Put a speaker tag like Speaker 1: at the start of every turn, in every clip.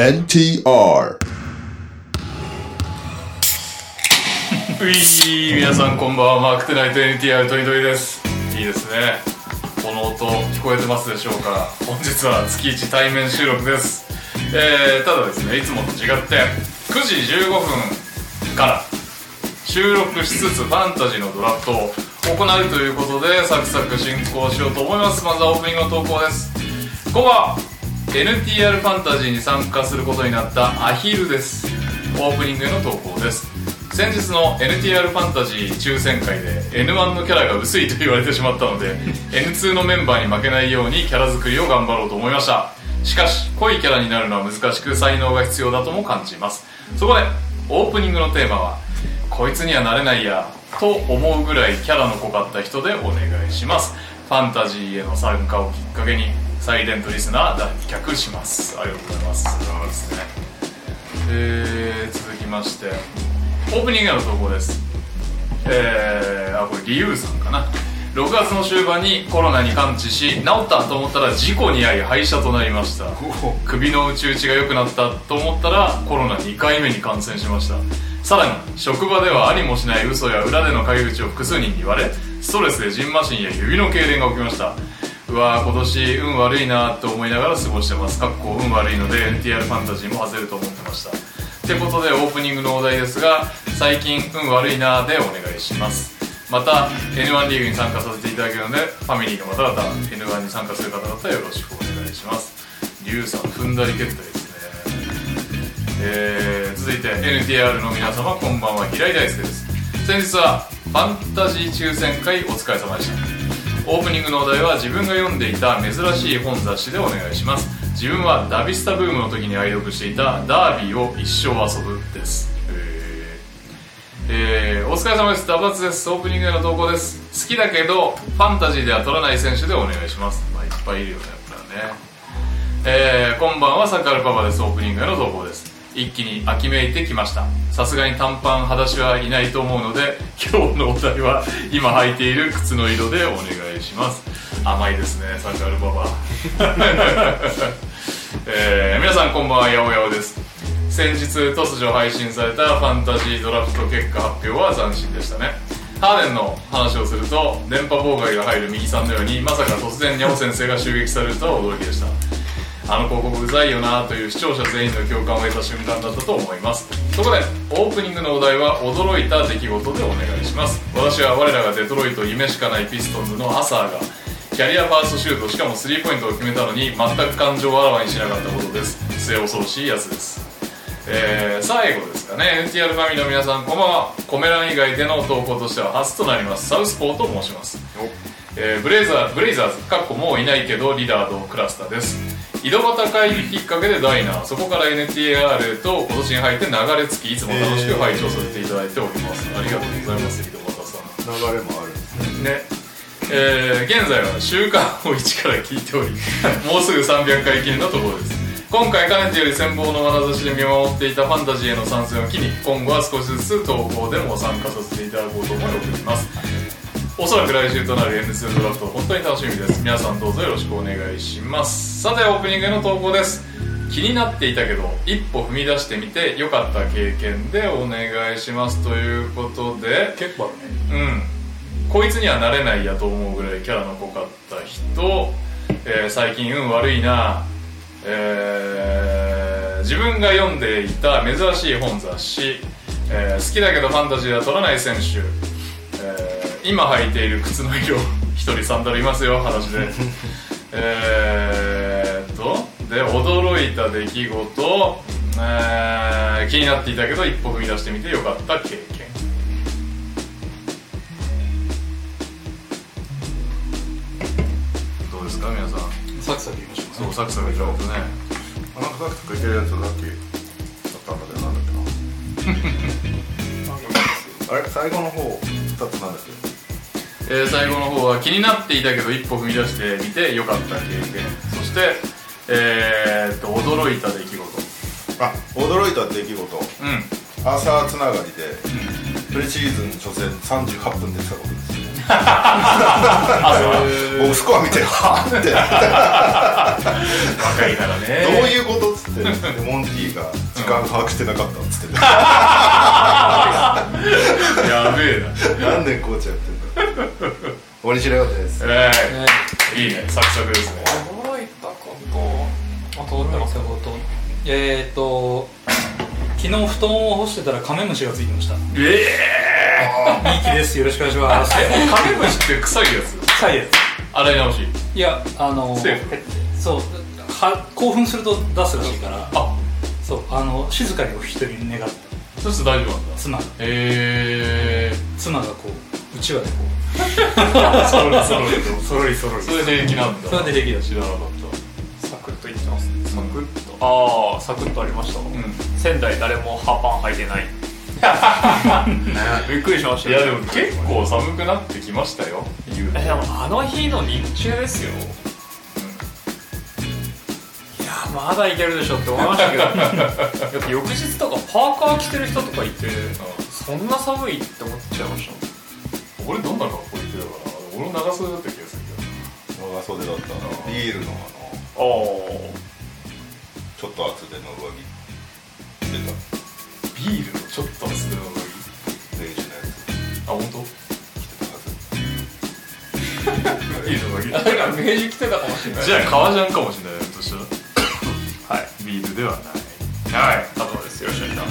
Speaker 1: NTR
Speaker 2: 皆さんこんばんは。マークテナイト NTR トリドリです。いいですね。この音聞こえてますでしょうか。本日は月1対面収録です。ただですね、いつもと違って9時15分から収録しつつファンタジーのドラフトを行うということでサクサク進行しようと思います。まずはオープニングの投稿です。ここは NTR ファンタジーに参加することになったアヒルです。オープニングへの投稿です。先日の NTR ファンタジー抽選会で N1 のキャラが薄いと言われてしまったのでN2 のメンバーに負けないようにキャラ作りを頑張ろうと思いました。しかし濃いキャラになるのは難しく才能が必要だとも感じます。そこでオープニングのテーマはこいつにはなれないやと思うぐらいキャラの濃かった人でお願いします。ファンタジーへの参加をきっかけにサイレントリスナー脱却します。ありがとうございます。続きましてオープニングへの投稿です。これリユウさんかな。6月の終盤にコロナに完治し治ったと思ったら事故に遭い廃車となりました。首の内々が良くなったと思ったらコロナ2回目に感染しました。さらに職場ではありもしない嘘や裏での陰口を複数人に言われストレスでジンマシンや指の痙攣が起きました。うわー今年運悪いなと思いながら過ごしてます。運悪いので NTR ファンタジーも外れると思ってました。ってことでオープニングのお題ですが最近運悪いなでお願いします。また N1 リーグに参加させていただけるのでファミリーの方々 N1 に参加する方々よろしくお願いします。リュウさん踏んだり蹴ったりですね。続いて NTR の皆様こんばんは。平井大輔です。先日はファンタジー抽選会お疲れ様でした。オープニングのお題は自分が読んでいた珍しい本雑誌でお願いします。自分はダビスタブームの時に愛読していたダービーを一生遊ぶです。お疲れ様です。ダバツです。オープニングへの投稿です。好きだけどファンタジーでは取らない選手でお願いします。まあいっぱいいるよねやっぱね。こんばんはサカルパパです。オープニングへの投稿です。一気に秋めいてきました。さすがに短パン裸足はいないと思うので今日のお題は今履いている靴の色でお願いします。甘いですねサカルパパ皆さんこんばんは。やおやおです。先日突如配信されたファンタジードラフト結果発表は斬新でしたね。ハーデンの話をすると電波妨害が入る右さんのようにまさか突然ニャオ先生が襲撃されるとは驚きでした。あの広告うざいよなという視聴者全員の共感を得た瞬間だったと思います。そこでオープニングのお題は驚いた出来事でお願いします。私は我らがデトロイト夢しかないピストンズのアサーがキャリアファーストシュートしかもスリーポイントを決めたのに全く感情をあらわにしなかったことです。末恐ろしいやつです。最後ですかね。 NTR ファミリーの皆さんこんばんは。コメ欄以外での投稿としては初となりますサウスポーと申します。ブレイザーズもういないけどリラードクラスターです。井戸端会議きっかけでダイナー、そこから NTR と今年に入って流れ着きいつも楽しく拝聴させていただいております。ありがとうございます。井戸端さん
Speaker 3: 流れもあるんです
Speaker 2: ね。現在は週刊を1から聞いておりもうすぐ300回記念のところです。今回かねてより羨望の眼差しで見守っていたファンタジーへの参戦を機に今後は少しずつ投稿でも参加させていただこうと思い送ります。おそらく来週となる N2 ドラフト本当に楽しみです。皆さんどうぞよろしくお願いします。さてオープニングへの投稿です。気になっていたけど一歩踏み出してみて良かった経験でお願いしますということで
Speaker 3: 結構あるね。
Speaker 2: こいつにはなれないやと思うぐらいキャラの濃かった人、最近運悪いな、自分が読んでいた珍しい本雑誌、好きだけどファンタジーでは取らない選手、今履いている靴の色一人サンダルいますよ話でで驚いた出来事、気になっていたけど一歩踏み出してみてよかった経験。どうですか皆さん。
Speaker 3: サクサク言いましょう。
Speaker 2: そうサクサク言いましょうね。
Speaker 3: なんかサクサクいけるやつだっけだったんだけどなんだっけなあれ最後の方2つなんだっけ。
Speaker 2: 最後の方は気になっていたけど一歩踏み出してみてよかった経験、そして驚いた出来事。
Speaker 3: 驚いた出来事、アーサーつながりで、プレシーズン初戦38分でしたことです。 僕スコア見てはぁって
Speaker 2: 若いからね
Speaker 3: どういうことっつってモンティが時間把握してなかったっつってて
Speaker 2: やべえな
Speaker 3: 何年コーチやってんだ大西レオです。
Speaker 2: いいね、サクサクですね。
Speaker 1: 驚いたことあと驚いたこと昨日布団を干してたらカメムシがついてました。ミキです、よろしくお願いします。
Speaker 2: カメムシって臭いやつ？
Speaker 1: 臭いやつ。
Speaker 2: 洗い直し？
Speaker 1: いや、
Speaker 2: セーフ？
Speaker 1: そう興奮すると出すらしいから、
Speaker 2: あ、
Speaker 1: そう静かにお一人願って。
Speaker 2: そうすると大丈夫なんだ。
Speaker 1: 妻が妻がこううちわでこう
Speaker 2: そろりそれで平気なんだ。
Speaker 1: それで平気だ。
Speaker 2: 知らなかった。
Speaker 4: サクッといってますね。サクッと、サクッとありました。仙台誰もハーパン履いてないびっくりしました。
Speaker 2: いやでも結構寒くなってきましたよ。
Speaker 4: でもあの日の日中ですよ。いやまだいけるでしょって思いましたけどやっぱ翌日とかパーカー着てる人とかいて、そんな寒いって思っちゃいました。
Speaker 2: 俺どんな格好言ってたかな。俺も長袖だった気がするけど。
Speaker 3: 長袖だったな。ビールのちょっと厚手の上着着てた。
Speaker 2: ビールのちょっと厚手の上着。
Speaker 3: ベージュのやつ。
Speaker 2: あ、本当？
Speaker 3: 着てたはず。
Speaker 2: ビールの上着。
Speaker 4: なんか明治着てたかもしれない。
Speaker 2: じゃあ革ジャンかもしれないとしたら。
Speaker 4: はい。
Speaker 2: ビールではない。はい。
Speaker 4: あとです。よろしくお願いします。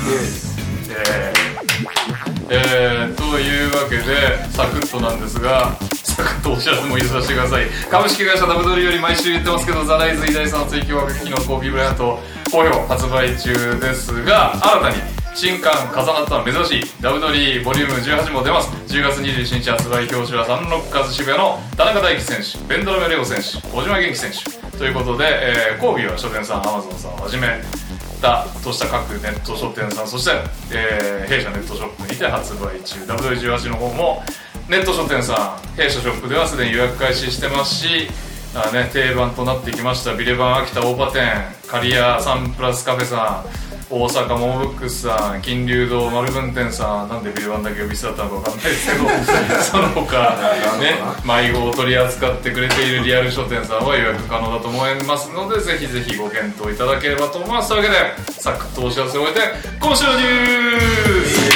Speaker 2: というわけでサクッとなんですが、サクッとお知らせも入れさせてください。株式会社ダブドリより毎週言ってますけど、ザライズ偉大さの追求枠機能コーヒーブランド好評発売中ですが、新たに新刊重なったの珍しいダブドリボリューム18も出ます。10月21日発売。表紙はサンロッカーズ渋谷の田中大輝選手、ベンドラメレオ選手、小島元気選手ということで、コービーは書店さん、アマゾンさんをはじめとした各ネット書店さん、そして、弊社ネットショップにて発売中。 W18 の方もネット書店さん、弊社ショップではすでに予約開始してますし、定番となってきましたビレバン秋田大場店、刈谷サンプラスカフェさん、大阪モモブックスさん、金龍堂丸文店さん、なんでビレバンだけ呼び捨てだったのか分かんないですけどその他ね、迷子を取り扱ってくれているリアル書店さんは予約可能だと思いますので、ぜひぜひご検討いただければと思います。というわけでサクッとお知らせを終えて今週のニュース。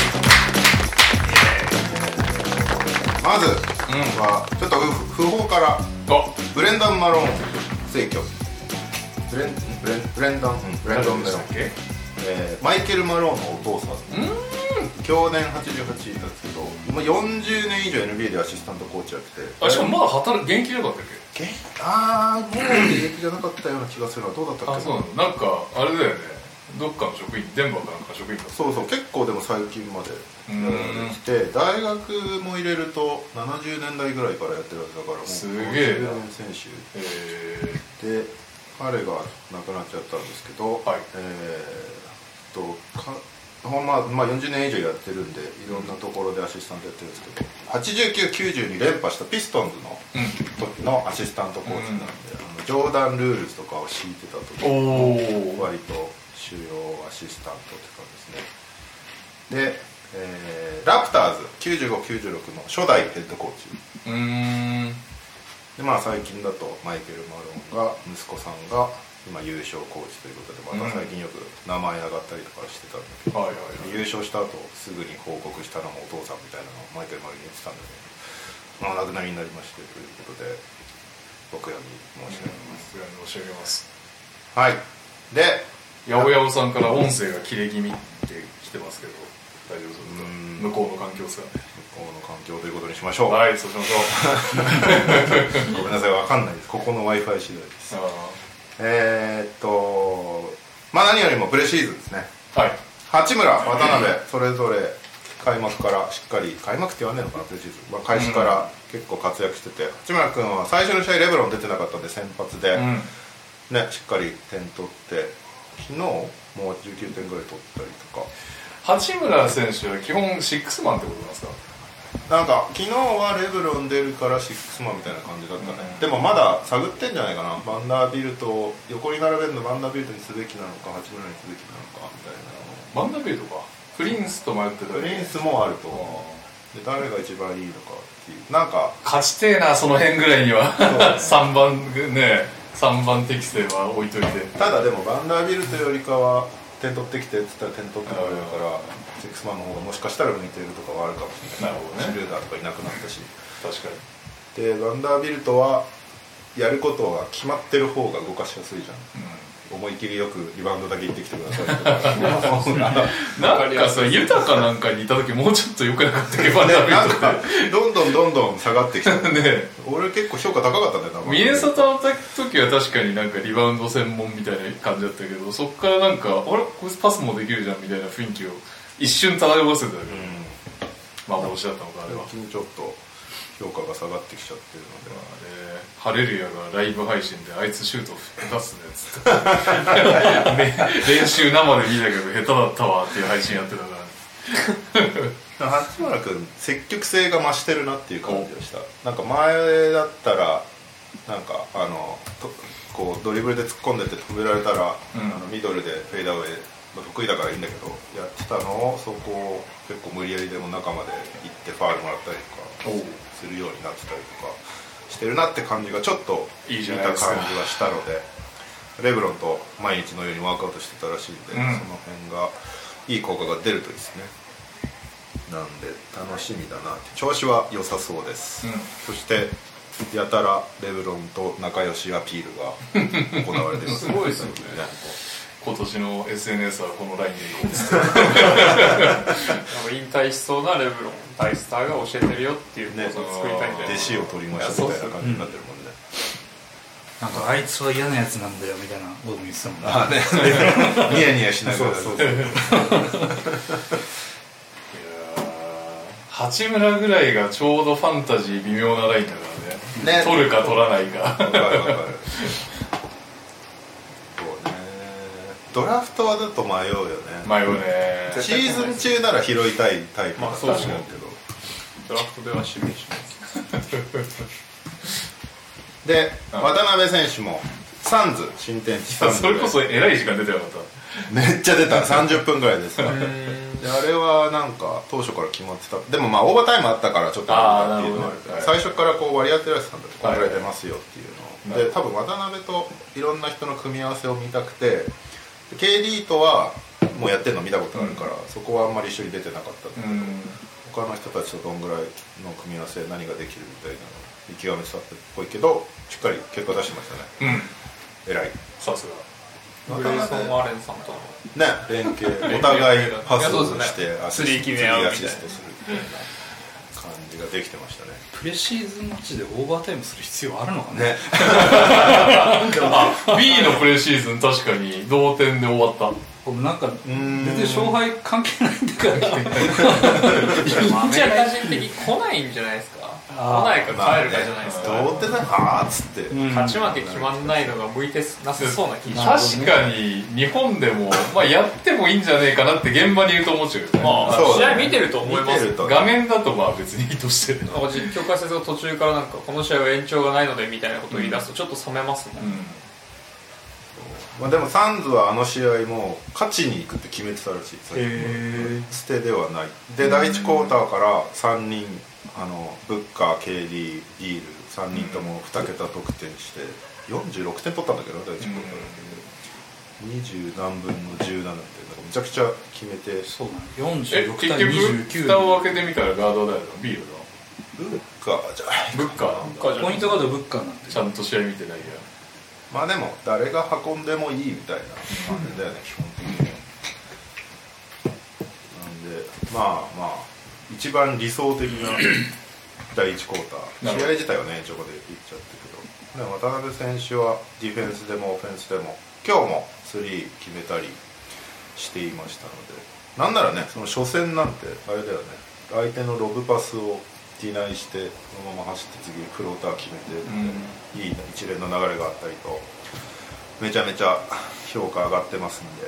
Speaker 3: まずはちょっと不法からブレンダンマロン逝去。ブレンダンメロン、マイケル・マローンのお父さん、去年88なんですけど、もう40年以上 NBA でアシスタントコーチやってて、
Speaker 2: しかもまだ現役じゃなかったっけ？
Speaker 3: もう現役じゃなかったような気がするのはどうだったっけ？
Speaker 2: そうなんかあれだよね、どっかの職員、デンバーかなんか職員だった。
Speaker 3: そう結構でも最近までやられてきて、大学も入れると70年代ぐらいからやってるわけだから、もう
Speaker 2: すげえな
Speaker 3: 選手で、彼が亡くなっちゃったんですけど、
Speaker 2: はい、
Speaker 3: 40年以上やってるんで、いろんなところでアシスタントやってるんですけど、89、90に連覇したピストンズの時のアシスタントコーチなんで、ジョーダン・ルールズとかを敷いてた時に割と主要アシスタントって感じですね。で、ラプターズ95、96の初代ヘッドコーチで、最近だとマイケル・マロンが、息子さんが今優勝コーチということで、また最近よく名前上がったりとかしてたんだけど、優勝した後すぐに報告したのもお父さんみたいなのをマイケル・マロンに言ってたんだけど、お亡くなりになりましてということで、お悔やみ申し上げます。はい。で、
Speaker 2: 八百屋さんから音声が切れ気味って来てますけど、大丈夫ですか？向こうの環境ですかね。
Speaker 3: 向こうの環境ということにしましょう。
Speaker 2: はい、そうしましょ
Speaker 3: う。ごめんなさい、わかんないです。ここの Wi-Fi 次第です。何よりもプレシーズンですね。はい。八村、渡辺、それぞれ開幕からしっかり、開幕って言わねえのかな、プレシーズン。開始から結構活躍してて、八村君は最初の試合レブロン出てなかったんで先発で、しっかり点取って、昨日もう19点ぐらい取ったりとか。
Speaker 2: 八村選手は基本シックスマンってことなんですか？
Speaker 3: なんか昨日はレブロン出るからシックスマンみたいな感じだったね。でもまだ探ってんじゃないかな。バンダービルトを横に並べるのバンダービルトにすべきなのか八村にすべきなのかみたいな。
Speaker 2: バンダービルトか。プリンスと迷ってた。
Speaker 3: プリンスもあると思う。 で誰が一番いいのかっていうなんか
Speaker 2: 勝ちてえなその辺ぐらいには3番ね3番適正は置いといて
Speaker 3: ただでもバンダービルトよりかは点取ってきてって言ったら点取ってもらえるからセックスマンの方がもしかしたら向いてるとかはあるかもしれない。
Speaker 2: なるほどね。
Speaker 3: シュルーダーとかいなくなったし
Speaker 2: 確かに
Speaker 3: でバンダービルトはやることが決まってる方が動かしやすいじゃん、思い切りよくリバウンドだけ行ってきてくださいとか
Speaker 2: なんかさ豊かなんかにいた時もうちょっと良くなかったっけバンダービルト
Speaker 3: なんかどんどん下がってきた
Speaker 2: ね
Speaker 3: 俺結構評価高かったんだよな
Speaker 2: ミネソタの時は確かになんかリバウンド専門みたいな感じだったけどそっからなんかあれこいつパスもできるじゃんみたいな雰囲気を一瞬漂わせてたけど、幻だったのかあれは
Speaker 3: 最近ちょっと評価が下がってきちゃってるので
Speaker 2: ハレルヤがライブ配信であいつシュート出すねっつって、練習生で見たけど下手だったわっていう配信やってたから
Speaker 3: 八村君積極性が増してるなっていう感じがしたなんか前だったらなんかこうドリブルで突っ込んでて止められたら、ミドルでフェイダーウェイ得意だからいいんだけどやってたのをそこを結構無理やりでも中まで行ってファウルもらったりとかするようになってたりとかしてるなって感じがちょっと見た感じがしたのでレブロンと毎日のようにワークアウトしてたらしいんで、その辺がいい効果が出るといいですねなんで楽しみだなって調子は良さそうです、そしてやたらレブロンと仲良しアピールが行われています
Speaker 4: すごいですよね
Speaker 2: 今年の SNS はこのラインでいこうです
Speaker 4: 引退しそうなレブロン大スターが教えてるよっていう構造を作りたいんで、
Speaker 3: 弟子を取りましたみたいな感じになってるもんね、
Speaker 1: なんかあいつは嫌なやつなんだよみたいなことも言ってたもんね
Speaker 3: あねニヤニヤしながら
Speaker 2: そう八村ぐらいがちょうどファンタジー微妙なラインだからね取るか取らないか
Speaker 3: 分かるドラフトはだと迷うよね
Speaker 2: 迷うね
Speaker 3: シーズン中なら拾いたいタイプだと思うけど、
Speaker 4: ドラフトでは指名します
Speaker 3: で渡辺選手もサンズ新天地サンズ
Speaker 2: それこそえらい時間出てなかった
Speaker 3: めっちゃ出た30分ぐらいですからであれはなんか当初から決まってたでもまあオーバータイムあったからちょっとあるっていうのは最初からこう割り当てられてたんだってこれぐらい出ますよっていうので多分渡辺といろんな人の組み合わせを見たくてKD とはもうやってるの見たことあるから、そこはあんまり一緒に出てなかったんだけど、他の人たちとどんぐらいの組み合わせ何ができるみたいなの見極めてたっぽいけどしっかり結果出してましたね、偉い
Speaker 2: さすが
Speaker 4: グレイソン・アレンさんとの
Speaker 3: ね連携お互いパスをして
Speaker 4: スリー決め合うみたいな
Speaker 3: アシストするみたいな感じができてましたね
Speaker 1: プレシーズンマッチでオーバータイムする必要あるのかね
Speaker 3: ね
Speaker 2: B のプレシーズン確かに同点で終わった
Speaker 1: 僕なんか別に勝敗関係ないんだから来て
Speaker 4: アメリカ人的に来ないんじゃないですか来ないか帰るかじゃないですか、
Speaker 3: どうってなあーっつって、
Speaker 4: 勝ち負け決まんないのが向いてなさそうな気がします
Speaker 2: 確かに日本でも、まあ、やってもいいんじゃねえかなって現場にいると思っちゃうよね、
Speaker 4: まあ
Speaker 3: そう
Speaker 4: 試合見てると思います
Speaker 2: 画面だとまあ別にいいとしてる
Speaker 4: なんか実況解説が途中からなんかこの試合は延長がないのでみたいなことを言い出すとちょっと冷めますもん、
Speaker 3: まあ、でもサンズはあの試合も勝ちに行くって決めてたらしい捨てではないで第1クォーターから3人ブッカー、KD、リール3人とも2桁得点して46点取ったんだけど第1クォーターだけで20何分の17ってめちゃくちゃ決めて
Speaker 1: そうだね46
Speaker 2: 結
Speaker 1: 対29
Speaker 2: 局蓋を開けてみたらガードだよビールだ
Speaker 3: ブッカーじゃない
Speaker 2: ブッカー
Speaker 1: ポイントガードブッカーなんて
Speaker 2: ちゃんと試合見てないや
Speaker 3: まあでも誰が運んでもいいみたいな感じだよね、基本的にはなんでまあまあ一番理想的な第1クォーター試合自体はね延長までいっちゃったけどでも渡辺選手はディフェンスでもオフェンスでも今日もスリー決めたりしていましたのでなんならねその初戦なんてあれだよね相手のロブパスをディナイしてそのまま走って次フローター決めて、いい一連の流れがあったりとめちゃめちゃ評価上がってますんで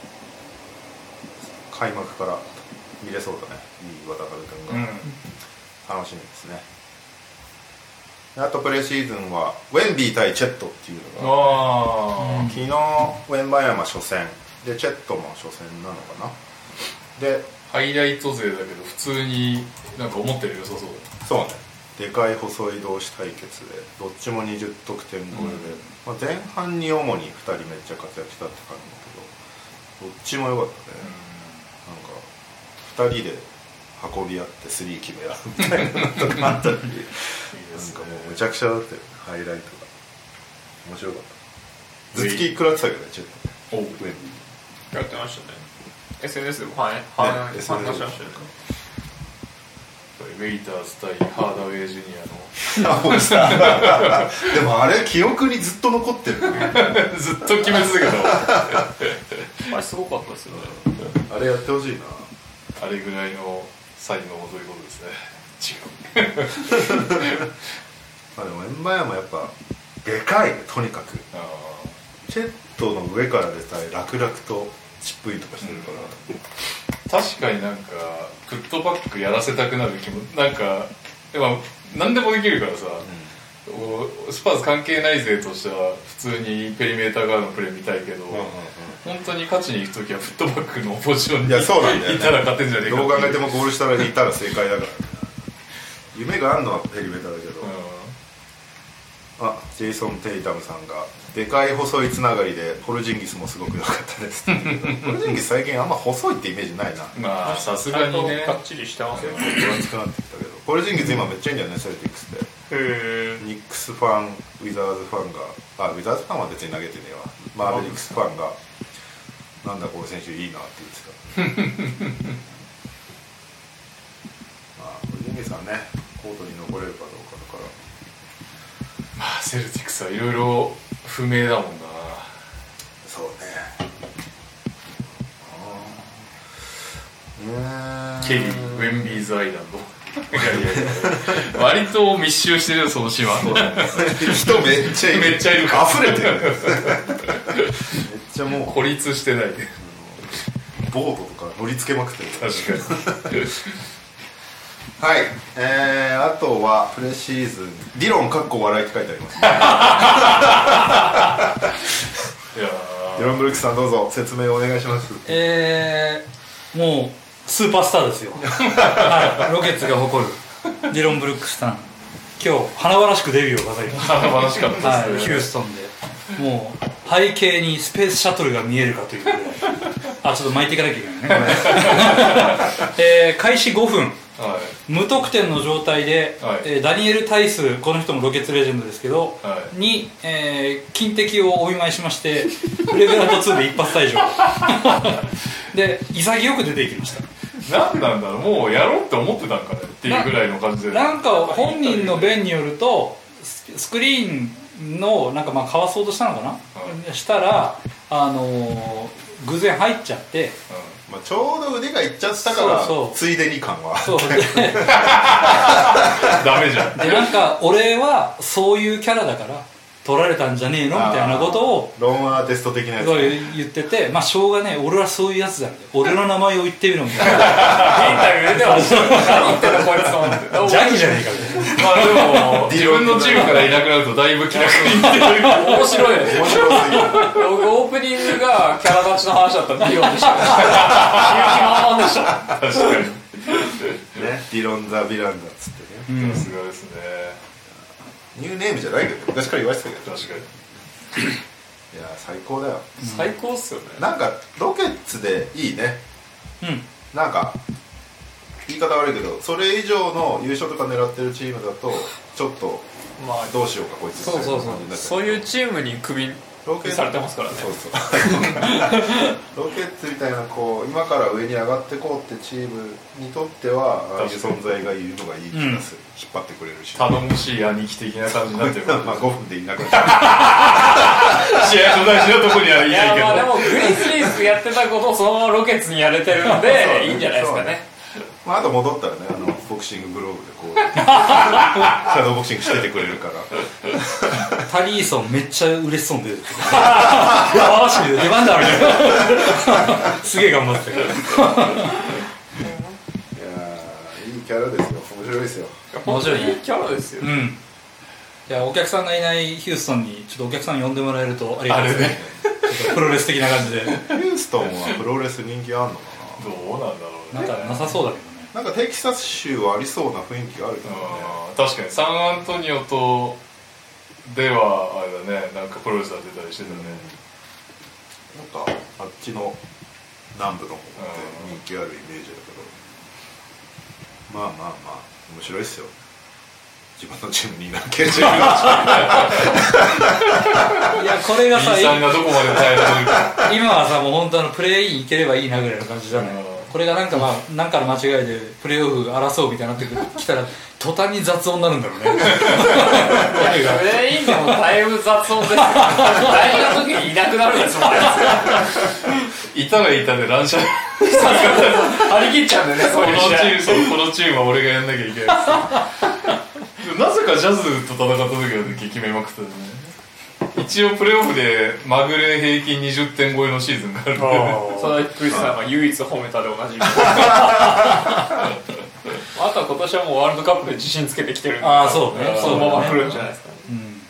Speaker 3: 開幕から見れそうだねいい渡辺君が、楽しみですねあとプレシーズンはウェンビー対チェットっていうのが昨日ウェンバヤマ初戦でチェットも初戦なのかなで
Speaker 2: ハイライト勢だけど普通になんか思ってる良さそう
Speaker 3: そうね、でかい細い同士対決でどっちも20得点超えで、まあ、前半に主に2人めっちゃ活躍したって感じだけどどっちも良かったね、なんか2人で運び合ってスリー決め合うみたいなのとかあったりなんかもうむちゃくちゃだったよ、ハイライトが面白かった。頭突き食らってたけどね、ちょっと
Speaker 2: おう
Speaker 4: やってましたね。 SNS でも反応しましたよね。
Speaker 2: ウェイターズ対ハーダウェイジュニアの
Speaker 3: でもあれ記憶にずっと残ってる
Speaker 2: ずっと決め続けた
Speaker 4: あれすごかったですよね。
Speaker 3: あれやってほしいな。
Speaker 2: あれぐらいの才能ということですね。違う
Speaker 3: まあでもエンバヤもやっぱでかいね、とにかくチェットの上からでさえ楽々とチップインとかしてるから、
Speaker 2: 確かになんかプットバックやらせたくなる気もなんか何でもできるからさ、スパーズ関係ない勢としては普通にペリメーター側のプレー見たいけど、本当に勝ちに行くときはフットバックのポジションにいたら勝てんじゃねえか。
Speaker 3: どう考えてもゴール下にいたら正解だから夢があるのはペリメーターだけど、ジェイソン・テイタムさんがでかい細いつながりでポルジンギスもすごく良かったですポルジンギス最近あんま細いってイメージないな。
Speaker 2: まあさすがにね
Speaker 4: がっちりしてますよね。
Speaker 3: 分厚くなってきたけど、ポルジンギス今めっちゃいいんだよね、セルティックスで。ニックスファン、ウィザーズファンが、ウィザーズファンは別に投げてねえわ、マーベリックスファンがなんだこの選手いいなって言ってたまあポルジンギスはねコートに残れるかどうかだから、
Speaker 2: まあセルティックスはいろいろ不明だもんな。
Speaker 3: そうね。
Speaker 2: ケリー、ウェンビーズアイランドいや割と密集してるよその島
Speaker 3: 人めっちゃいる、
Speaker 2: めっちゃいるから
Speaker 3: 溢れてるめっちゃもう
Speaker 2: 孤立してないで
Speaker 3: ボードとか乗り付けまくってる。
Speaker 2: 確かに
Speaker 3: はい、あとはプレシーズン理論かっこ笑いって書いてありますね
Speaker 2: いや
Speaker 3: ディロン・ブルックスさんどうぞ説明をお願いします。
Speaker 1: もうスーパースターですよはい、ロケッツが誇るディロン・ブルックスさん、今日華々しくデビューを飾りました。
Speaker 2: 華々しかったですね、
Speaker 1: はい、ヒューストンでもう背景にスペースシャトルが見えるかというぐらいちょっと巻いていかなきゃいけないね開始5分、
Speaker 2: はい、
Speaker 1: 無得点の状態で、
Speaker 2: はい、
Speaker 1: ダニエル・タイス、この人もロケッツレジェンドですけど、
Speaker 2: はい、
Speaker 1: に、金敵をお見舞いしましてフレグラント2で一発退場で潔く出ていきました。
Speaker 2: 何なんだろう、もうやろうって思ってたんかねっていうぐらいの感じで、
Speaker 1: なんか本人の弁によるとスクリーンのなんかかわそうとしたのかな、したら偶然入っちゃって、
Speaker 3: まあ、ちょうど腕がいっちゃったからついでに感は
Speaker 1: そうで
Speaker 2: ダメじゃん
Speaker 1: でなんか俺はそういうキャラだから取られたんじゃねえのみたいなことを
Speaker 3: ロンアーティスト的なやつ、
Speaker 1: 言ってて、まあしょうがねえ、俺はそういうやつだみたいな、俺の名前を言ってみろみたいなイン
Speaker 4: タビューでは何言ってんのこいつと思って
Speaker 1: 邪気じゃねえかみたいな。
Speaker 2: まあでも自分のチームからいなくなるとだいぶ気楽に言ってる
Speaker 4: 面白いよね。僕オープニングがキャラ立ちの話だったんでディロンでした勇気満々でした。
Speaker 2: 確かに
Speaker 3: ね、ディロン・ザ・ヴィランダっつってね、
Speaker 2: さすがですね。
Speaker 3: ニューネームじゃないけど昔から言われてたけど、
Speaker 2: 確かに
Speaker 3: いや最高だよ、
Speaker 4: 最高っすよね。
Speaker 3: なんかロケッツでいいね、なんか言い方悪いけどそれ以上の優勝とか狙ってるチームだとちょっとどうしようかこいつ
Speaker 4: そうそういうチームにクビされてますからね。
Speaker 3: そうそうロケッツみたいなこう今から上に上がってこうってチームにとってはああいう存在がいるのがいい気がする、引っ張ってくれるし
Speaker 2: 頼もしい兄貴的な感じになってる
Speaker 3: まあ5分でいなくなっちゃ
Speaker 2: う試合の大事なとこにはいないけど、
Speaker 4: まあでもグリズリーズやってたことをそのままロケッツにやれてるのでいいんじゃないですかね。
Speaker 3: まあ、あと戻ったらねボクシンググローブでこうシャドーボクシングしててくれるから
Speaker 1: タリーソンめっちゃ嬉しそうに出てるよし出番だみたいなすげえ頑張ってたから
Speaker 3: いやいいキャラですよ、面白いですよ、
Speaker 1: 面白いね、
Speaker 4: いいキャラですよ。
Speaker 1: いやお客さんがいないヒューストンにちょっとお客さん呼んでもらえるとありがたいですね。ちょっとプロレス的な感じで
Speaker 3: ヒューストンはプロレス人気あんのか
Speaker 2: どうなんだろうね。
Speaker 1: なんかなさそうだけどね。
Speaker 3: なんかテキサス州はありそうな雰囲気があるけどね。
Speaker 2: 確かにサンアントニオとではあれだね、なんかプロレスラー出たりしてたね、
Speaker 3: なんかあっちの南部の方って人気あるイメージだけど、まあまあまあ面白いっすよ。自分のチームにいなきゃいけない。
Speaker 1: いやこれがさ、
Speaker 2: B さんがどこまで耐えられるか。
Speaker 1: 今はさもう本当プレーイン行ければいいなぐらいの感じじゃない、これがなんかまあなんかの間違いでプレーオフ争うみたいになってきたら途端に雑音になるんだろうね。
Speaker 4: プレインでもだいぶ雑音ですよ。大事な時にいなくなるやつもありますよ。
Speaker 2: いたらいたで乱射。
Speaker 4: 張り切っちゃうんだよね、そういう試合。
Speaker 2: このチームは俺がやんなきゃいけない。なぜかジャズと戦った時は決めまくったね。一応プレーオフでまぐれ平均20点超えのシーズンがあるんで、
Speaker 4: 佐々木クリスさんが唯一褒めたでおなじみ。あとは今年はもうワールドカップで自信つけてきてるんで、
Speaker 1: そうね、
Speaker 4: そのまま来るんじゃないですかね。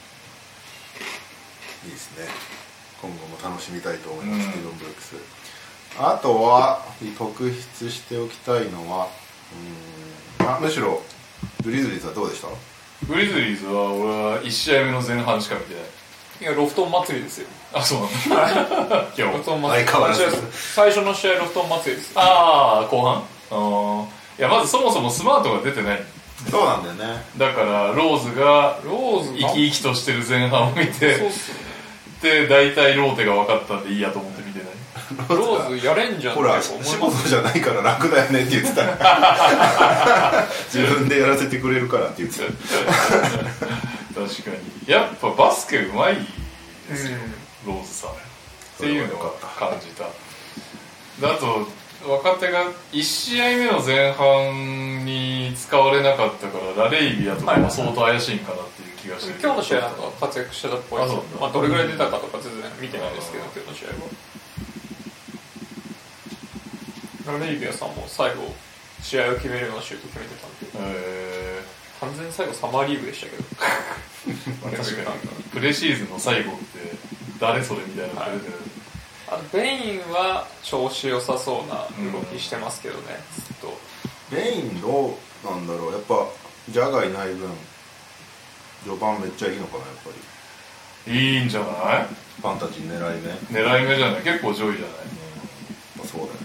Speaker 3: いいですね。今後も楽しみたいと思います、スティーブン・ブルックス。あとは特筆しておきたいのはむしろグリズリーズはどうでした？
Speaker 2: グリズリーズは俺は1試合目の前半しか見てない。
Speaker 4: いや、ロフトン祭りですよ。
Speaker 2: あ、そうなんだ。今日
Speaker 4: ロフトン祭り。
Speaker 3: 相変わらず
Speaker 4: 最初の試合ロフトン祭りですよ。
Speaker 2: ああ、後半。いや、まずそもそもスマートが出てない。
Speaker 3: そうなんだよね。
Speaker 2: だからローズが生き生きとしてる前半を見て、
Speaker 4: そうっすよね。
Speaker 2: で大体ローテが分かったんでいいやと思って見てない。
Speaker 4: ローズやれんじゃん。
Speaker 3: ほら仕事じゃないから楽だよねって言ってた。自分でやらせてくれるからって言ってた。
Speaker 2: 確かにやっぱバスケうまいですよ、ローズさんっていうのを感じた。であと若手が1試合目の前半に使われなかったからラレイビアとかも相当怪しいんかなっていう気がして、
Speaker 4: 今日の試合なんか活躍してたっぽいです。まあどれぐらい出たかとか全然見てないですけど、今日の試合はラレイビアさんも最後試合を決めるようなシュート決めてたんで、完全に最後サマーリーグでしたけど。
Speaker 2: 確かにプレシーズンの最後って誰それみたいなのが出てる。
Speaker 4: あとベインは調子良さそうな動きしてますけどね、ずっと。
Speaker 3: ベインどうなんだろう。やっぱジャガいない分序盤めっちゃいいのかな。やっぱり
Speaker 2: いいんじゃない？
Speaker 3: ファンタジー狙い目
Speaker 2: じゃない？結構上位じゃない？
Speaker 3: まあ、そうだよ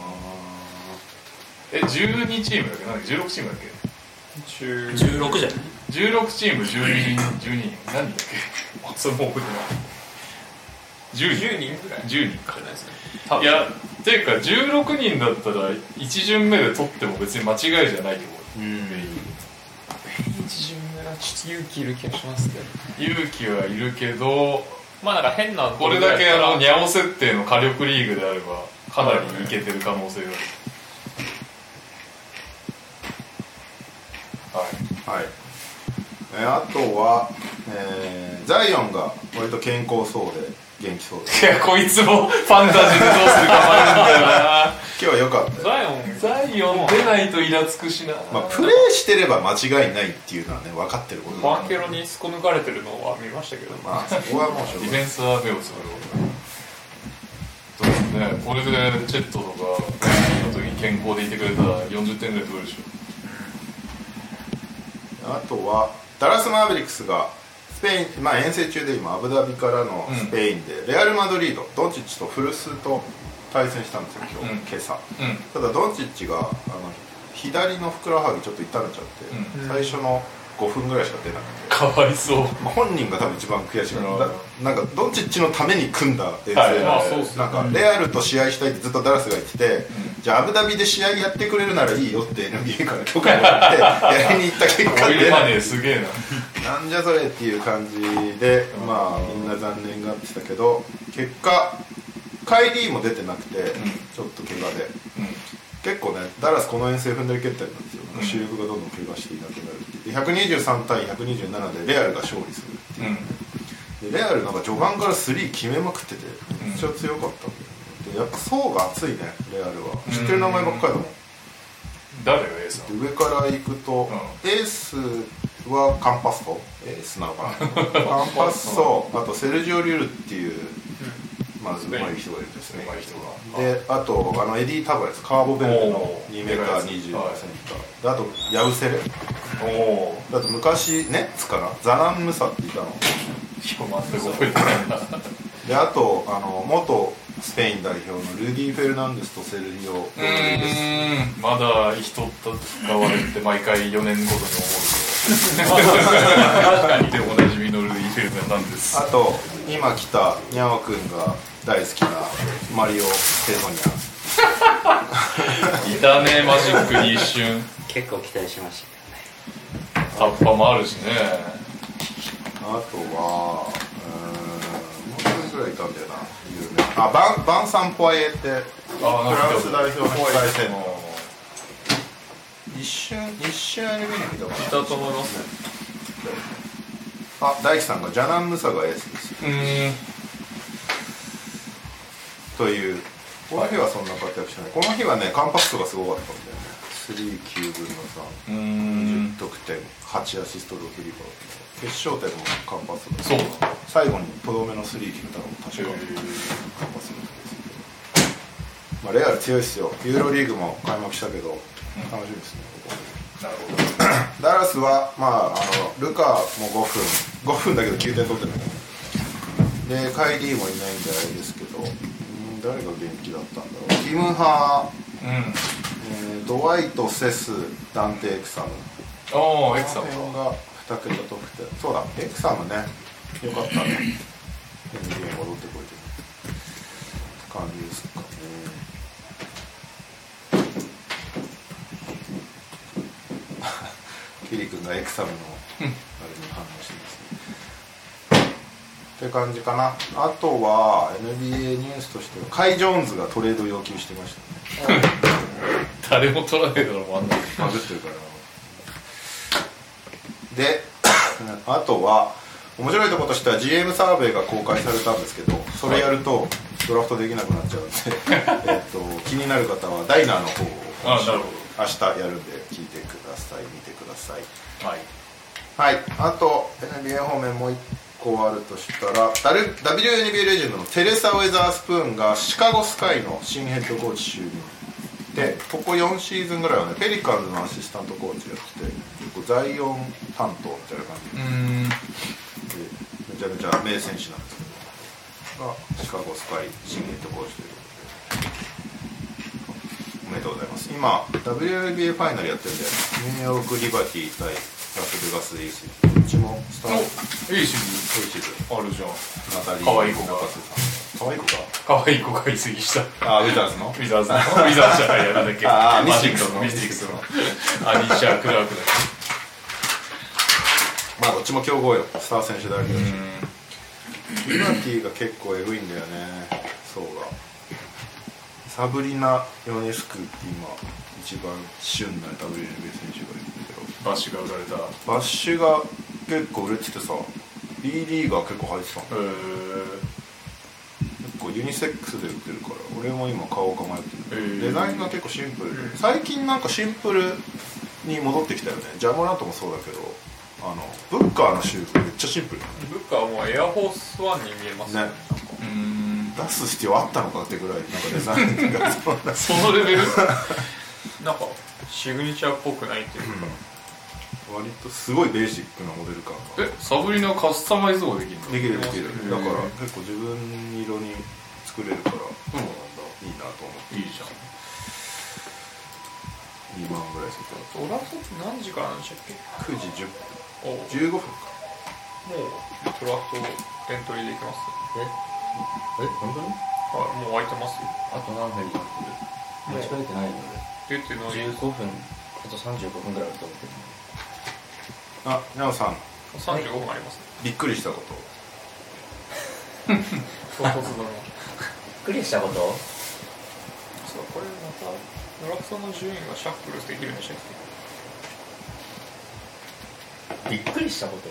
Speaker 2: な。12チームだっけ？なんだっけ？16チームだっけ
Speaker 1: 16じゃない
Speaker 2: ？16チーム12人何人だっけ？それもう覚えてない。10人
Speaker 4: ぐらい
Speaker 2: 10人か
Speaker 4: じゃないです
Speaker 2: ね。いやっていうか16人だったら1巡目で取っても別に間違いじゃないと思う。
Speaker 4: 1巡目はちょっと勇気いる気がしますけど。
Speaker 2: 勇気はいるけど、
Speaker 4: まあなんか変な
Speaker 2: これだけニャオ設定の火力リーグであればかなりいけてる可能性がある。
Speaker 3: はい、あとは、ザイオンが割と健康そうで元気そうで
Speaker 2: いやこいつもファンタジーでどうするか迷うんだよな。
Speaker 3: 今日は良かったよ。
Speaker 4: ザイオン
Speaker 2: 出ないとイラつくしな。
Speaker 3: まあ、プレーしてれば間違いないっていうのはね分かってること
Speaker 4: バーケロにすこ抜かれてるのは見ましたけど、
Speaker 3: まあそこはもうしょうがない。
Speaker 2: ディフェンスは目をつぶる。そうですね。これでチェットとかの時に健康でいてくれたら40点ぐらい取れるでしょ。
Speaker 3: あとはダラス・マーベリックスがスペイン、遠征中で今アブダビからのスペインで、レアル・マドリードドンチッチとフルスと対戦したんですよ今朝、ただドンチッチが左のふくらはぎちょっと痛めちゃって、最初の5分ぐらいしか出なくて
Speaker 2: かわいそう。
Speaker 3: 本人が多分一番悔しいから、なんかドンチッチのために組んだ遠征なんかレアルと試合したいってずっとダラスが言ってて、じゃあアブダビで試合やってくれるならいいよって NBA から許可をもらってやりに行った結果
Speaker 2: 出ないすげえな。
Speaker 3: なんじゃそれっていう感じで、まあみんな残念がってたけど、結果カイリーも出てなくて、ちょっと怪我で、結構ねダラスこの遠征踏んだり蹴ったりなんですよ。主力がどんどん怪我していなくなるっていう。123対127でレアルが勝利するっていう、でレアルなんか序盤から3決めまくっててめっちゃ強かったんだよね。でやっぱ層が厚いねレアルは。知ってる名前ばっかりだもん。
Speaker 2: 誰がエースなの？
Speaker 3: 上から行くと、エースはカンパッソ、エースなのかなカンパッソ、あとセルジオ・リュルっていう、 まずうまい人がいるんですね。
Speaker 2: うまい人が。
Speaker 3: であとエディ・タバレス、カーボベルデの2メーター20センチで、あとヤブセレ、あと昔ネッツかな、ザナン・ムサっていたの。
Speaker 2: 全く覚えてないな。
Speaker 3: であと元スペイン代表のルディ・フェルナンデスとセルギオ・ロドリゲス。
Speaker 2: まだ人と使われて毎回4年ごとに思う
Speaker 4: 確かに
Speaker 2: でおなじみのルディ・フェルナンデス。
Speaker 3: あと今来たニャオくんが大好きなマリオ・テソニ
Speaker 2: いたね、マジックに一瞬。
Speaker 5: 結構期待しましたけどね。
Speaker 2: タッパもあるしね。
Speaker 3: ア。あとはもう一人ぐらいいたんだよな、有名。バンサン・ポアイエってフランス代表の控え戦の一瞬 NBA に見たかな。
Speaker 4: いたと思いますね。
Speaker 3: 大樹さんがジャナン・ムサがエースです。というこの日はそんな活躍しない。この日はね、カンパクトがすごかったんだよね。3、9分の3、20得点、8アシスト、6リバウンド。決勝点もカンパクトだ。
Speaker 2: そう
Speaker 3: 最後にとどめの3決めたのも確かカンパクトです。レアル強いですよ。ユーロリーグも開幕したけど、楽しみですね。
Speaker 2: なるほど。
Speaker 3: ダラスは、ルカも5分だけど9点取ってないで、カイリーもいないんであれですけど、誰が元気だったんだろう。ティム・ハー、ドワイト、セス、ダンテ・エクサム。
Speaker 2: エクサム
Speaker 3: が2桁得点。そうだ、エクサムね、よかったね。NBA 戻ってこいてるって感じですかね。キリ君がエクサムのあれに反応してますね。って感じかな。あとは NBA ニュースとしてはカイ・ジョーンズがトレード要求してましたね。
Speaker 2: 誰も取らないだろう、あんな
Speaker 3: バグってるから。であとは面白いところとしては GM サーベイが公開されたんですけど、それやるとドラフトできなくなっちゃうんで気になる方はダイナーの方を
Speaker 2: なるほど、
Speaker 3: 明日やるんで聞いてください、見てください。
Speaker 2: はい、
Speaker 3: はい、あと NBA 方面もう1個あるとしたら WNBA レジェンドのテレサ・ウェザースプーンがシカゴスカイの新ヘッドコーチ就任で、ここ4シーズンぐらいはね、ペリカンズのアシスタントコーチやってて、結構在音担当みたいな感じでめちゃめちゃ名選手なんですけど、がシカゴスカイ新ヘッドコーチということでおめでとうございます。今 WNBA ファイナルやってるんで、ニューヨークリバティ対ラスベガスエイス、どっちもスタート
Speaker 2: いいシ
Speaker 3: そういうシーズン
Speaker 2: あるじゃん。
Speaker 3: ナタリー
Speaker 2: 可愛い子が
Speaker 3: 中瀬さん、可愛い子か。
Speaker 2: 可愛い子が移籍した。
Speaker 3: ウィザーズの
Speaker 2: ウィザーズじゃないや、なんだっけ。
Speaker 3: ミスティクスの
Speaker 2: ミスティクスのアニシャ・クラークだっ
Speaker 3: まあどっちも強豪よ、スター選手だらけだし。リバティが結構エグいんだよね、そうが。サブリナ・ヨネスクって今一番旬な WNBA 選手がいるんだけど、
Speaker 2: バッシュが売られた。
Speaker 3: バッシュが結構売れててさ、 B リーガー結構入ってたの。結構ユニセックスで売ってるから、俺も今買おうか迷ってる。デザインが結構シンプルで、最近なんかシンプルに戻ってきたよね。ジャモラントもそうだけど、ブッカーのシューズめっちゃシンプル。
Speaker 4: ブッカーはもうエアフォースワンに見えますね。
Speaker 3: 出す必要あったのかってぐらい、なんかデザインが
Speaker 2: そのレベル
Speaker 4: なんかシグニチャーっぽくないっていうか、
Speaker 3: 割とすごいベーシックなモデル感が。
Speaker 2: サブリナカスタマイズもできるの？
Speaker 3: できるできる。だから結構自分色に作れるから、いいなと思って。
Speaker 2: いいじゃん。
Speaker 3: 2万ぐらいすると。
Speaker 4: ドラフトって何時からなんでしたっけ
Speaker 3: 9時10分。
Speaker 4: お
Speaker 3: 15分か。
Speaker 4: もうドラフトエントリーできます。
Speaker 5: 本当に？
Speaker 4: はい、もう空いてますよ。
Speaker 5: あと何分になってる？間違えてないので。
Speaker 4: 出てない。
Speaker 5: 15分、あと35分ぐらいあると思ってる。
Speaker 3: ニャオさん、
Speaker 4: 35分ありますね。
Speaker 3: びっくりしたこと。
Speaker 4: 唐突だな。
Speaker 5: びっくりしたこと？
Speaker 4: そう、これまたドラフトの順位がシャッフルできるんでしたっけ？
Speaker 5: びっくりしたこと？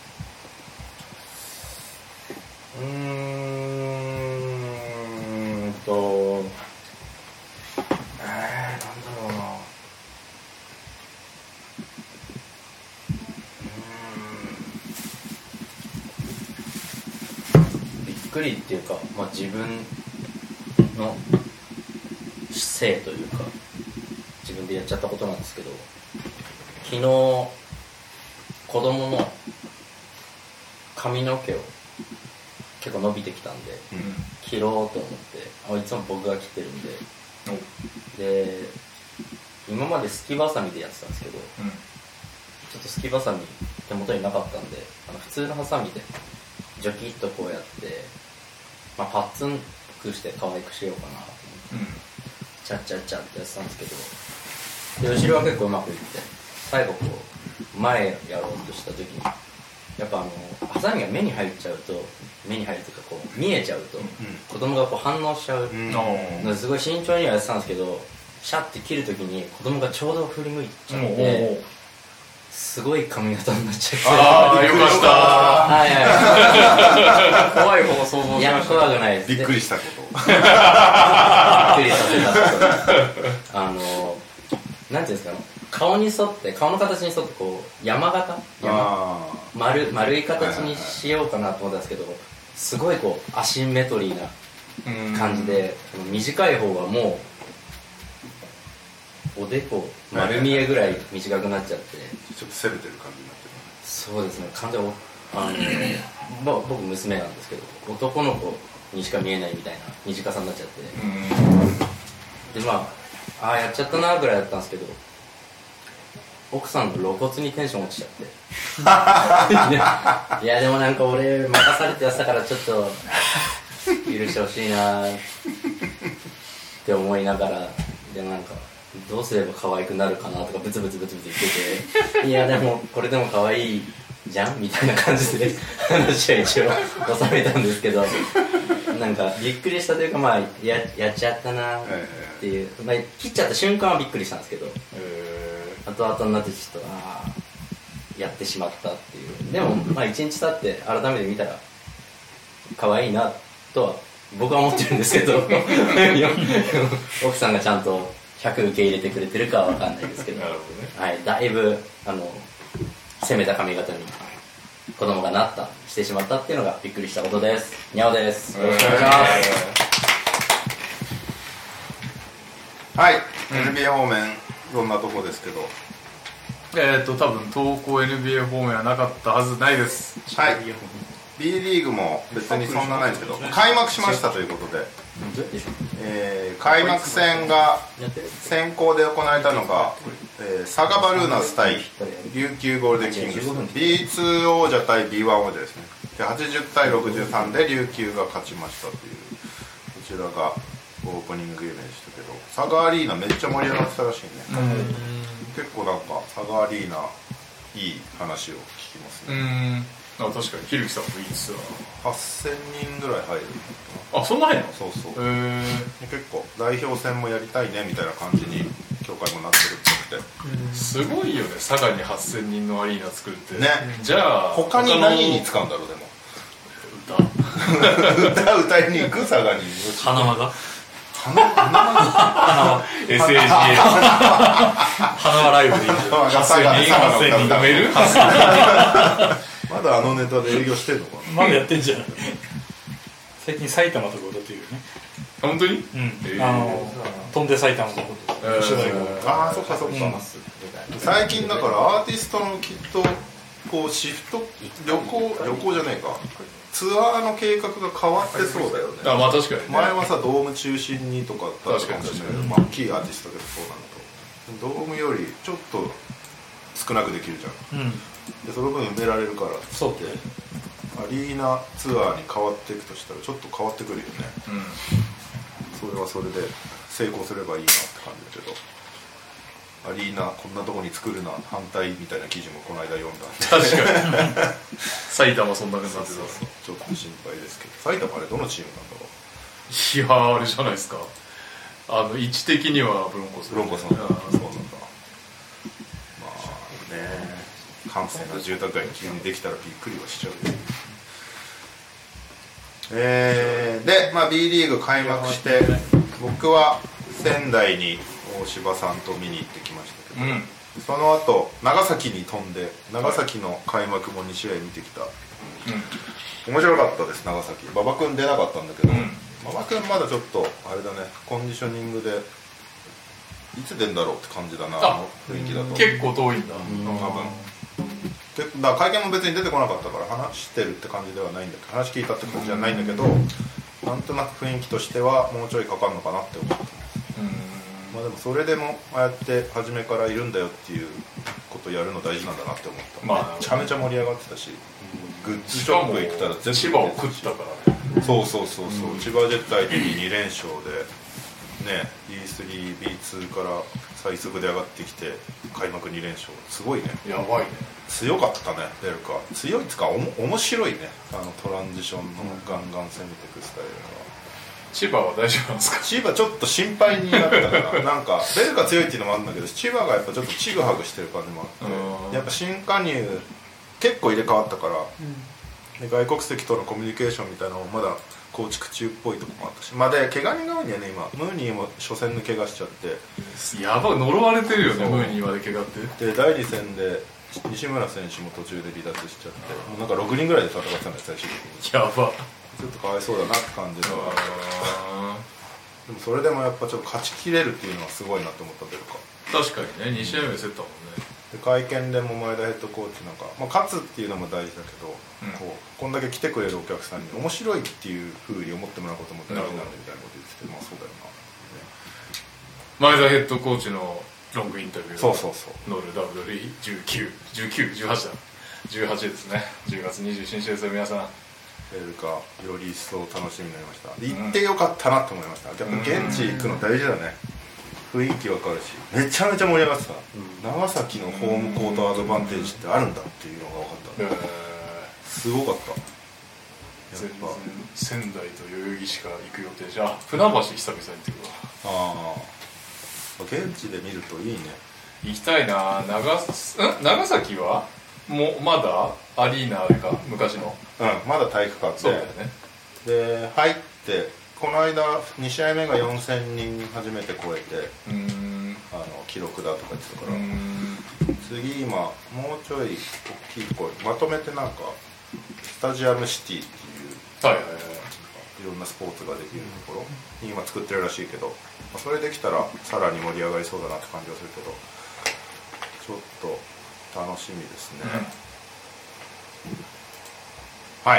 Speaker 5: なんだろうな。びっくりっていうか、まあ、自分のせいというか自分でやっちゃったことなんですけど、昨日子供の髪の毛を結構伸びてきたんで、切ろうと思っていつも僕が切ってるんで、で今まですきばさみでやってたんですけど、ちょっとすきばさみ手元になかったんで普通のハサミでジョキッとこうやって、まあ、パッツンくして可愛くしようかなと思って、チャッチャッチャってやってたんですけど、で後ろは結構うまくいって最後こう前やろうとした時にやっぱハサミが目に入っちゃうと目に入るというかこう見えちゃうと、子供がこう反応しちゃうのですごい慎重にはやってたんですけど、シャッて切るときに子供がちょうど振り向いちゃってすごい髪型になっちゃって、
Speaker 2: ああよかった
Speaker 5: はいはい
Speaker 4: 怖い方を想像しました。
Speaker 5: いや怖くないです。
Speaker 3: びっくりしたこと
Speaker 5: びっくりさせたことなんていうんですか、顔に沿って顔の形に沿ってこう山形丸い形にしようかなと思ったんですけど、すごいこうアシンメトリーな感じで、短い方がもうおでこ丸見えぐらい短くなっちゃって、
Speaker 3: ちょっと攻めてる感じになってる。
Speaker 5: そうですね、完全に僕娘なんですけど男の子にしか見えないみたいな短さになっちゃって、でまあやっちゃったなぐらいだったんですけど、奥さんの露骨にテンション落ちちゃっていやでもなんか俺任されてやったからちょっと許してほしいなって思いながら、でもなんかどうすれば可愛くなるかなとかブツブツ言ってていやでもこれでも可愛いじゃんみたいな感じで話は一応収めたんですけど、なんかびっくりしたというか、まあやっちゃったなっていう、まあ、切っちゃった瞬間はびっくりしたんですけど、後々になってちょっとやってしまったっていう。でもまあ1日経って改めて見たら可愛いなとは僕は思ってるんですけど奥さんがちゃんと100受け入れてくれてるかは分かんないですけど、
Speaker 2: なるほどね、
Speaker 5: はい、だいぶ攻めた髪型に子供がしてしまったっていうのがびっくりしたことです。にゃおです。よろしくお願いします。
Speaker 3: はい、NBA 方面どんなとこですけど、
Speaker 2: 多分投稿 NBA 方面はなかったはずないです。
Speaker 3: はい、B リーグも別にそんなないですけど開幕しましたということで、開幕戦が先行で行われたのが、サガバルーナス対琉球ゴールデンキングス、 B2 王者対 B1 王者ですね。で80対63で琉球が勝ちましたという、こちらがオープニングゲームでしたけど、サガアリーナめっちゃ盛り上がってたらしいね。結構なんかサガアリーナいい話を聞きますね。
Speaker 2: 確かにひるきさんもいいですよ。
Speaker 3: 8000人ぐらい入る。
Speaker 2: あ、そんな入るの？
Speaker 3: そうそう、結構代表戦もやりたいねみたいな感じに協会もなってるっぽくて、
Speaker 2: すごいよね。佐賀に8000人のアリーナ作るって
Speaker 3: ね。
Speaker 2: じゃあ
Speaker 3: 他に何に使うんだろう。でも歌いに行く佐賀に
Speaker 1: 花輪が
Speaker 2: SAGA
Speaker 1: 花輪ライブでいい
Speaker 2: 8000人止める
Speaker 3: まだあのネタで営業してんのかな。
Speaker 1: まだやってんじゃん。最近埼玉とか歌ってるよね。
Speaker 2: 本当に？
Speaker 1: 飛んで埼玉とか吉田が。
Speaker 3: ああ、そっかそっか。最近だからアーティストのきっとこうシフト、旅行じゃねえか、ツアーの計画が変わってそうだよね。
Speaker 2: あ、まあ確かにね。
Speaker 3: 前はさドーム中心にとかだったかもしれないけど、まあ大きいアーティストでもそうなのと、ドームよりちょっと少なくできるじゃん。でその分埋められるから、
Speaker 1: そうで
Speaker 3: アリーナツアーに変わっていくとしたらちょっと変わってくるよね。それはそれで成功すればいいなって感じだけど、アリーナこんなとこに作るな反対みたいな記事もこの間読んだんで、
Speaker 2: 確かに埼玉そんな感じだってた。
Speaker 3: ちょっと心配ですけど、埼玉あれどのチームなんだろう。
Speaker 2: いやー、あれじゃないですか、位置的にはブロンコス。
Speaker 3: ブロンコスなんだ。そうなんだ。まあね、閑静な住宅街に急にできたらびっくりはしちゃうよ。で、まあ、B リーグ開幕して僕は仙台に大柴さんと見に行ってきましたけど、その後長崎に飛んで長崎の開幕も2試合見てきた、 面白かったです。長崎馬場君出なかったんだけど、
Speaker 2: うん
Speaker 3: 馬場君まだちょっとあれだね、コンディショニングでいつ出んだろうって感じだな、
Speaker 2: あ
Speaker 3: 雰囲気だと。
Speaker 2: 結構遠いんだ、
Speaker 3: 多分だから会見も別に出てこなかったから話してるって感じではないんだけど、話聞いたって感じじゃないんだけど、なんとなく雰囲気としてはもうちょいかかるのかなって思ってます。まあでもそれでもああやって初めからいるんだよっていうことをやるの大事なんだなって思った。
Speaker 2: まあ
Speaker 3: めちゃめちゃ盛り上がってたし、グッズシ
Speaker 2: しかも
Speaker 3: ョップ行ったら全部
Speaker 2: 千葉を食ったからね。
Speaker 3: そう、千葉ジェット相手に2連勝でね、B3、B2 から最速で上がってきて開幕2連勝、すごいね。
Speaker 2: やばいね。
Speaker 3: 強かったね、ベルカ。強いっつか面白いね、トランジションのガンガン攻めていくスタイルが。
Speaker 2: 千葉は大丈夫なんですか？
Speaker 3: 千葉ちょっと心配になったからなんかベルカ強いっていうのもあるんだけど、千葉がやっぱちょっとチグハグしてる感じもあって、やっぱ新加入結構入れ替わったから、で外国籍とのコミュニケーションみたいなのもまだ構築中っぽいとこもあったし、まあで怪我人が多いんだよね今。ムーニーも初戦の怪我しちゃって、
Speaker 2: やばい、呪われてるよね、ムーニーまで怪我って。
Speaker 3: で第2戦で西村選手も途中で離脱しちゃって、もうなんか6人ぐらいで戦ってたんだよ最終的に。
Speaker 2: やば。
Speaker 3: ちょっとかわいそうだなって感じではある。でもそれでもやっぱちょっと勝ちきれるっていうのはすごいなと思ったというか。
Speaker 2: 確かにね、2試合目競ったもんね。
Speaker 3: で会見でも前田ヘッドコーチなんか、まあ、勝つっていうのも大事だけど、こんだけ来てくれるお客さんに面白いっていうふうに思ってもらうことも大事なんだみたいなこと言ってて、まあそうだよ
Speaker 2: 前田ヘッドコーチのロングインタビュー、
Speaker 3: そうノ
Speaker 2: ール WE19、18だ、18ですね。10月27日ですよ皆さん。
Speaker 3: ベルカより一層楽しみになりました。行ってよかったなと思いました。やっぱ現地行くの大事だね。雰囲気わかるし、めちゃめちゃ盛り上がってた。長崎のホームコートアドバンテージってあるんだっていうのが分かった。すごかった。
Speaker 2: 全然仙台と代々木しか行く予定じゃ、船橋久々に行ってくるわ。
Speaker 3: ああ、現地で見るといいね。
Speaker 2: 行きたいな。長崎はもうまだアリーナあれか、昔の。
Speaker 3: まだ体育館で。
Speaker 2: そうだよね。で
Speaker 3: 入ってこの間2試合目が4000人初めて超えて、記録だとか言ってたから、次今もうちょい大きいところまとめてなんかスタジアムシティっていう、いろんなスポーツができるところに今作ってるらしいけど、それできたらさらに盛り上がりそうだなって感じがするけど、ちょっと楽しみですね。はい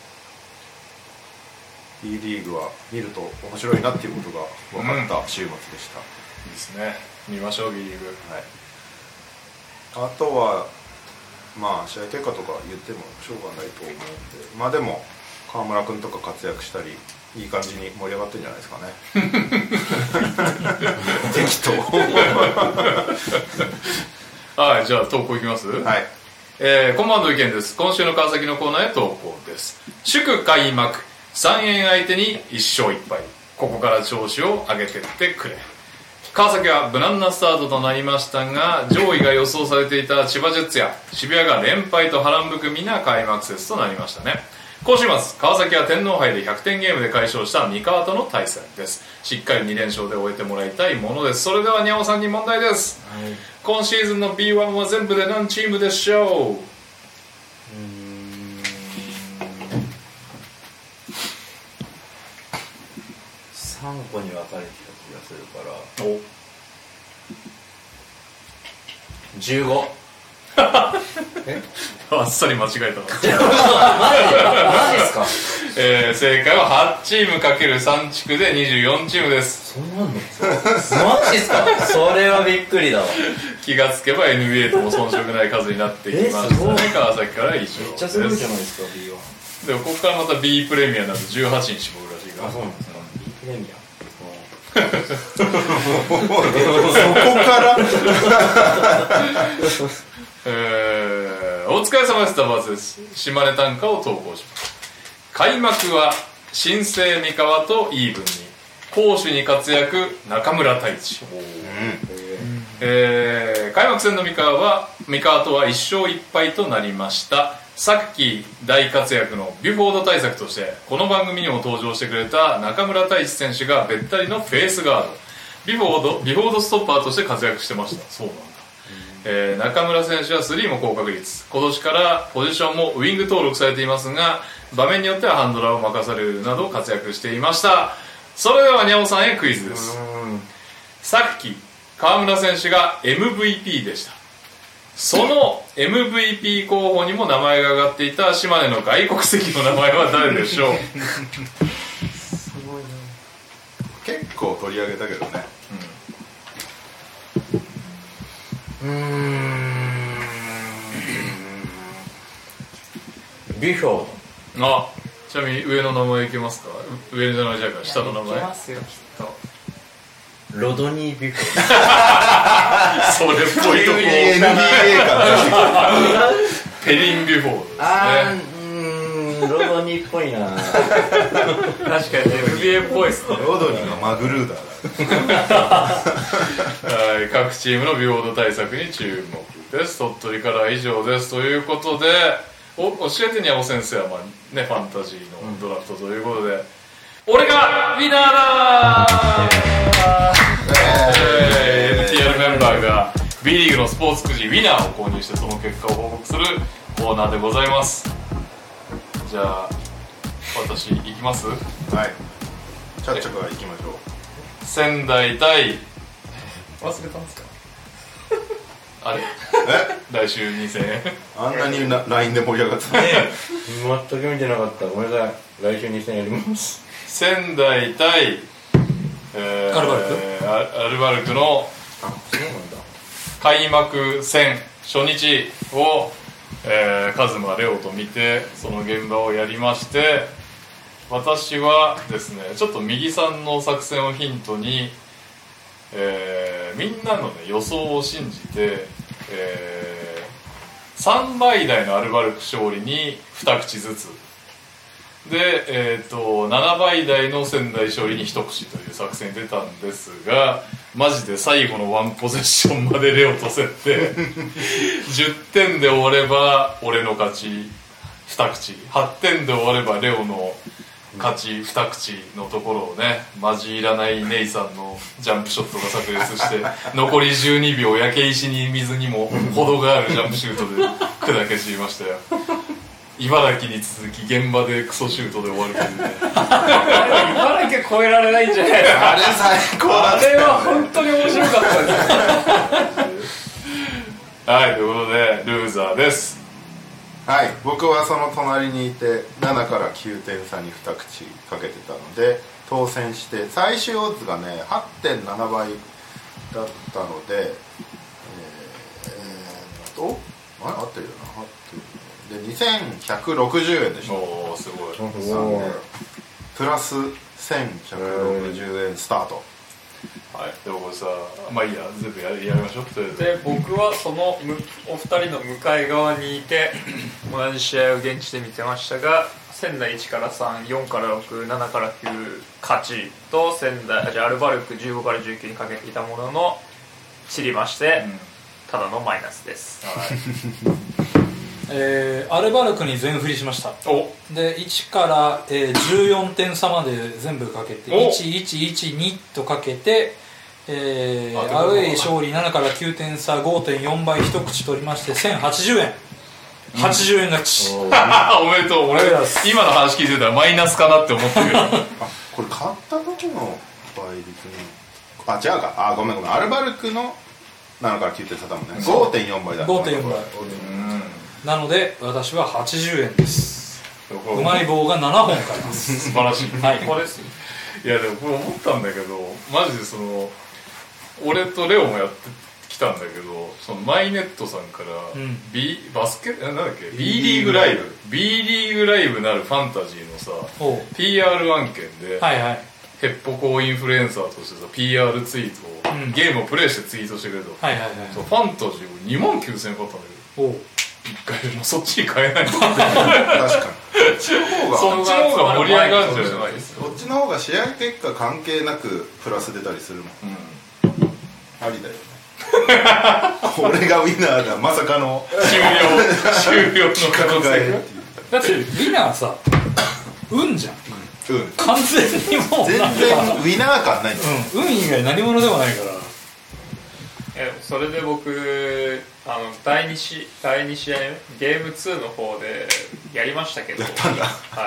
Speaker 3: 、B リーグは見ると面白いなっていうことが分かった週末でした。
Speaker 2: いいですね、見ましょう B リーグ。
Speaker 3: あとはまあ試合結果とか言ってもしょうがないと思うんで、まあでも川村君とか活躍したりいい感じに盛り上がってるんじゃないですかね。適当。
Speaker 2: はい、じゃあ投稿いきます。
Speaker 3: はい、
Speaker 2: コマンド意見です。今週の川崎のコーナーへ投稿です。祝開幕、3円相手に1勝1敗、ここから調子を上げてってくれ。川崎は無難なスタートとなりましたが、上位が予想されていた千葉ジェッツや渋谷が連敗と波乱含みな開幕節となりましたね。今週末、川崎は天皇杯で100点ゲームで快勝した三河との対戦です。しっかり2連勝で終えてもらいたいものです。それではにゃおさんに問題です、今シーズンの B1 は全部で何チームでしょう
Speaker 5: ？3個に分かれてた気がするから15。
Speaker 2: あっさり間違えたの。
Speaker 5: マジっすか？
Speaker 2: 正解は8チーム ×3 地区で24チームです。
Speaker 5: そうなんの？マジっすか？それはびっくりだわ。
Speaker 2: 気がつけば NBA とも遜色ない数になってきましたね。川崎から一勝です。
Speaker 5: めっちゃすごいじゃないですか B1。
Speaker 2: でもここからまた B プレミアになると18に絞るらしいから。
Speaker 5: あ、そうなんですか。B プレミア。
Speaker 3: そこから
Speaker 2: お疲れ様でした。バズです。島根短歌を投稿します。開幕は新生三河とイーブンに、攻守に活躍中村太一。開幕戦の三河とは1勝1敗となりました。さっき大活躍のビュフォード対策としてこの番組にも登場してくれた中村太一選手がべったりのフェースガード、ビフォードストッパーとして活躍してました。そうなんだ。 中村選手はスリーも高確率、今年からポジションもウイング登録されていますが、場面によってはハンドラーを任されるなど活躍していました。それではにゃおさんへクイズです。さっき川村選手が MVP でした。その MVP 候補にも名前が挙がっていた島根の外国籍の名前は誰でしょう？
Speaker 4: すごいな。
Speaker 3: 結構取り上げたけどね。
Speaker 5: ビフォー
Speaker 2: あ、ちなみに上の名前いけますか？上じゃないじゃあ下の名前。
Speaker 4: いけますよきっと。
Speaker 5: ロドニー・ビフォー
Speaker 2: それっぽいとこ
Speaker 3: NBA 感
Speaker 2: ペリン・ビフォーですね。
Speaker 5: ロドニーっぽいな。
Speaker 4: 確かに NBA っぽいっすね。
Speaker 3: ロドニーのマグルーダーだ。
Speaker 2: はい、各チームのビフォード対策に注目です。鳥取からは以上です。ということで、教えてにゃお先生は、まあね、ファンタジーのドラフトということで、俺がウィナーだNTR メンバーが B リーグのスポーツくじウィナーを購入してその結果を報告するコーナーでございます。じゃあ私いきます。
Speaker 3: はい、ちゃっちゃからいきましょう。
Speaker 2: 仙台対
Speaker 4: 忘れたんですか？
Speaker 2: あれ来週2000円
Speaker 3: あんなにLINE で盛り上がってたね。
Speaker 5: 全く見てなかった。ごめんなさい。来週2000やります。
Speaker 2: 仙台対、
Speaker 1: アルバルク
Speaker 2: アルバルクの
Speaker 5: あ、そうなんだ。
Speaker 2: 開幕戦初日を、カズマレオと見てその現場をやりまして、私はですねちょっと右さんの作戦をヒントに、みんなの、ね、予想を信じて、3倍台のアルバルク勝利に2口ずつで、7倍台の仙台勝利に1口という作戦に出たんですが、マジで最後のワンポゼッションまでレオと競って10点で終われば俺の勝ち2口、8点で終わればレオの勝ち2口のところをね、混じらないネイさんのジャンプショットが炸裂して残り12秒焼け石に水にも程があるジャンプシュートで砕け散りましたよ。茨城に続き現場でクソシュートで終わるというね
Speaker 4: 茨城は超えられないんじゃないですか。
Speaker 3: あれ最高だ
Speaker 4: あれは本当に面白かったです
Speaker 2: はい、ということでルーザーです。
Speaker 3: はい、僕はその隣にいて7から9点差に2口かけてたので当選して、最終オッズがね 8.7 倍だったので合ってるよな、で2160円でした。
Speaker 2: おーすごい。
Speaker 3: なんでプラス1160円スタート。
Speaker 2: はい、でもこれさ、まあいいや、全部やりましょう。
Speaker 4: で僕はそのお二人の向かい側にいて同じ試合を現地で見てましたが、仙台1から3、4から6、7から9勝ちとアルバルク15から19にかけていたものの散りまして、ただのマイナスです。
Speaker 1: アルバルクに全振りしました。で1から、14点差まで全部かけて1112とかけて、アウェイ勝利7から9点差 5.4 倍一口取りまして1080円、80円勝ち。
Speaker 2: おめでとう。俺今の話聞いてたらマイナスかなって思ったけど
Speaker 3: これ買った時の倍率に違うか、ごめんアルバルクの7から9点差だもんね。 5.4 倍だ。
Speaker 1: 5.4 倍なので私は80円です。うまい棒が7本買います
Speaker 2: 素晴らしい。
Speaker 1: はい、
Speaker 4: ここです。
Speaker 2: いやでもこれ思ったんだけど、マジでその俺とレオもやってきたんだけど、そのマイネットさんから、バスケなんだっけ B リーグライブなるファンタジーのさ PR 案件で、ヘッポコインフルエンサーとしてさ PR ツイートを、ゲームをプレイしてツイートしてくれた、ファンタジーを29000円買ったんだけど、一回もうそっちに変えないと。確かにそっちの方が盛り上がるんじゃないですか。
Speaker 3: そっちの方が試合結果関係なくプラス出たりするもん、ありだよね俺がウィナーだ、まさかの
Speaker 2: 終了の可能性。
Speaker 1: だってウィナーさ運じゃん、完全にもう
Speaker 3: 全然ウィナー感ないんだよ、
Speaker 1: 運以外何者でもないから。
Speaker 4: それで僕第2試合目ゲーム2の方でやりましたけど、
Speaker 3: やったんだ。
Speaker 4: はい、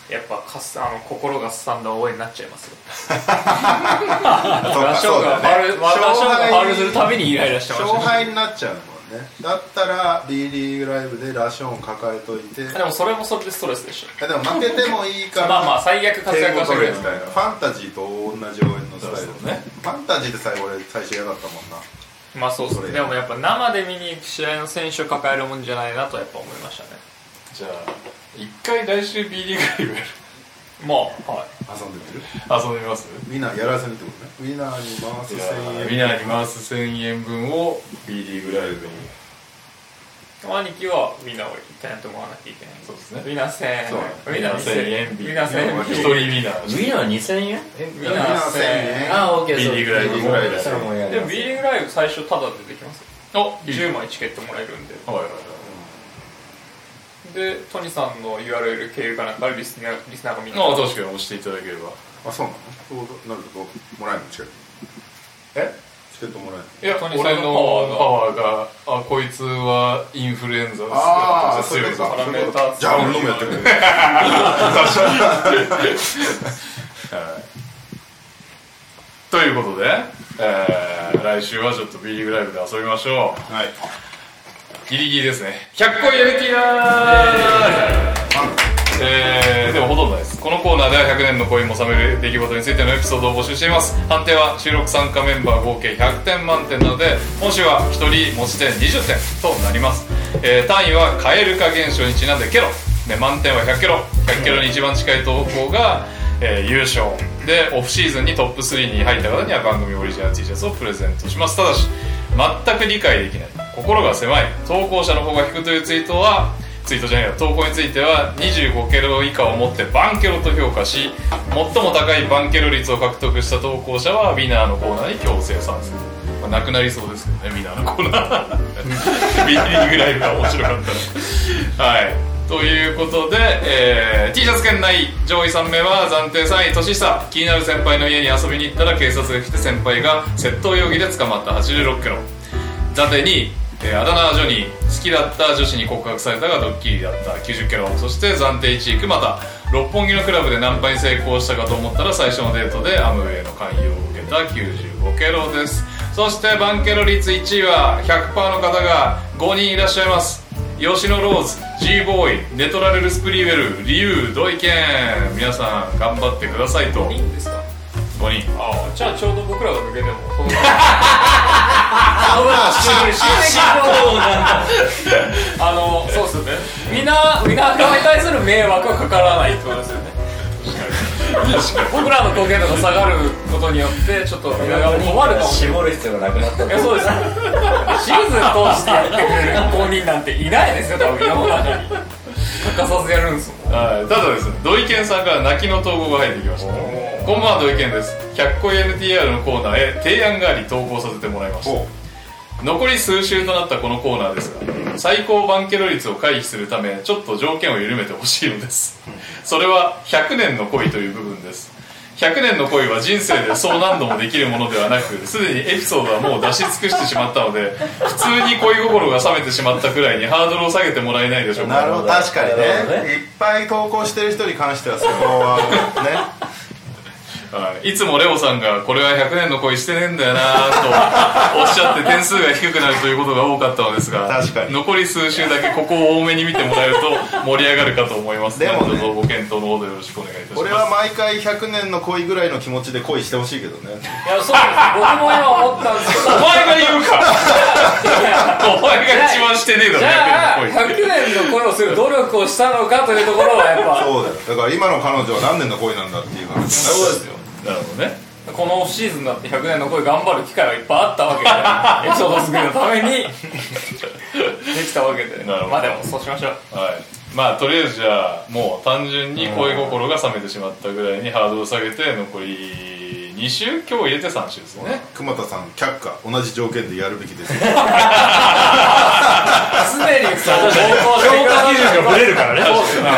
Speaker 4: やっぱ心がすさんだ応援になっちゃいますよ。
Speaker 3: そうか
Speaker 4: ラションがファウルするためにイライラしてました。
Speaker 3: 勝敗になっちゃうもんね。だったら B リーグライブでラションを抱えといて、
Speaker 4: でもそれもそれでストレスでしょ。
Speaker 3: でも負けてもいいから
Speaker 4: まあ最悪活躍はしてくれる
Speaker 3: みたいな。ファンタジーと同じ応援のスタイルね。ファンタジーでさえ俺最初嫌だったもんな。
Speaker 4: まあそうですね。でもやっぱ生で見に行く試合の選手を抱えるもんじゃないなとやっぱ思いましたね。
Speaker 2: じゃあ一回来週 B リーグライブやる。
Speaker 4: まあはい
Speaker 3: 遊んでみる？
Speaker 2: 遊んでみます？
Speaker 3: ウィナーやらせるってことね。ウィナーに回す1000円。
Speaker 2: ウィナーに回す1000円分を B リーグライブに。
Speaker 4: 兄貴はウィナーを1回やってもらわなきゃいけない。
Speaker 2: そうですね。
Speaker 4: ウィナー1000円。
Speaker 2: ウィナー1000円。
Speaker 4: ウィナー1000円。
Speaker 2: 一人ウィナー。
Speaker 5: ウィナー2000円？
Speaker 4: ウィナー1000円。
Speaker 5: あ、オッケー。
Speaker 2: B リーグライブ。
Speaker 3: B リーグライブ。
Speaker 5: それもやり
Speaker 4: でも
Speaker 5: ます。
Speaker 4: B リーグライブ最初タダでできますよ。
Speaker 2: お、
Speaker 4: 10枚チケットもらえるんで。
Speaker 2: はいはいはい。
Speaker 4: でトニさんの URL 経由かなんかリスナーが見て、
Speaker 2: ああ、確かに押していただければ。
Speaker 3: あ、そうなの？そうなるともらえるのチケット。チケットもらえる。
Speaker 2: いや、
Speaker 4: トニさん
Speaker 2: 俺の
Speaker 4: の
Speaker 2: パワーが、あ、こいつはインフルエンザです。
Speaker 3: ああ、そ
Speaker 2: 強いぞ。
Speaker 3: れか。
Speaker 4: パラメーター
Speaker 3: じゃあ俺のもやってくれ。
Speaker 2: ということで、来週はちょっと B リーグライブで遊びましょう。
Speaker 3: はい。
Speaker 2: ギリギリですね。100個 LTR！でもほとんどないです。このコーナーでは100年の恋も冷める出来事についてのエピソードを募集しています。判定は収録参加メンバー合計100点満点なので、今週は1人持ち点20点となります。単位は蛙化現象にちなんでケロ、満点は100ケロ、100ケロに一番近い投稿が、優勝で、オフシーズンにトップ3に入った方には番組オリジナル T シャツをプレゼントします。ただし全く理解できない、心が狭い、投稿者の方が引くという投稿については25ケロ以下をもってバンケロと評価し、最も高いバンケロ率を獲得した投稿者はウィナーのコーナーに強制参戦。なくなりそうですけどね、ウィナーのコーナーB リーグライブが面白かったらはい、ということで、T シャツ圏内上位3名は暫定3位年下、気になる先輩の家に遊びに行ったら警察が来て先輩が窃盗容疑で捕まった86キロ、暫定2位、あだ名ジョニー、好きだった女子に告白されたがドッキリだった90キロ、そして暫定1位熊田、六本木のクラブでナンパに成功したかと思ったら最初のデートでアムウェイの勧誘を受けた95キロです。そしてバンケロ率1位は 100% の方が5人いらっしゃいます。吉野ローズ、 G ボーイ、ネトラレルスプリーウェル、リュウ、ドイケン、皆さん頑張ってくださいと。
Speaker 4: 5人ですか
Speaker 2: 5人。
Speaker 4: ああ、じゃあちょうど僕らが抜けてもそうですよね。みんな側に対する迷惑はかからないってことですよね。僕らの貢献度が下がることによってちょっとみんなが困るかもしれない。
Speaker 5: 絞る必要がなくなった。
Speaker 4: いや、そうです。シーズン通してやってくれる公認なんていないですよ、多分世の中に。欠かさずやるんですもん。
Speaker 2: はい、ただですね、土井健さんから泣きの投稿が入ってきました。こんばんは、土井健です。100個 NTR のコーナーへ提案があり投稿させてもらいました。残り数週となったこのコーナーですが、最高バンケロ率を回避するためちょっと条件を緩めてほしいのです。それは100年の恋という部分です。100年の恋は人生でそう何度もできるものではなく、すでにエピソードはもう出し尽くしてしまったので、普通に恋心が冷めてしまったくらいにハードルを下げてもらえないでしょうか。
Speaker 3: なるほど、確かにね、いっぱい投稿してる人に関してはそこはね
Speaker 2: はい、いつもレオさんがこれは100年の恋してねえんだよなとおっしゃって点数が低くなるということが多かったのですが、
Speaker 3: 確かに
Speaker 2: 残り数週だけここを多めに見てもらえると盛り上がるかと思います。
Speaker 3: でもね、
Speaker 2: どうぞご検討のほどよろしくお願いいたします。
Speaker 3: 俺は毎回100年の恋ぐらいの気持ちで恋してほしいけどね。
Speaker 4: いや、そうです。僕も今思ったんですけど。
Speaker 2: お前が言うかお前が一番してねえだろ。
Speaker 4: じゃあ
Speaker 2: 100
Speaker 4: 100年の恋をする努力をしたのかというところはやっぱ
Speaker 3: そうだよ。だから今の彼女は何年の恋なんだっていう話。
Speaker 2: そうですよ。なるほどね。
Speaker 4: このオフシーズンだって100年の恋頑張る機会はいっぱいあったわけでエピソード作りのためにできたわけで、
Speaker 2: なるほど。
Speaker 4: まあでもそうしましょう。
Speaker 2: はい、まあとりあえずじゃあもう単純に恋心が冷めてしまったぐらいにハードルを下げて残り2週、今日入れて3週ですね。
Speaker 3: 熊田さん却下、同じ条件でやるべきです。
Speaker 4: 常にそう評価基準がブレるからね。そうですよ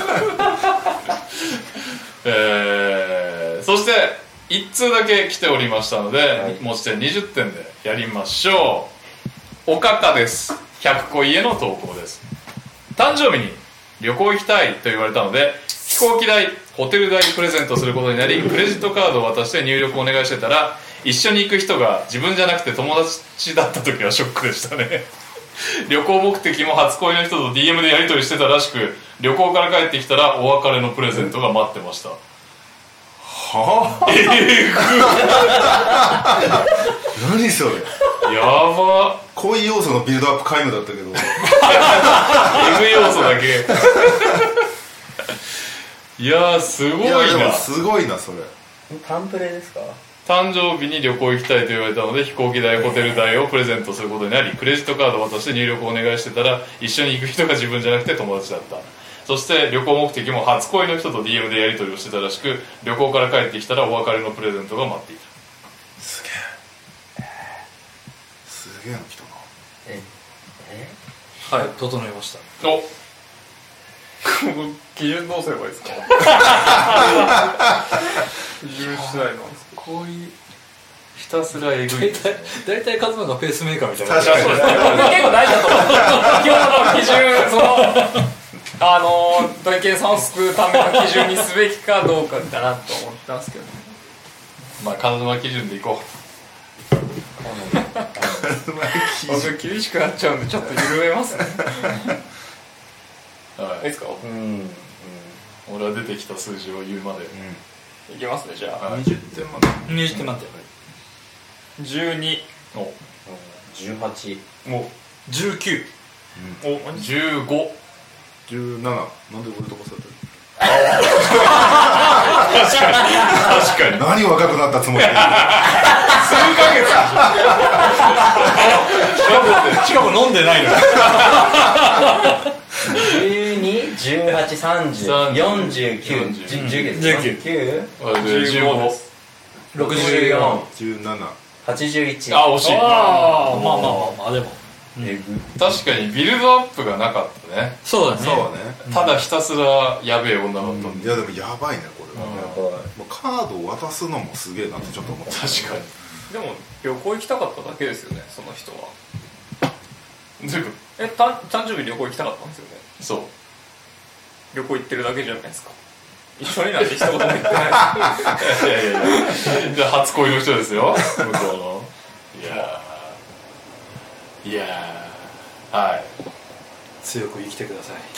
Speaker 2: ね。そして1通だけ来ておりましたので、
Speaker 5: はい、
Speaker 2: 持ち点20点でやりましょう。 おかかです。100個家の投稿です。誕生日に旅行行きたいと言われたので、飛行機代、ホテル代プレゼントすることになり、クレジットカードを渡して入力をお願いしてたら、一緒に行く人が自分じゃなくて友達だった時はショックでしたね。旅行目的も初恋の人と DM でやり取りしてたらしく、旅行から帰ってきたらお別れのプレゼントが待ってました。
Speaker 3: はあ何それ、
Speaker 2: やば。
Speaker 3: 恋要素のビルドアップ皆無だったけど
Speaker 2: エグ要素だけいやーすごいな。
Speaker 3: いやでもすごいなそれ。
Speaker 5: タンプレですか？
Speaker 2: 誕生日に旅行行きたいと言われたので、飛行機代、ホテル代をプレゼントすることになり、クレジットカードを渡して入力をお願いしてたら、一緒に行く人が自分じゃなくて友達だった。そして旅行目的も初恋の人と DM でやり取りをしてたらしく、旅行から帰ってきたらお別れのプレゼントが待っていた。
Speaker 3: すげえの来たな。
Speaker 1: はい、整いました。
Speaker 2: お
Speaker 4: 基準どうすればいいですか？基準次第なんですけど、
Speaker 2: こういうひたすらえぐい。
Speaker 1: 大体カズマがペースメーカーみたいな。
Speaker 3: 確かに
Speaker 4: 結構大事だと思う。基本の基準、土井健さんを救うための基準にすべきかどうかかなと思ったんですけど、
Speaker 2: まあカズマ基準でいこ
Speaker 4: 僕厳しくなっちゃうんでちょっと緩めますね。
Speaker 2: う。はい
Speaker 4: いいですか？
Speaker 2: 俺は出てきた数字を言うまで。
Speaker 4: いきますね、じゃあ。
Speaker 3: 20点まで
Speaker 1: 20点満点。
Speaker 4: 12。
Speaker 2: お
Speaker 5: 18。
Speaker 2: も
Speaker 1: 19。
Speaker 2: う15。
Speaker 3: 17。なんで俺とこされてる
Speaker 2: 確かに
Speaker 3: 何若くなったつもりで
Speaker 1: しかも飲んでないのよ。
Speaker 5: 12、18、30、49、19、
Speaker 2: 15。
Speaker 5: 64、
Speaker 3: 17。
Speaker 5: 81。
Speaker 2: あ惜しい。
Speaker 1: まあでも
Speaker 2: 確かにビルドアップがなかったね。
Speaker 1: そうだね。
Speaker 3: そうね。
Speaker 2: ただひたすらやべえ女だったんで。
Speaker 3: いやでもやばいねこれはね。もうカードを渡すのもすげえなってちょっと思った。
Speaker 2: 確かに。
Speaker 4: でも旅行行きたかっただけですよね、その人は。
Speaker 2: 全部
Speaker 4: 誕生日旅行行きたかったんですよね。
Speaker 2: そう。
Speaker 4: 旅行行ってるだけじゃないですか。一緒になんて一言も言ってない。
Speaker 2: いやじゃあ初恋の人ですよ向こうの。いやはい。
Speaker 1: 強く生きてください。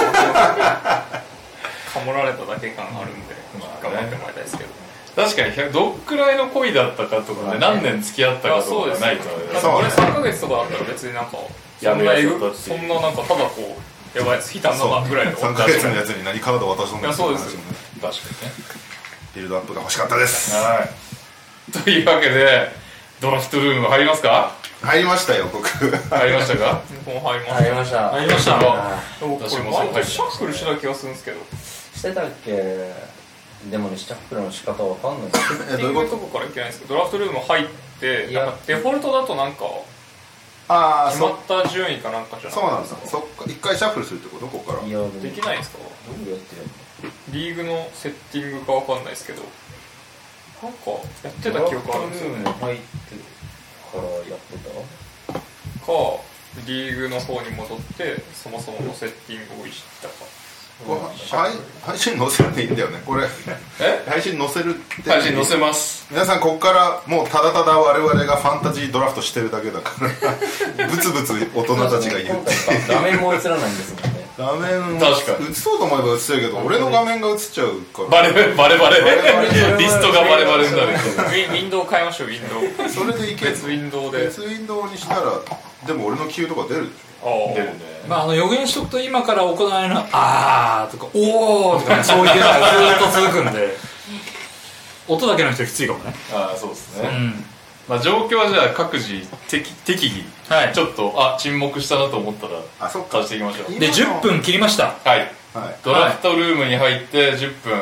Speaker 4: かもられただけ感あるんで、頑張ってもらいたいですけど。
Speaker 2: 確かにどっくらいの恋だったかとかね、何年付き合ったかとかないとね。
Speaker 3: そうね。
Speaker 4: 3ヶ月とかだったら別になんか
Speaker 2: やめやつだったっていう。
Speaker 4: そんななんかただこうやばいやつ引いたんだなぐらいの。
Speaker 3: 3ヶ月のやつに何カード渡すのか
Speaker 4: いやそうですよ
Speaker 2: 確かにね。
Speaker 3: ビルドアップが欲しかったです。
Speaker 2: はいというわけでドラフトルーム入りますか？
Speaker 3: 入りましたよ僕。
Speaker 2: 入りましたか？
Speaker 4: 僕も入ります。
Speaker 5: 入りました。
Speaker 1: 入りました。
Speaker 4: 僕これ毎年シャッフルしてた気がするんですけど。
Speaker 5: してたっけ？でもね、シャッフルの仕方わかんないです。
Speaker 4: セッティングとこからいけないんですけど、ドラフトルーム入ってなんかデフォルトだとなんか
Speaker 3: ああ
Speaker 4: 決まった順位かなんかじゃ
Speaker 3: そうなん
Speaker 4: ですか。
Speaker 3: だ。そっか一回シャッフルするってことここから。
Speaker 5: いや、
Speaker 4: できないんですか？
Speaker 5: どうやってる
Speaker 4: リーグのセッティングかわかんないですけど、なんかやってた記憶あるんですよね。
Speaker 5: ドラフトルーム入ってからやってた？
Speaker 4: かリーグの方に戻ってそもそものセッティングをいじったか。
Speaker 3: これ配信載せるでいいんだよねこれ。配信載せるって
Speaker 2: 配信載せます。
Speaker 3: 皆さんここからもうただただ我々がファンタジードラフトしてるだけだからブツブツ大人たちが言うって
Speaker 5: 画面も映らないんですもんね。
Speaker 3: 画面
Speaker 2: 確かに
Speaker 3: 映そうと思えば映せるけど俺の画面が映っちゃうから
Speaker 2: バレリストがバレバレになる
Speaker 4: ウィンドウ変えましょう。ウィンドウ
Speaker 3: それでいける
Speaker 4: 別ウィンドウで。
Speaker 3: 別ウィンドウにしたらでも俺のキューとか出るでし
Speaker 2: 出るね。
Speaker 1: まあ予言しとくと今から行われるのはあーとかおーとか、ね、そういうのがずっと続くんで音だけの人きついかもね。
Speaker 2: ああそうですね。まあ状況はじゃあ各自適宜ちょっと沈黙したなと思ったら
Speaker 3: あそっか
Speaker 2: 足していきましょう。
Speaker 1: で10分切りました。
Speaker 2: はい。
Speaker 3: はい
Speaker 2: ドラフトルームに入って10分。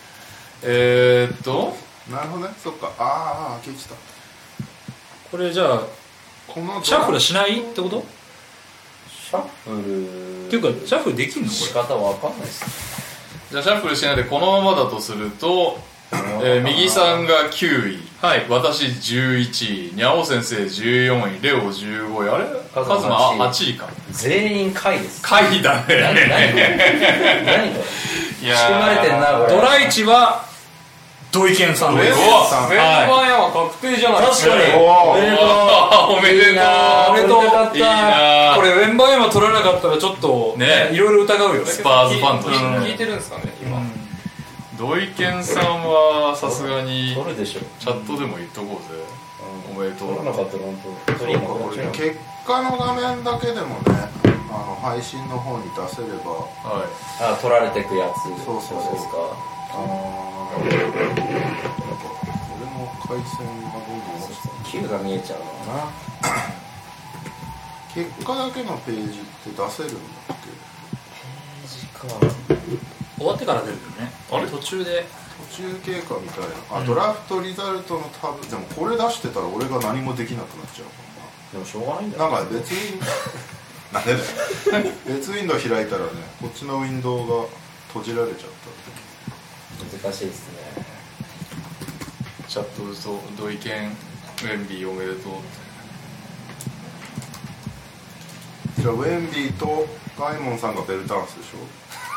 Speaker 3: なるほどねそっかああ消えちゃっ
Speaker 1: これじゃあ
Speaker 3: たこの
Speaker 1: シャッフルしないってこと？
Speaker 5: シャッフル
Speaker 1: っていうかシャッフルできんのこ
Speaker 5: 仕方わかんないです。
Speaker 2: じゃあシャッフルしないでこのままだとすると右さんが9位、はい、私11位、にゃお先生14位、レオ15位、あれカズマ8位か。
Speaker 5: 全員下位です。
Speaker 2: 下位だね。
Speaker 5: 何これ仕組まれてんなこれ。
Speaker 1: ドライチは土井健さんです。
Speaker 4: ウェンバーヤマ確定じゃないですか。
Speaker 5: 確かに
Speaker 2: おめでとう。
Speaker 1: おめでとう。
Speaker 2: いいな。
Speaker 1: これウェンバーヤマ取らなかったらちょっと
Speaker 2: ね
Speaker 1: いろいろ疑うよ。
Speaker 2: スパーズファンとして
Speaker 4: 聞いてるんですかね今。
Speaker 2: 土井健さんはさすがに
Speaker 5: 取るでしょ。
Speaker 2: チャットでも言っとこうぜ。おめでとう。
Speaker 5: 取らなかったら本当。
Speaker 3: そうか、これ結果の画面だけでもね、配信の方に出せれば、
Speaker 2: はい。
Speaker 5: あ、取られてくやつ。
Speaker 3: そう
Speaker 5: ですか。
Speaker 3: 俺の回線がどんどん落ちて、
Speaker 5: Q が見えちゃうのかな。
Speaker 3: 結果だけのページって出せるんだっけ？
Speaker 5: ページか。
Speaker 1: 終わってから出るよね。
Speaker 2: あれ
Speaker 1: 途中で
Speaker 3: 途中経過みたいな。ドラフトリザルトのタブ。でもこれ出してたら俺が何もできなくなっちゃう
Speaker 5: でもしょうがないんだ
Speaker 3: か
Speaker 5: よ。
Speaker 3: らな。なんか別になんでだよ別ウィンドウ開いたらね、こっちのウィンドウが閉じられちゃった。
Speaker 5: 難しいですね。
Speaker 2: チャットと土井健ウェンビーおめでとう。
Speaker 3: じゃあウェンビーとガイモンさんがベルタンスでしょ。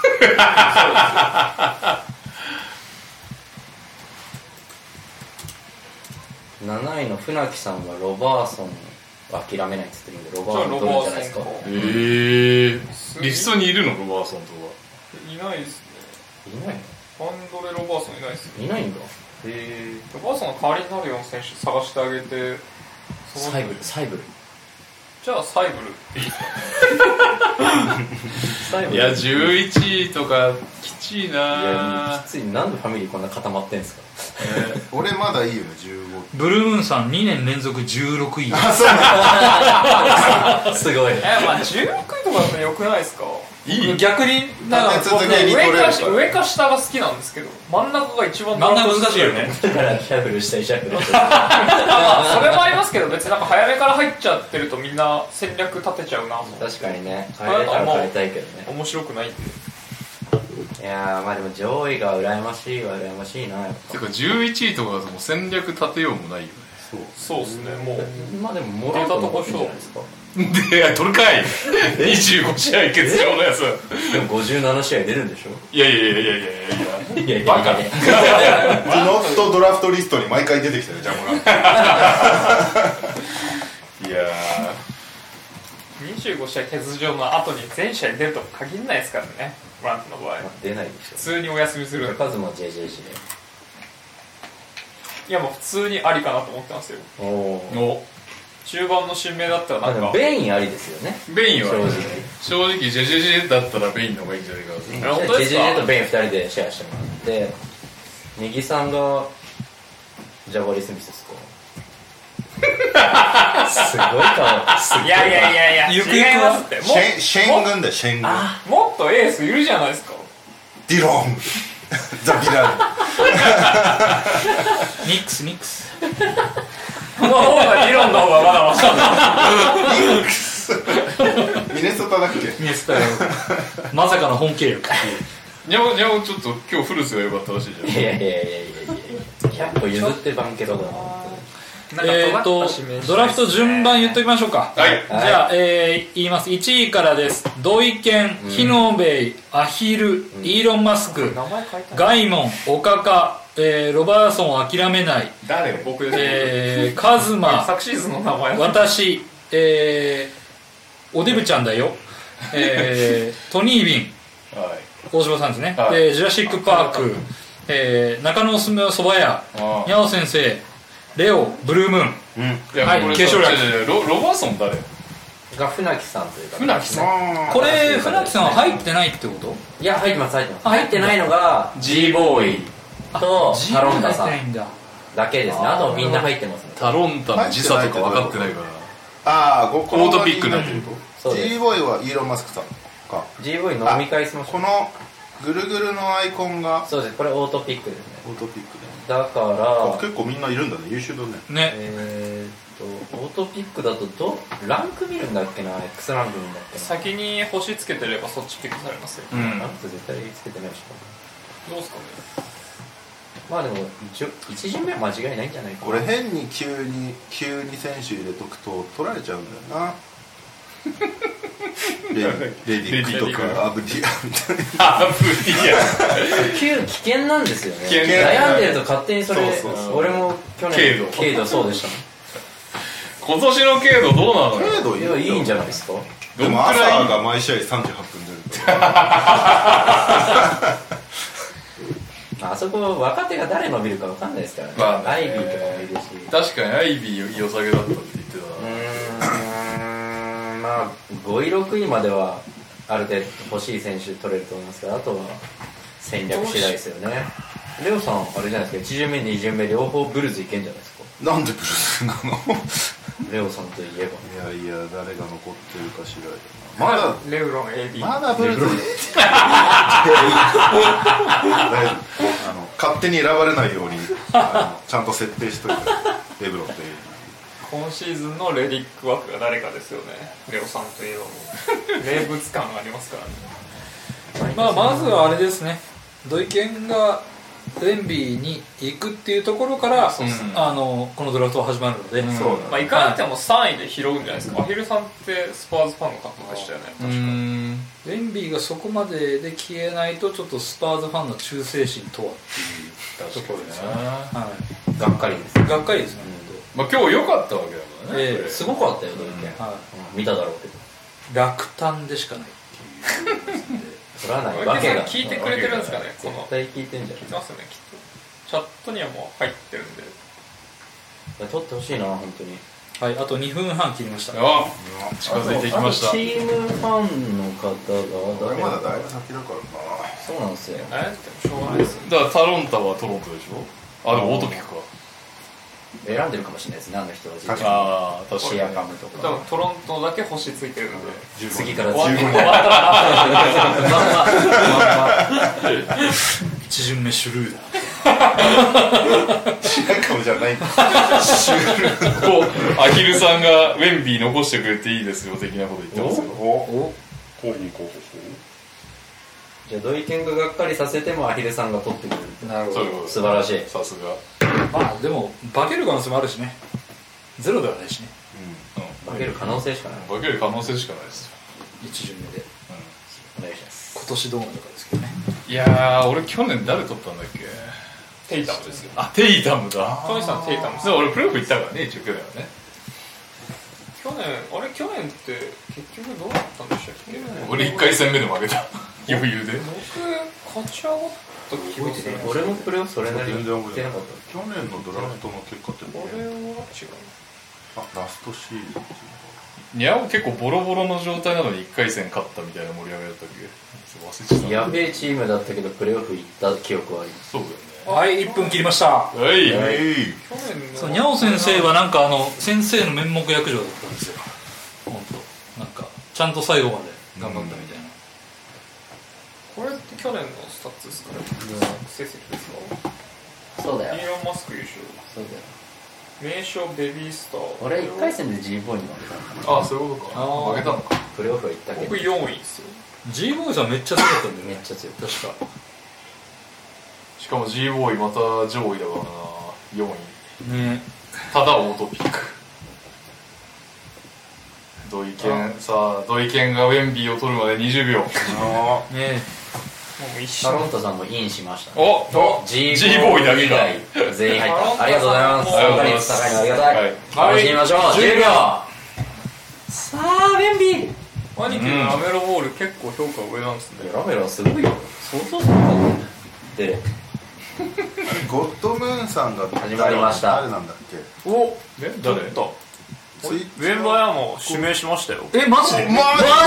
Speaker 5: 7位の船木さんはロバーソン諦めないっつってるんで、ロバーソン取るんじゃないですか。
Speaker 2: リストにいるのロバーソンとか。
Speaker 4: いないですね。
Speaker 5: いない
Speaker 4: アンドレ・ロバーソンいないですね。
Speaker 5: の？いないんだ。
Speaker 4: ロバーソンの代わりになるような選手探してあげて。
Speaker 5: サイブル。
Speaker 4: じゃあサイブルっていいですかね。
Speaker 5: サイブル。
Speaker 2: いや11位とかきちい
Speaker 5: いや
Speaker 2: な。
Speaker 5: きつい。なんでファミリーこんな固まってんすか。
Speaker 3: 俺まだいいよね、15。
Speaker 1: ブルームーンさん2年連続16位。
Speaker 3: あ、そうなんだ。
Speaker 5: すごい。
Speaker 4: まあ16位とかだとよくないですか。
Speaker 2: いい。
Speaker 1: 逆になんか
Speaker 3: 立て続けに取れるから
Speaker 4: 上か下が好きなんですけど、真ん中が一番
Speaker 1: 真ん中難しいよね。
Speaker 5: だからシャッフルしたいシャッフルしたい。
Speaker 4: まあそれもありますけど、別になんか早めから入っちゃってるとみんな戦略立てちゃうなと思って。
Speaker 5: 確かにね。変えれたら変えたいけどね。
Speaker 4: 面白くないんで。
Speaker 5: いやー、まあでも上位が羨ましいは羨ましいな。やっぱ
Speaker 2: てか11位とかだともう戦略立てようもないよね。
Speaker 4: そうですね。もう
Speaker 5: まあでももらうとこしじゃないですか。
Speaker 2: で、取るかい25試合欠場のやつ。
Speaker 5: でも57試合出るんでしょ。
Speaker 2: いや
Speaker 5: いや
Speaker 2: バカ。
Speaker 3: ノットドラフトリストに毎回出てきてる、ジャモラン。
Speaker 2: いや
Speaker 4: 25試合欠場の後に全試合出ると限らないですからね、ブラントの場合。
Speaker 5: 出ないでし
Speaker 4: 普通にお休みする。
Speaker 5: ょ。カズマ JJC で。
Speaker 4: いやもう普通にありかなと思ってますよ。
Speaker 2: お
Speaker 4: 中盤の指名だったら
Speaker 5: まあでも
Speaker 4: なんか
Speaker 5: ベインありですよね。
Speaker 2: ベインは
Speaker 5: 正直
Speaker 2: ジェジェジェだったらベインの方がいいんじゃないかな。
Speaker 4: 本当ですか。
Speaker 5: JJJ とベイン2人でシェアしてもらって、右さんがジャバリ・スミスですか。すごい顔。
Speaker 4: いや
Speaker 1: ゆくゆく
Speaker 4: 違いますって。
Speaker 3: シェン軍だよ、シェン軍。
Speaker 4: もっとエースいるじゃないですか。
Speaker 3: ディロンザ・ビラル。
Speaker 1: ニックス
Speaker 4: この方が議論の方がまだまだ。
Speaker 3: ミネソタだっけ。
Speaker 1: ミネスタまさかの本契約。
Speaker 2: にゃおちょっと今日フルスが良かったらしいじゃん。
Speaker 5: いや100個譲ってバンケロだな。
Speaker 1: ドラフト順番言っときましょうか。
Speaker 2: はい。
Speaker 1: じゃあ、言います。1位からです。土井健、ヒノベイ、アヒル、イーロン・マスク、
Speaker 4: 名前書いてある。
Speaker 1: ガイモン、オカカ、ロバーソンを諦めない、
Speaker 2: 誰？
Speaker 4: 僕です。
Speaker 1: カズマ、
Speaker 4: 昨シーズンの名前。
Speaker 1: 私、おデブちゃんだよ、トニービン、
Speaker 2: はい。
Speaker 1: 大島さんですね、
Speaker 2: はい
Speaker 1: でジュラシック・パーク、中野おすすめのそば屋、
Speaker 2: あ
Speaker 1: にゃお先生、レオ、ブルームーン、
Speaker 2: いや、
Speaker 1: はい
Speaker 2: これ
Speaker 1: 継承略
Speaker 2: ロバーソン誰？
Speaker 5: が船木さんというか。
Speaker 2: 船木さん。
Speaker 1: これ、船木さんは入ってないってこと？
Speaker 5: いや、入ってます。入ってないのが G ボーイとタロンタさん
Speaker 1: 入ってないんだ。
Speaker 5: だけですね。あとみんな入ってますね。
Speaker 2: タロンタの時差とか分かってないから。
Speaker 3: ああ、
Speaker 2: オートピックになってる。
Speaker 5: そうです。
Speaker 3: G ボーイはイーロン・マスクさんか。
Speaker 5: G ボーイ飲み会しました。
Speaker 3: このぐるぐるのアイコンが
Speaker 5: そうです。これオートピックですね。
Speaker 3: オートピックで。
Speaker 5: だから
Speaker 3: 結構みんないるんだね、優秀だね。
Speaker 1: ね、
Speaker 5: オートピックだとランク見るんだっけな、 X ランク見るんだっけな。
Speaker 4: 先に星つけてればそっちピックされますよ。
Speaker 2: うん。
Speaker 5: ランク絶対つけてないでし
Speaker 4: どうですかね。
Speaker 5: まあでも1巡目は間違いないんじゃないかな。
Speaker 3: これ変に急に選手入れとくと取られちゃうんだよな。レディックとかアブディアみたいな。
Speaker 2: アブディア
Speaker 5: 9危険なんですよね。
Speaker 2: 危険
Speaker 5: 悩んでると勝手にそれ。
Speaker 3: そう
Speaker 5: 俺も去年軽度そうでしたね。
Speaker 2: 今年の軽度どうなのよ。
Speaker 3: 軽度
Speaker 5: いやいいんじゃないですか。
Speaker 3: でも朝が毎試合38分出ると
Speaker 5: あそこ若手が誰伸びるか分かんないですからね。
Speaker 2: まあ
Speaker 5: アイビーとかもいるし。
Speaker 2: 確かにアイビー良さげだったって言って
Speaker 5: まあ5位6位まではある程度欲しい選手取れると思いますけど、あとは戦略次第ですよね。レオさんあれじゃないですか、1巡目2巡目両方ブルズいけんじゃないですか。
Speaker 3: なんでブルーなの？
Speaker 5: レオさんといえば。
Speaker 3: いや誰が残ってるか次第だな。まだ
Speaker 4: レブロン AD
Speaker 3: まだブルーズ勝手に選ばれないようにちゃんと設定しといてレブロンという
Speaker 4: 今シーズンのレディック枠が誰かですよね。レオさんといえばもう名物感がありますからね。
Speaker 1: まずはあれですね、土井健がウェンビーに行くっていうところから、このドラフトは始まるので、
Speaker 3: そうだ
Speaker 4: まあ、いかなくても3位で拾うんじゃないですか。アヒルさんってスパーズファンの方でしたよね、確か。
Speaker 1: ウェンビーがそこまでで消えないとちょっとスパーズファンの忠誠心とはっていうところですよね。
Speaker 5: がっかりです。
Speaker 1: がっかりですね。
Speaker 2: まあ今日良かったわけだからね。
Speaker 5: すごかったよ、土井健。見ただろうけど。
Speaker 1: 落胆でしかないっていう。
Speaker 5: 取らないわけが。
Speaker 4: 聞いてくれてるんですかね、この。
Speaker 5: 絶対聞いてんじゃん。
Speaker 4: 聞いてますよね、きっと。チャットにはもう入ってるんで。
Speaker 5: 取ってほしいな、本当に。
Speaker 1: はい、あと2分半切りました。
Speaker 2: あ、近づいてきました。
Speaker 5: チームファンの方が
Speaker 3: 俺まだだいぶ先だからな。
Speaker 5: そうなんですよ。
Speaker 4: 悩んでてもしょうがないですよ。
Speaker 2: だからタロンタはトロントでしょ。あ、でもオートピックか。
Speaker 5: 選んでるかもしれないですね、あの人は。
Speaker 3: 確かに
Speaker 2: ああ、確かに
Speaker 5: シアカムと
Speaker 4: 多
Speaker 5: か。
Speaker 4: 分トロントだけ星ついてるので。
Speaker 5: 次から
Speaker 4: 終わって
Speaker 5: 15
Speaker 4: 終わったら
Speaker 1: 1巡目シュルーダー。
Speaker 3: シアカムじゃないんだ。
Speaker 2: こうアヒルさんがウェンビー残してくれていいですよ的なこと言ってますよ。
Speaker 3: お
Speaker 5: じゃあ土井健ががっかりさせてもアヒルさんが取ってくれる。
Speaker 1: なる
Speaker 2: そういうことです。
Speaker 5: 素晴らしい。
Speaker 2: さすが。
Speaker 1: まあでも化ける可能性もあるしね、ゼロではないしね。
Speaker 5: 負ける可能性しかない。
Speaker 2: 化ける可能性しかないですよ。
Speaker 1: 1巡目で
Speaker 5: お願いします。
Speaker 1: 今年どうなるかですけどね。
Speaker 2: いやー、俺去年誰取ったんだっけ。
Speaker 4: テイタムですよ。
Speaker 2: あ、テイタムだ。
Speaker 4: トニーさんテイタムです
Speaker 2: でも俺プレーオフ行ったからね、一応去年はね。
Speaker 4: 去年って結局どうなったんでしたっけ。
Speaker 2: 俺1回戦目で負けた。余裕で。
Speaker 4: 僕勝ち上がった気がする。
Speaker 5: 俺もプレーオフそれなりに
Speaker 3: 全然
Speaker 5: 行ってなかっ
Speaker 3: 去年のドラフトの結果って
Speaker 4: これは違う。
Speaker 3: ラストシーズン
Speaker 2: ニャオ結構ボロボロの状態なのに1回戦勝ったみたいな盛り上がりだったっけ。忘れてた。
Speaker 5: た。やべえチームだったけどプレーオフ行った記憶はあります。
Speaker 2: そうだよね。
Speaker 1: はい1分切りました。
Speaker 2: はい。
Speaker 3: はい
Speaker 4: 去年の
Speaker 1: そう、ニャオ先生はなんか先生の面目役場だったんですよ。本当なんかちゃんと最後まで頑張ったみたいな。
Speaker 4: これって去年のスタッツですかね。成績ですか。
Speaker 5: そうだよ
Speaker 4: イーロン・マスク優勝。
Speaker 5: そうだよ。
Speaker 4: 名称ベビースター。
Speaker 5: 俺1回戦で G ボーイに負けたのかな。
Speaker 2: あ、そういうことか。
Speaker 1: あー
Speaker 2: 負けたのか。
Speaker 5: プレーオフは行ったけ
Speaker 4: 僕
Speaker 5: ど
Speaker 4: 4位ですよ。
Speaker 1: G ボーイさんめっちゃ強かったんだよね。
Speaker 5: めっちゃ強い。
Speaker 1: 確か
Speaker 2: しかも G ボーイまた上位だからな。4位。
Speaker 1: ね。
Speaker 2: ただオートピック。土井健がウェンビーを取るまで20秒。
Speaker 1: ね
Speaker 4: もう一
Speaker 5: タ
Speaker 4: 緒。
Speaker 5: ロントさんもインしましたね。
Speaker 2: お
Speaker 5: G
Speaker 2: ボーイだけ
Speaker 5: 以
Speaker 2: が。
Speaker 5: 外全員入った。ありがとうございます。
Speaker 4: タロントさんも
Speaker 5: 参加率高いのありがたい。
Speaker 2: はい
Speaker 5: 楽しみましょう。10秒。さあベンビー。
Speaker 4: 兄貴のラメロボール結構評価上なんですね。
Speaker 5: ラメロはすごいよ。相当すごかったで、
Speaker 3: ゴッドムーンさんが
Speaker 5: 始まりました
Speaker 3: 誰なんだっけ。
Speaker 4: お
Speaker 2: え
Speaker 4: ちょっと
Speaker 3: ツイッ
Speaker 4: ウェンバヤも指名しましたよ。
Speaker 1: えマジで。
Speaker 5: マジ？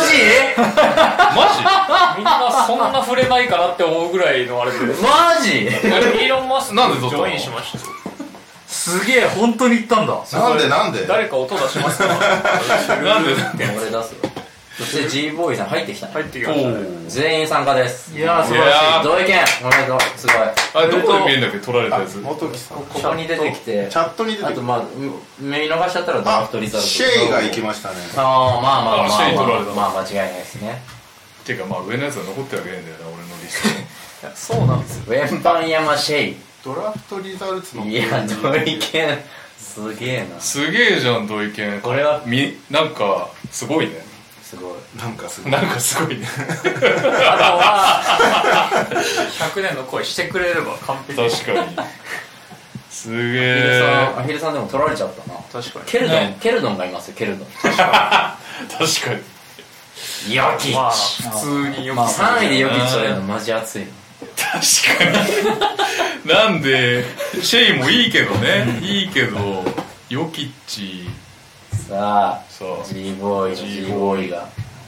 Speaker 2: マ
Speaker 4: みんなそんな触れないかなって思うぐらいのあれで。
Speaker 5: マジ？
Speaker 4: イーロン・マスク
Speaker 2: なんで撮ったの
Speaker 4: ジョインしましたよ。
Speaker 1: すげえ本当に言ったんだ。
Speaker 3: なんで
Speaker 4: 誰か音出しますか。
Speaker 2: なんで
Speaker 5: 俺出すよ。そして G ボーイさん入ってきたね。
Speaker 4: 入ってきましたね。
Speaker 5: 全員参加です。
Speaker 1: いやー素晴らしい。
Speaker 5: 同意見おめでとう。すごい。
Speaker 2: あれどこで見えるんだっけ、取られたやつ。
Speaker 3: 元木さん
Speaker 5: ここに出てきて、
Speaker 3: チャットに出てきた
Speaker 5: あとまあ見逃しちゃったらドラフトリザルト。
Speaker 3: シェイが行きましたね。
Speaker 2: あシェイ取られた
Speaker 5: まあ間違いないですね。
Speaker 2: ていうかまあ上のやつが残ってるわけねえんだよな、俺のリスト。
Speaker 4: そうなんですよ。
Speaker 5: ウェンパンヤマシェイ。
Speaker 3: ドラフトリザルツの
Speaker 5: いや土井健すげえな。
Speaker 2: すげえじゃん土井健。
Speaker 5: これは
Speaker 2: なんかすごいね。
Speaker 5: すごい。
Speaker 3: なんかすごい
Speaker 2: ね。
Speaker 4: あとは100年の恋してくれれば完璧。
Speaker 2: 確かに。すげえ。
Speaker 5: アヒルさんでも取られちゃったな。
Speaker 4: 確かに。
Speaker 5: ケルドンがいますよ、ケルドン。
Speaker 2: 確かに。
Speaker 5: ヨキッチ、
Speaker 4: まあ普通によく
Speaker 5: 3位でヨキッチ取れるのマジ熱いの。
Speaker 2: 確かに。なんでシェイもいいけどね、いいけどヨキッチ
Speaker 5: さあ
Speaker 2: そう
Speaker 5: G ボーイが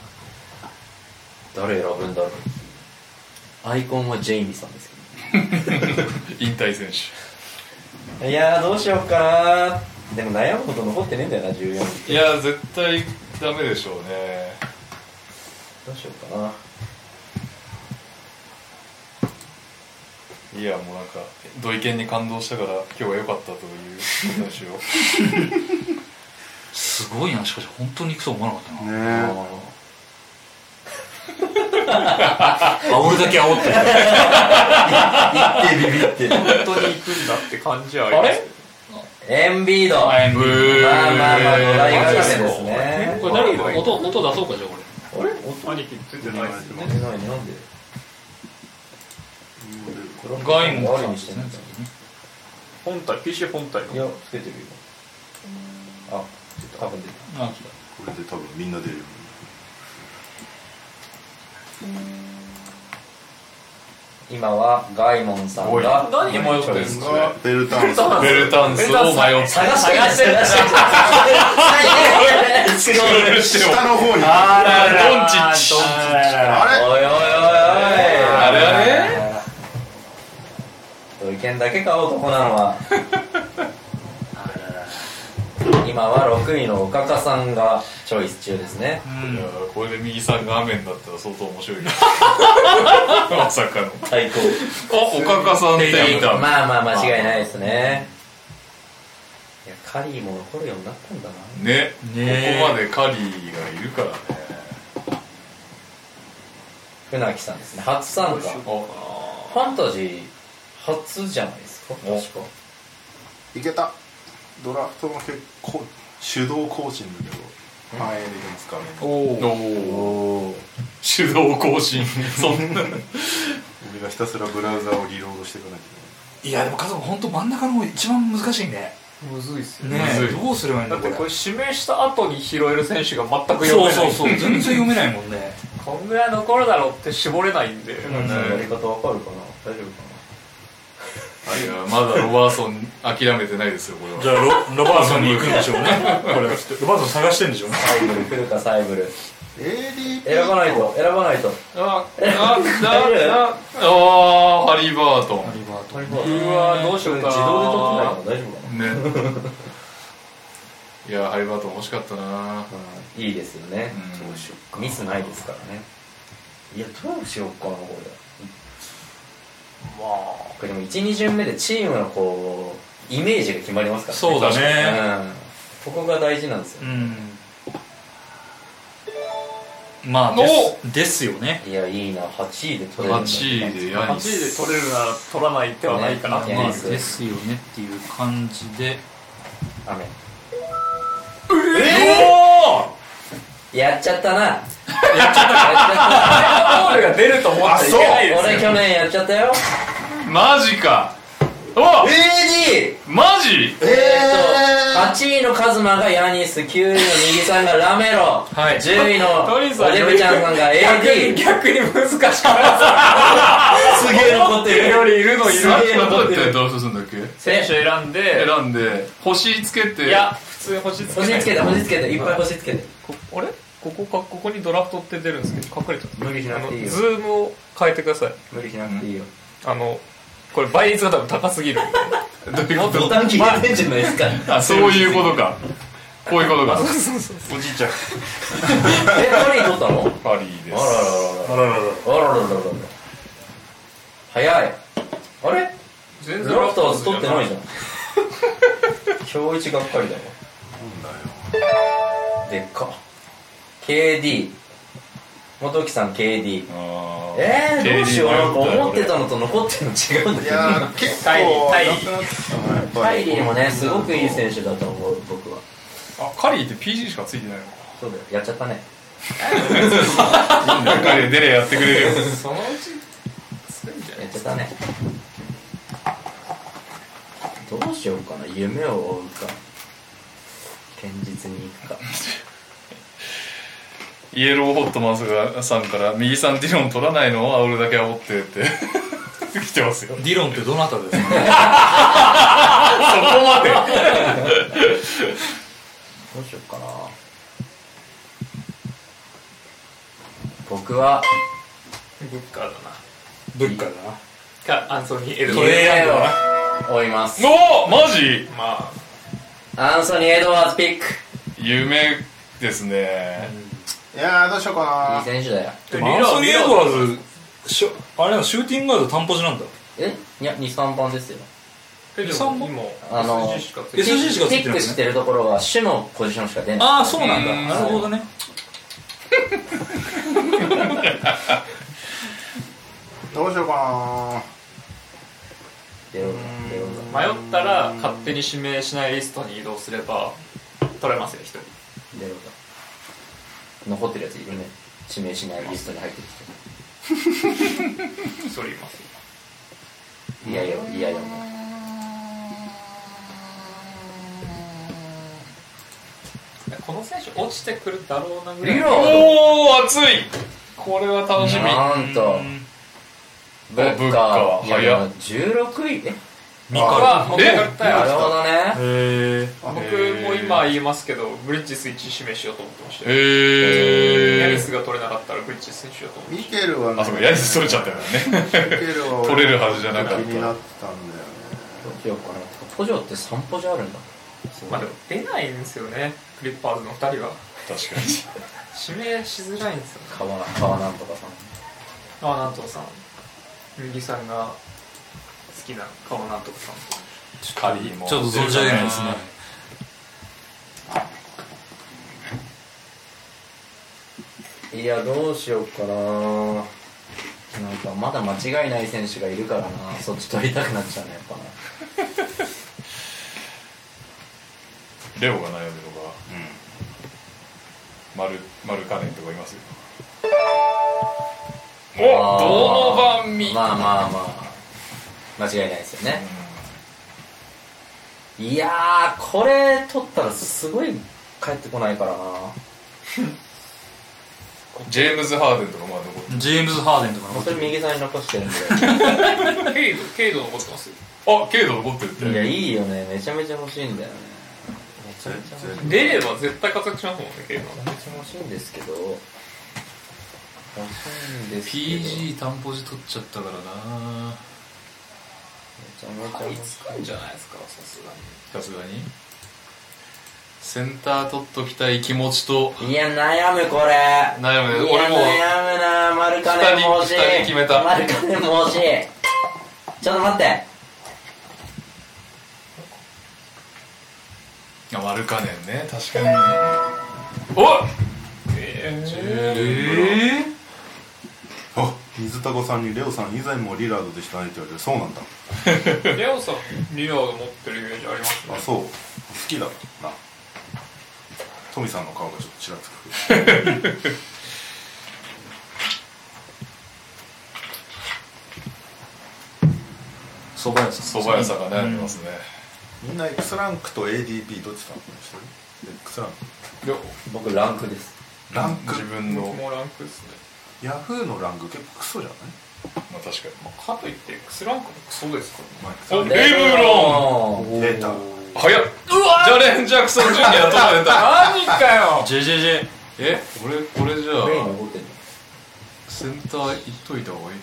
Speaker 5: 誰選ぶんだろう。アイコンはジェイミさんですけど
Speaker 2: 引退選手。
Speaker 5: いやーどうしようかな。でも悩むこと残ってねえんだよな、14。
Speaker 2: いや絶対ダメでしょうね。
Speaker 5: どうしようかな。
Speaker 2: いやもうなんか土井健に感動したから今日は良かったという話を
Speaker 1: すごいな。しかし本当に行くと思わなかったな。
Speaker 3: ね
Speaker 1: 俺だけ煽ってる。
Speaker 5: 行ってビビって
Speaker 4: 本当に行くんだって感じはありますけど。
Speaker 5: エンビード。
Speaker 2: エンビード。
Speaker 5: まあまあまあドライガーですね。
Speaker 1: これ誰音出そうか。じゃあこれ
Speaker 5: あれ音
Speaker 4: 兄貴出てないですよね。
Speaker 5: 出てないね。なんで
Speaker 1: ガイモン
Speaker 5: あるにしてんの。
Speaker 4: 本体 PC 本体
Speaker 5: いやつけてるよ。あ多分出てる。
Speaker 1: あ、
Speaker 3: これで多分みんな出るよ。
Speaker 5: 今はガイモンさんが
Speaker 4: 何に迷ってるんですか。
Speaker 3: ベルタンス
Speaker 2: ベルタンスを迷って
Speaker 5: 探してる
Speaker 3: 下の方に
Speaker 2: あらドンチッチ。
Speaker 3: あれ
Speaker 5: おいおいおいおい
Speaker 2: あれあれ
Speaker 5: 土井健だけか男なのは今は6位のおかかさんがチョイス中ですね。
Speaker 2: いやこれで右さんが雨になったら相当面白いまさかの
Speaker 5: 最高。
Speaker 2: おかかさんっていた。
Speaker 5: まあまあ間違いないですね。いやカリーも残るようになったんだな。
Speaker 2: ねここまでカリーがいるからね。
Speaker 5: 船木さんですね。初参加。ファンタジー初じゃないですか。確か
Speaker 3: いけた。ドラフトも結構手動更新だけど反映できますかね。
Speaker 2: お手動更新そんな
Speaker 3: 俺がひたすらブラウザをリロードしていかないと
Speaker 1: いやでも家族本当真ん中の一番難しいね。
Speaker 4: むずいっすよね。
Speaker 1: ねえどうすればいいんだ
Speaker 4: だってこれ
Speaker 1: これ。
Speaker 4: 指名した後に拾える選手が全く読
Speaker 1: そう
Speaker 4: めない。
Speaker 1: そう全然読めないもんね。
Speaker 4: こんぐらい残るだろうって絞れないんで。
Speaker 5: やり方わかるかな。大丈夫か
Speaker 2: いやまだロバーソン諦めてないですよこれは。
Speaker 1: じゃあロバーソンに行くんでしょうね。これロバーソン探してんでしょうね。
Speaker 5: な。サイブル来るかサイブル。
Speaker 3: ADP
Speaker 5: 選ばないと
Speaker 2: ハリーバートン
Speaker 4: うわどうしようかな。
Speaker 5: 自動で取ってないから大丈夫かな。
Speaker 2: ねいやハリーバートン欲しかったな。
Speaker 5: いいですよね。
Speaker 2: うん
Speaker 5: ミスないですからね。いやどうしようかなこれ。これでも 1,2 巡目でチームのこうイメージが決まりますからね。
Speaker 1: そうだね。
Speaker 5: ここが大事なんですよ。
Speaker 1: まあですよね。
Speaker 5: いやいいな。8位で取れるんだ。
Speaker 2: 8位でヤ
Speaker 4: 8
Speaker 2: ニス
Speaker 4: 位で取れるなら取らない手はないかな。
Speaker 5: ね
Speaker 1: まあですよねっていう感じで。
Speaker 5: 雨。
Speaker 2: お
Speaker 5: やっちゃったな。やっち
Speaker 4: ゴールが出ると思っちゃいけないですよ。
Speaker 5: 俺去年やっちゃったよ。
Speaker 2: マジか。お
Speaker 5: AD。
Speaker 2: マジ
Speaker 5: 8位のカズマがヤニス、9位の右さんがラメロ、
Speaker 1: はい
Speaker 5: 10位の
Speaker 4: トニーさん
Speaker 5: おデブちゃんさんが AD。
Speaker 4: 逆に難しくない
Speaker 5: すげえ残ってる
Speaker 4: よりいるのいる。
Speaker 5: すげえ残ってる。
Speaker 2: どうするんだっけ。
Speaker 4: 選手選んで、
Speaker 2: 選んで星つけて。
Speaker 4: いや普通に星つけない。
Speaker 5: 星つけて星つけていっぱい星つけて。
Speaker 4: あれここにドラフトって出るんですけど隠れちゃった。
Speaker 5: 無理しなくていいよ。
Speaker 4: ズームを変えてください。
Speaker 5: 無理しなくていいよ。
Speaker 4: これ倍率が多分高すぎるんで。
Speaker 2: どういうこ
Speaker 5: ボタン消えてんじゃないですか。
Speaker 2: と。あそういうことか。こういうことか。
Speaker 3: おじいちゃん
Speaker 5: カリー取ったの？
Speaker 2: パリーです。
Speaker 5: あららら早い。あれ
Speaker 4: 全
Speaker 5: ドラフトは取ってないじゃん。今日一がっかりだわ。でっか。KD 元木さん KD。 どうしよう、なんか思ってたのと残ってるの違うんだけど。
Speaker 3: いや結構
Speaker 5: タイリーもね、すごくいい選手だと思う、僕は。
Speaker 2: カリーって PG しかついてないのか。
Speaker 5: そうだよ、やっちゃったね。
Speaker 2: カリーデレやってくれるよ。
Speaker 4: そのうちするんじゃない
Speaker 5: やっちゃったね。どうしようかな、夢を追うか堅実にいくか。
Speaker 2: イエローホットマンスさんから右さんディロン取らないのを煽るだけ煽ってって来てますよ。
Speaker 1: ディロンってどなたですか？
Speaker 2: そこまで
Speaker 5: どうしようかな。僕は
Speaker 4: ブッカーだな
Speaker 1: ブッカーだな。
Speaker 4: かアンソニー・エド
Speaker 1: ト
Speaker 4: ワー
Speaker 1: レイヤードな。
Speaker 5: 追います。
Speaker 2: おマジ
Speaker 4: ま
Speaker 5: アンソニー・エドワーズピック。
Speaker 2: 夢ですね。
Speaker 3: いやーどうしようか
Speaker 5: いい
Speaker 3: な。
Speaker 5: 選手だよ。
Speaker 1: でもアンソニー・エドワーズあれはシューティングガード担保時なんだ。
Speaker 5: いや、2、3番ですよ。
Speaker 4: あでも今SG しかついてない
Speaker 1: SG しかついてない
Speaker 5: ピックしてるところは主のポジションしか出ない。
Speaker 1: ああそうなんだ。なるほどね。
Speaker 3: どうしようか
Speaker 5: デロザ
Speaker 4: 迷ったら勝手に指名しないリストに移動すれば取れますよ、一人。
Speaker 5: デロザ残ってるやついるね。指名しないリストに入ってる
Speaker 4: 一人いますよ。
Speaker 5: 人。いやよ、いやよ。
Speaker 4: この選手落ちてくるだろうなぐらい。
Speaker 5: リロー
Speaker 2: おー熱い。これは楽しみ。
Speaker 5: なんとブッカー。いや
Speaker 2: 早っ。
Speaker 5: 16位。
Speaker 1: ミ
Speaker 4: は
Speaker 1: カ
Speaker 4: 持ってかれたよ。
Speaker 5: なるほどね。
Speaker 1: へえ。
Speaker 4: 僕も今言いますけど、ブリッジス1指名しようと思ってましたよ。ヤニスが取れなかったらブリッジスにしようと思って
Speaker 3: な。ミケルはね、
Speaker 2: あ、そうか、ヤニス取れちゃったからね。
Speaker 3: ミケルは
Speaker 2: 取れるはずじゃなかった
Speaker 3: 気になってたんだよね。
Speaker 5: どうしようかな。ポジョって3ポジあるんだ。
Speaker 4: まあでも出ないんですよね、クリッパーズの2人は。
Speaker 2: 確かに。
Speaker 4: 指名しづらいんですよね。
Speaker 5: 川なんとかさん。
Speaker 4: なんとかさん、右さんが好きな川なんとかさんと。
Speaker 2: カリーも
Speaker 1: ちょっと存じ上げないですね。
Speaker 5: いや、どうしようかな。なんかまだ間違いない選手がいるからな。そっち取りたくなっちゃうね、やっぱな。
Speaker 2: レオが悩んでるのが、マルカネンとかいますよ。お、どの番見。
Speaker 5: まあ間違いないですよね。いやー、これ取ったらすごい帰ってこないからな。
Speaker 2: ジェームズ・ハーデンとかまだ残ってる。
Speaker 1: ジェームズ・ハーデンとか
Speaker 5: それ右さんに残してるん
Speaker 4: ケイド残ってますよ。
Speaker 2: あ、ケイド残ってるって。
Speaker 5: で。いや、いいよね。めちゃめちゃ欲しいんだよね。めちゃめちゃ欲しい。
Speaker 4: 出れば絶対活躍しますもんね、ケイドは。
Speaker 5: めちゃめちゃ欲しいんですけど。欲しいんですけど。
Speaker 2: PG 担保時取っちゃったからな。
Speaker 5: めちゃめちゃ
Speaker 4: 買いつくんじゃないですか、さすがに。
Speaker 2: さすがにセンター取っときたい気持ちと。
Speaker 5: いや、悩むこれ。
Speaker 2: 悩むね。
Speaker 5: いや、
Speaker 2: 俺も
Speaker 5: 悩むな。マルカネンも欲しい。
Speaker 2: 二人決めた。
Speaker 5: マルカネンも欲しい。ちょっと待って。
Speaker 2: マルカネンね、確かに。おっ
Speaker 3: あ、水田子さんにレオさん以前もリラードでしたねって言われて、そうなんだ。
Speaker 4: レオさん、リラード持ってるイメージありますね。
Speaker 3: あ、そう。好きだな。トミさんの顔がちょっとちらつく。
Speaker 1: 蕎麦屋さん。
Speaker 2: 蕎麦屋さんが悩んでますね。
Speaker 3: みんな X ランクと ADP どっち担当してる？ X ランク。
Speaker 5: 僕、ランクです。
Speaker 3: ランク。
Speaker 2: 自分の、
Speaker 4: 僕もランクですね。
Speaker 3: ヤフーのランク結構クソじゃない？
Speaker 2: まあ確かに。
Speaker 4: かといって X ランクもクソですからね。
Speaker 2: お、レブロン
Speaker 3: 出た。
Speaker 2: 早っ。ジャレン・ジャクソン・ジュニア取られた。
Speaker 4: マジかよ。
Speaker 1: JJJ。
Speaker 2: え、これじゃ
Speaker 5: レイ
Speaker 2: あ
Speaker 5: 残ってんの？
Speaker 2: センター行っといた方がいい。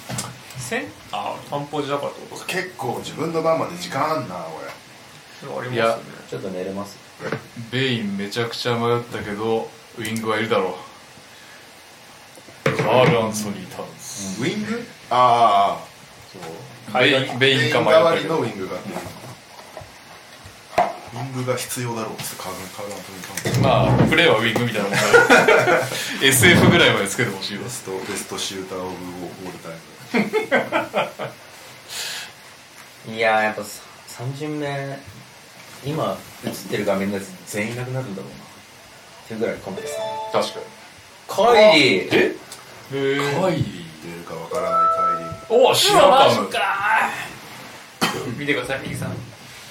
Speaker 4: 担保時だからってこと
Speaker 3: 結構自分の番まで時間あんな、俺。
Speaker 4: ありますよね。
Speaker 5: ちょっと寝れます。
Speaker 2: ベインめちゃくちゃ迷ったけどウイングはいるだろう。カール・アンソニー・タウンズ、
Speaker 3: ウィング？ああ、
Speaker 2: そうベインか迷
Speaker 3: 代わ
Speaker 2: ったけど
Speaker 3: りのウィングが。ウィンングが必要だろうってカール・アントニー・タウンズ。
Speaker 2: まあプレーはウィングみたいなもんだSF ぐらいまでつけてほしいわ。
Speaker 3: ベストシューター・オブ・オールタイム。
Speaker 5: いやー、やっぱ3巡目今映ってる画面のやつ全員いなくなるんだろうなっていうぐらいコンテスト。
Speaker 2: 確かに。
Speaker 5: カイリー
Speaker 2: カイリー
Speaker 3: 出るかわからないカイリー。
Speaker 2: おシアカム。
Speaker 4: 見てください右さん。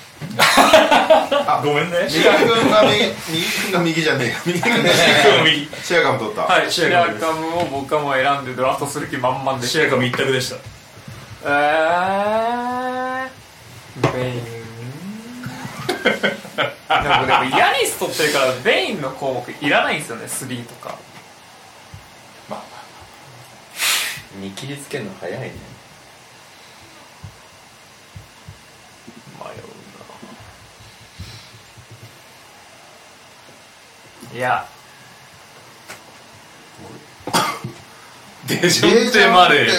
Speaker 1: ごめんね。
Speaker 3: 右君が右じゃねえよ。右君が右。シェアカム取った。
Speaker 1: はい、シ
Speaker 4: シェア
Speaker 1: ェアカムです。
Speaker 4: カムを僕はもう選んでドラフトする気満々で
Speaker 1: シェアカム一択でした。
Speaker 4: ベインなんかでもヤニス取ってるからベインの項目いらないんですよね。3とか
Speaker 2: まあ
Speaker 5: 見切りつけるの早いね。
Speaker 4: 迷うな。いや
Speaker 2: デジョンテ・マレー。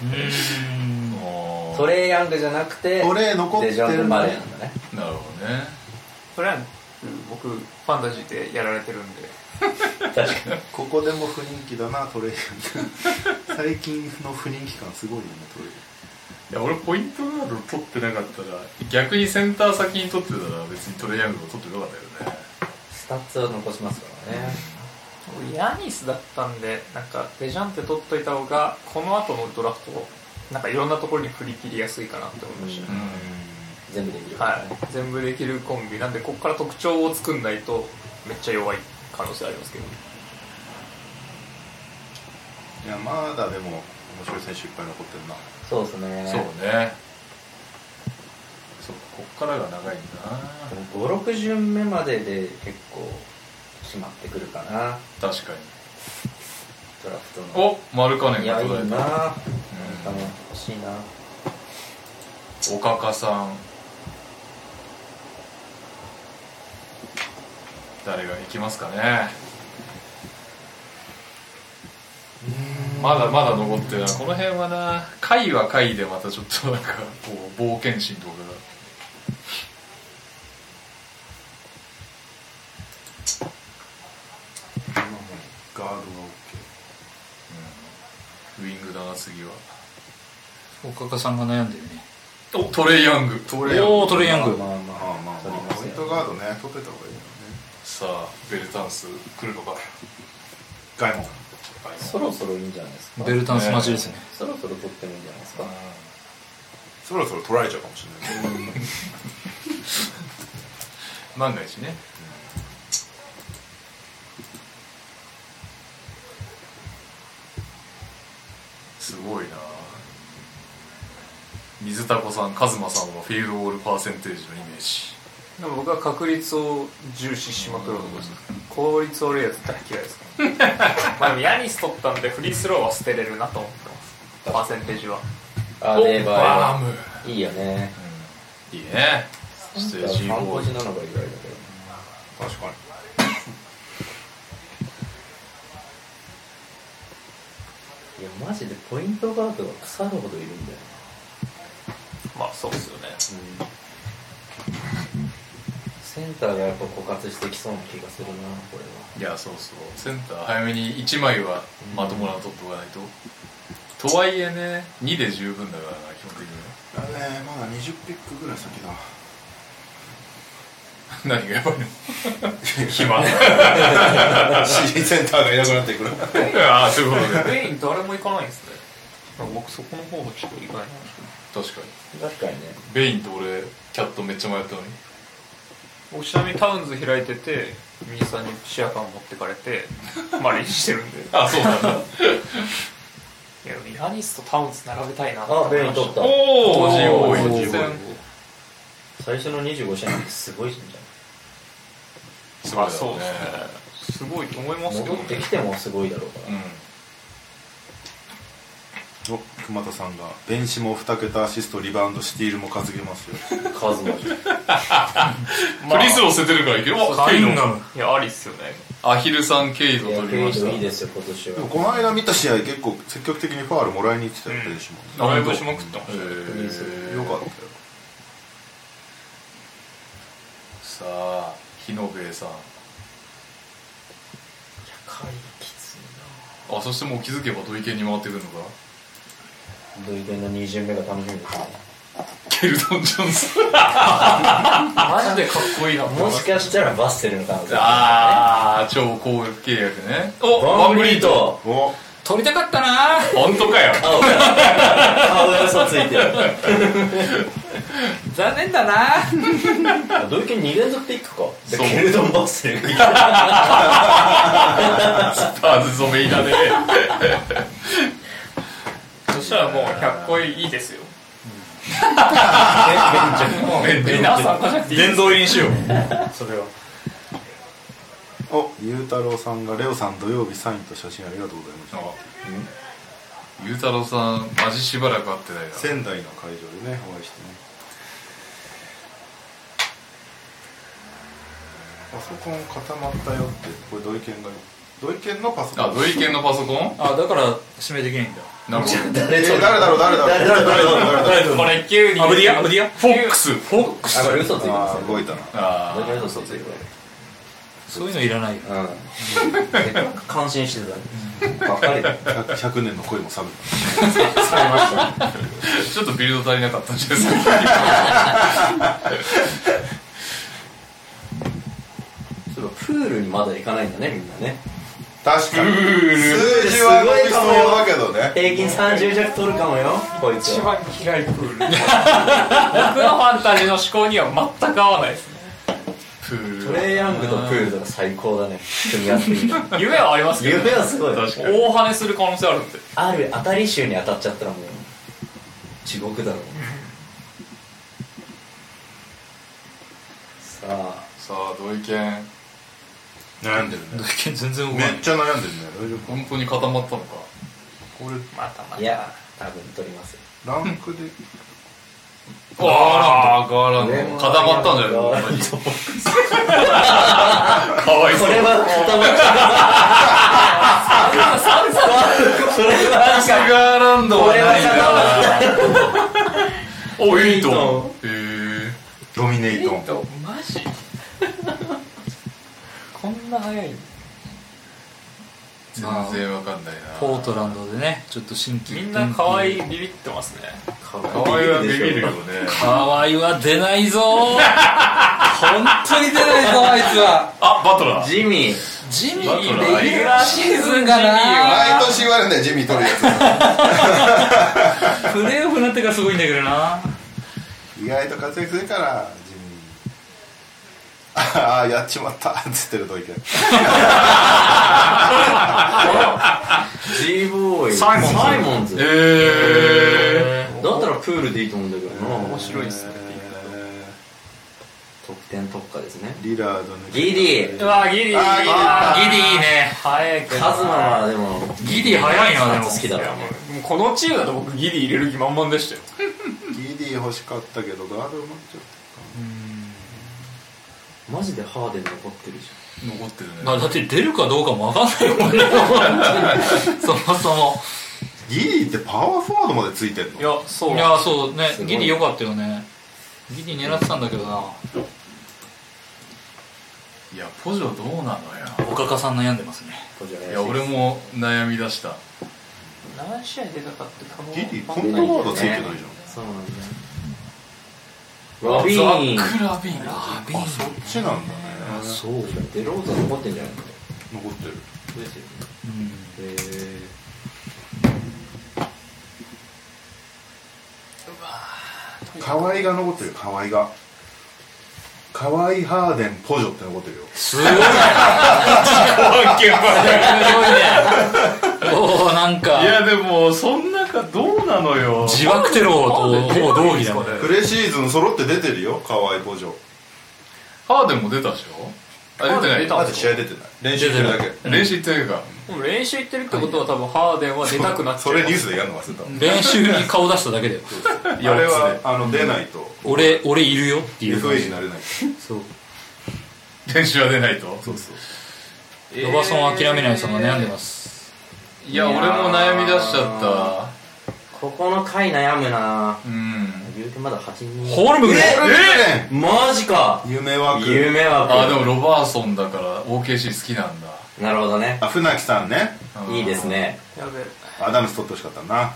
Speaker 5: トレイヤングじゃなくて
Speaker 3: トレイ残ってる
Speaker 5: デジョンテ・マレーなんだね。
Speaker 2: なるほどね。
Speaker 4: それは僕ファンタジーでやられてるんで。
Speaker 5: 確かに。
Speaker 3: ここでも不人気だなトレイ。最近の不人気感すごいよねトレイ。
Speaker 2: いや俺ポイントガード取ってなかったら逆にセンター先に取ってたら別にトレイヤングを取ってなかったよね。
Speaker 5: スタッツを残しますからね。
Speaker 4: ヤニスだったんでなんかデジャンテ取っといた方がこの後のドラフトなんかいろんなところに振り切りやすいかなって思いましたね。
Speaker 5: 全部できるからね。
Speaker 4: はい、全部できるコンビなんでここから特徴を作んないとめっちゃ弱い可能性ありますけど。
Speaker 3: いやまだでも面白い選手いっぱい残ってるな。
Speaker 5: そうですね。
Speaker 2: そうね。そうこっからが長いんだな。
Speaker 5: でも5、6巡目までで結構決まってくるかな。
Speaker 2: 確かに。
Speaker 5: ドラフトの。
Speaker 2: おマルカネン
Speaker 5: いやいいな。
Speaker 2: が途絶えた。
Speaker 5: 欲しいな。
Speaker 2: おかかさん誰が行きますかね。まだまだ残ってるな。この辺はな回は回でまたちょっとなんかこう冒険心とかが
Speaker 3: ガードが OK。
Speaker 2: ウィングだな次は。
Speaker 1: 岡かさんが悩んでるね。
Speaker 2: おトレイヤング。
Speaker 1: おおトレイヤング。
Speaker 5: まあまあ
Speaker 3: まあまあ
Speaker 5: 取りますよ
Speaker 3: ポイントガードね取ってた方がいいよね。
Speaker 2: さあベルタンス来るのか。
Speaker 3: ガイモン。
Speaker 5: そろそろいいんじゃないですか。
Speaker 1: ベルタンス待ちですね。
Speaker 5: そろそろ取ってもいいんじゃないですか。
Speaker 3: そろそろ取られちゃうかもしれない。
Speaker 2: 万が一ね。すごいな。水田子さん、カズマさんはフィールドゴールパーセンテージのイメージ。
Speaker 4: でも僕は確率を重視しまくることです。効率悪いやつ大嫌いですからまあでもヤニス取ったんでフリースローは捨てれるなと思ってます。パーセンテージは
Speaker 5: あレーバ
Speaker 2: バーム。
Speaker 5: ーいいよね。
Speaker 2: いいね。ステージ
Speaker 5: 3
Speaker 2: 5
Speaker 5: 個字なのが意外だけど。
Speaker 3: 確かに。
Speaker 5: いやマジでポイントガードが腐るほどいるんだよ。
Speaker 4: まあそうですよね。
Speaker 5: センターがやっぱ枯渇してきそうな気がするなこれは。
Speaker 2: いやそうそうセンター早めに1枚はまともなの取っておかないと、とはいえね2で十分だからな基本的には。
Speaker 3: まだ20ピックぐらい先だ。
Speaker 2: 何がやばいの暇
Speaker 3: センターがいなくなってくる。
Speaker 2: ああそういうことで
Speaker 4: ベイン誰も行かないんですね。僕そこの方がちょっと意外なんですけど。
Speaker 2: 確かに
Speaker 5: 確かにね。
Speaker 2: ベインと俺キャットめっちゃ迷ったのに
Speaker 4: 僕ちなみにタウンズ開いてて右さんにシェアカン持ってかれてマリーしてるんで
Speaker 2: あそうなんだ
Speaker 4: いやヤニスとタウンズ並べたいな
Speaker 5: あベイン取った。
Speaker 2: おお
Speaker 5: おー
Speaker 2: 突然
Speaker 5: 最初の25試合ってすごいじゃん。
Speaker 2: すごいだろ
Speaker 4: そう
Speaker 2: うね
Speaker 4: ですね。すごいと思いますけど
Speaker 5: 戻ってきてもすごいだろうから。
Speaker 3: お熊田さんがベンチも2桁アシストリバウンドスティールも稼げますよ。
Speaker 5: 数もじゃん。
Speaker 2: フリースロー捨ててるからいける。
Speaker 1: カインガム。
Speaker 4: いやありっすよね。
Speaker 2: アヒルさんケイド
Speaker 5: いや
Speaker 2: 取りました。
Speaker 5: いいですよ今年
Speaker 3: でも
Speaker 5: は。
Speaker 3: この間見た試合結構積極的にファールもらいに行ってたよベンチも。
Speaker 4: ドライブしまくってましたよ。
Speaker 3: よかったよ。
Speaker 2: さあ日野兵衛さん。
Speaker 5: 高いきつい
Speaker 2: あ、そしてもう気づけば土井健に回ってくるのか。
Speaker 5: な。土井健の2巡目が楽しみですね。
Speaker 2: ケルトン・ジョンソン。
Speaker 4: マジでかっこいいな。
Speaker 5: もしかしたらバステルの可能性
Speaker 2: ああ、超高額契約ね。お、
Speaker 5: バンブリート。
Speaker 3: お
Speaker 1: 取りたかったな。
Speaker 2: 本当かよ。
Speaker 5: 顔が嘘ついてる。
Speaker 1: 残念だな。
Speaker 5: 土井健2連続でいくか。
Speaker 2: そう
Speaker 5: ケルトンバステル。
Speaker 2: スパーズ染めいらね
Speaker 4: そしたらもう100個いいですよ。
Speaker 2: 皆
Speaker 4: さんじゃなくていいです。
Speaker 1: 殿堂入りにしよう。それは。
Speaker 3: お、ゆうたろうさんがレオさん土曜日サインと写真ありがとうございました。
Speaker 2: ゆうたろうさんマジしばらく会ってないな。
Speaker 3: 仙台の会場でねお会いしてね。パソコン固まったよって、これ土井健のパソコン。
Speaker 2: あ、土井健のパソコン。
Speaker 1: あ、だから指名できないんだ。
Speaker 2: なるほど。
Speaker 3: 誰だろう
Speaker 4: これ急に
Speaker 1: アブディア
Speaker 2: フォックス。
Speaker 1: フォックス。
Speaker 5: あ、これ嘘ついて
Speaker 3: あ
Speaker 5: ます
Speaker 3: ー動いたな。
Speaker 2: あ
Speaker 5: 土井健嘘ついてる。
Speaker 1: そういうのいらないよ。
Speaker 5: 感心してた。ばっかりだ。
Speaker 3: 100年の恋も冷め
Speaker 5: 使いました。
Speaker 2: あ、ちょっとビルド足りなかったんじゃないですか。
Speaker 5: そうか、プールにまだ行かないんだね、みんなね。
Speaker 3: た。確かに数字は伸びそうだけどね。
Speaker 5: 平均30弱取るかもよ、こいつ
Speaker 4: 一
Speaker 5: は。
Speaker 4: 番嫌いプール。僕のファンタジーの思考には全く合わないですね。
Speaker 2: プール
Speaker 5: トレイヤングとプールとか最高だね、組み合わせ的に。
Speaker 4: 夢はありますけど、
Speaker 5: 夢はすごい。
Speaker 2: 確かに。
Speaker 4: 大跳ねする可能性あるって。
Speaker 5: ある当たり臭に当たっちゃったらもう地獄だろう。さあ、
Speaker 2: さあ土井健
Speaker 3: 悩んでるね。
Speaker 1: 全然動かない。
Speaker 3: めっちゃ悩んでるね。大丈夫か。
Speaker 2: 本当に固まったのか。
Speaker 3: これ
Speaker 4: またま
Speaker 5: いや、多分取りますよ。
Speaker 3: ランクで
Speaker 2: ガーランド固まったんじゃないの。
Speaker 5: ガーランド
Speaker 2: かわいそう。
Speaker 5: これは固まった
Speaker 2: ガーランドはないな。お、いいと。
Speaker 3: ドミネイトン。
Speaker 4: マジこんな早い。
Speaker 2: 全然わかんないな。
Speaker 1: ポートランドでね、ちょっと新規
Speaker 4: みんな可愛いビビってますね。
Speaker 2: かわいはビビるよね。
Speaker 1: 可愛いは出ないぞ。本当に出ないぞ、あいつは。
Speaker 2: あ、バトラー。
Speaker 5: ジミー。
Speaker 1: ジミ
Speaker 2: バトラー
Speaker 1: ーレギュラーシーズンがな。
Speaker 3: 毎年言われるんだよ、ジミー取るや
Speaker 1: プレーオフになってからすごいんだけどな。
Speaker 3: つ。意外と活躍するからジミー。ああ、やっちまったっつってるといけない。
Speaker 5: G ボーイ。
Speaker 2: サイ
Speaker 5: モンズ。
Speaker 2: だ
Speaker 5: ったらプールでいいと思うんだけどな。
Speaker 4: 面白いですね。
Speaker 5: 得点特化ですね。
Speaker 3: リラードの
Speaker 5: ギディ。
Speaker 4: うわギリ
Speaker 1: ギディいいね。
Speaker 4: 早いけど
Speaker 5: カズマはでも
Speaker 1: ギディ早いな、でも。
Speaker 5: 好きだろうね。
Speaker 4: もうこのチームだと僕ギリ入れる気満々でしたよ。
Speaker 3: ギディ欲しかったけどガード埋まっちゃった。
Speaker 5: マジでハーデン残ってるじ
Speaker 2: 残ってるね。
Speaker 1: まあだって出るかどうかも分かんないもんね。そもそも。
Speaker 3: ギディってパワーフォワードまでついてんの？
Speaker 4: いやそう
Speaker 1: いや、そうね
Speaker 5: すごい
Speaker 1: ギディ良かったよね。ギディ狙ってたんだけどな。
Speaker 2: いや、ポジョどうなのよ。
Speaker 1: おかかさん悩んでますね。
Speaker 2: いや、俺も悩み出した。
Speaker 4: 何試合出たかって可能
Speaker 3: ギディコントガードついてないじゃん。
Speaker 5: そうなんだよ。ラビーン。
Speaker 2: ザック・ラビーン。
Speaker 1: ラビーン。
Speaker 3: そっちなんだね。
Speaker 5: そうデローザ残ってんじゃないの？
Speaker 3: 残ってる。
Speaker 5: ですよね。
Speaker 3: 河合が残ってる。河合が。河合ハーデンポジョって残ってるよ。
Speaker 1: すごいね。おお、なんか
Speaker 2: いや、でも、そん中どうなのよ。
Speaker 1: 自爆テロとほぼ同義だもんね。
Speaker 3: プレシーズン揃って出てるよ、河合ポジョ。
Speaker 2: ハーデンも出たでしょ。あ、出てない。
Speaker 3: まだ試合出てない。練習してるだけ。
Speaker 2: 練習っていうか。
Speaker 4: もう練習行ってるってことは多分ハーデンは出たくなっちゃ
Speaker 3: そうれニュースでやるの忘れた。
Speaker 1: 練習に顔出しただけだよ。
Speaker 3: あれは出ないと
Speaker 1: 俺いるよっていう
Speaker 3: FA になれない。
Speaker 1: そう。
Speaker 2: 練習は出ないと。
Speaker 3: そうそう。
Speaker 1: ロバソン諦めないさんが悩んでます。
Speaker 2: いや、俺も悩み出しちゃった。
Speaker 5: ここの回悩むな。言うてまだ8人。
Speaker 1: ホルムグレン。
Speaker 5: マジか。
Speaker 3: 夢枠。
Speaker 5: 夢枠。
Speaker 2: あ、でもロバーソンだから OKC 好きなんだ。
Speaker 5: なるほどね。
Speaker 3: あ、船木さんね。
Speaker 5: いいですね。
Speaker 4: やべえ。
Speaker 3: アダムス取ってほしかったな。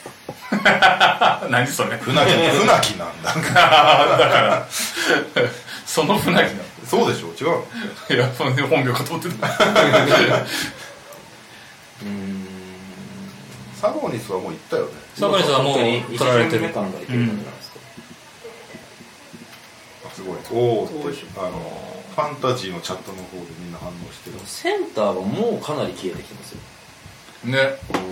Speaker 2: 何それ。
Speaker 3: 船木なんだ。
Speaker 2: だからその船木なの。
Speaker 3: そうでしょ。違うの。
Speaker 2: いや、本名かと思ってた。
Speaker 3: サボニスはもう行ったよね。
Speaker 1: サボニスはもう取られてる。
Speaker 3: すごい。おお、ファンタジーのチャットの方でみんな反応してる。
Speaker 5: センターはもうかなり消えてきてますよ
Speaker 2: ね。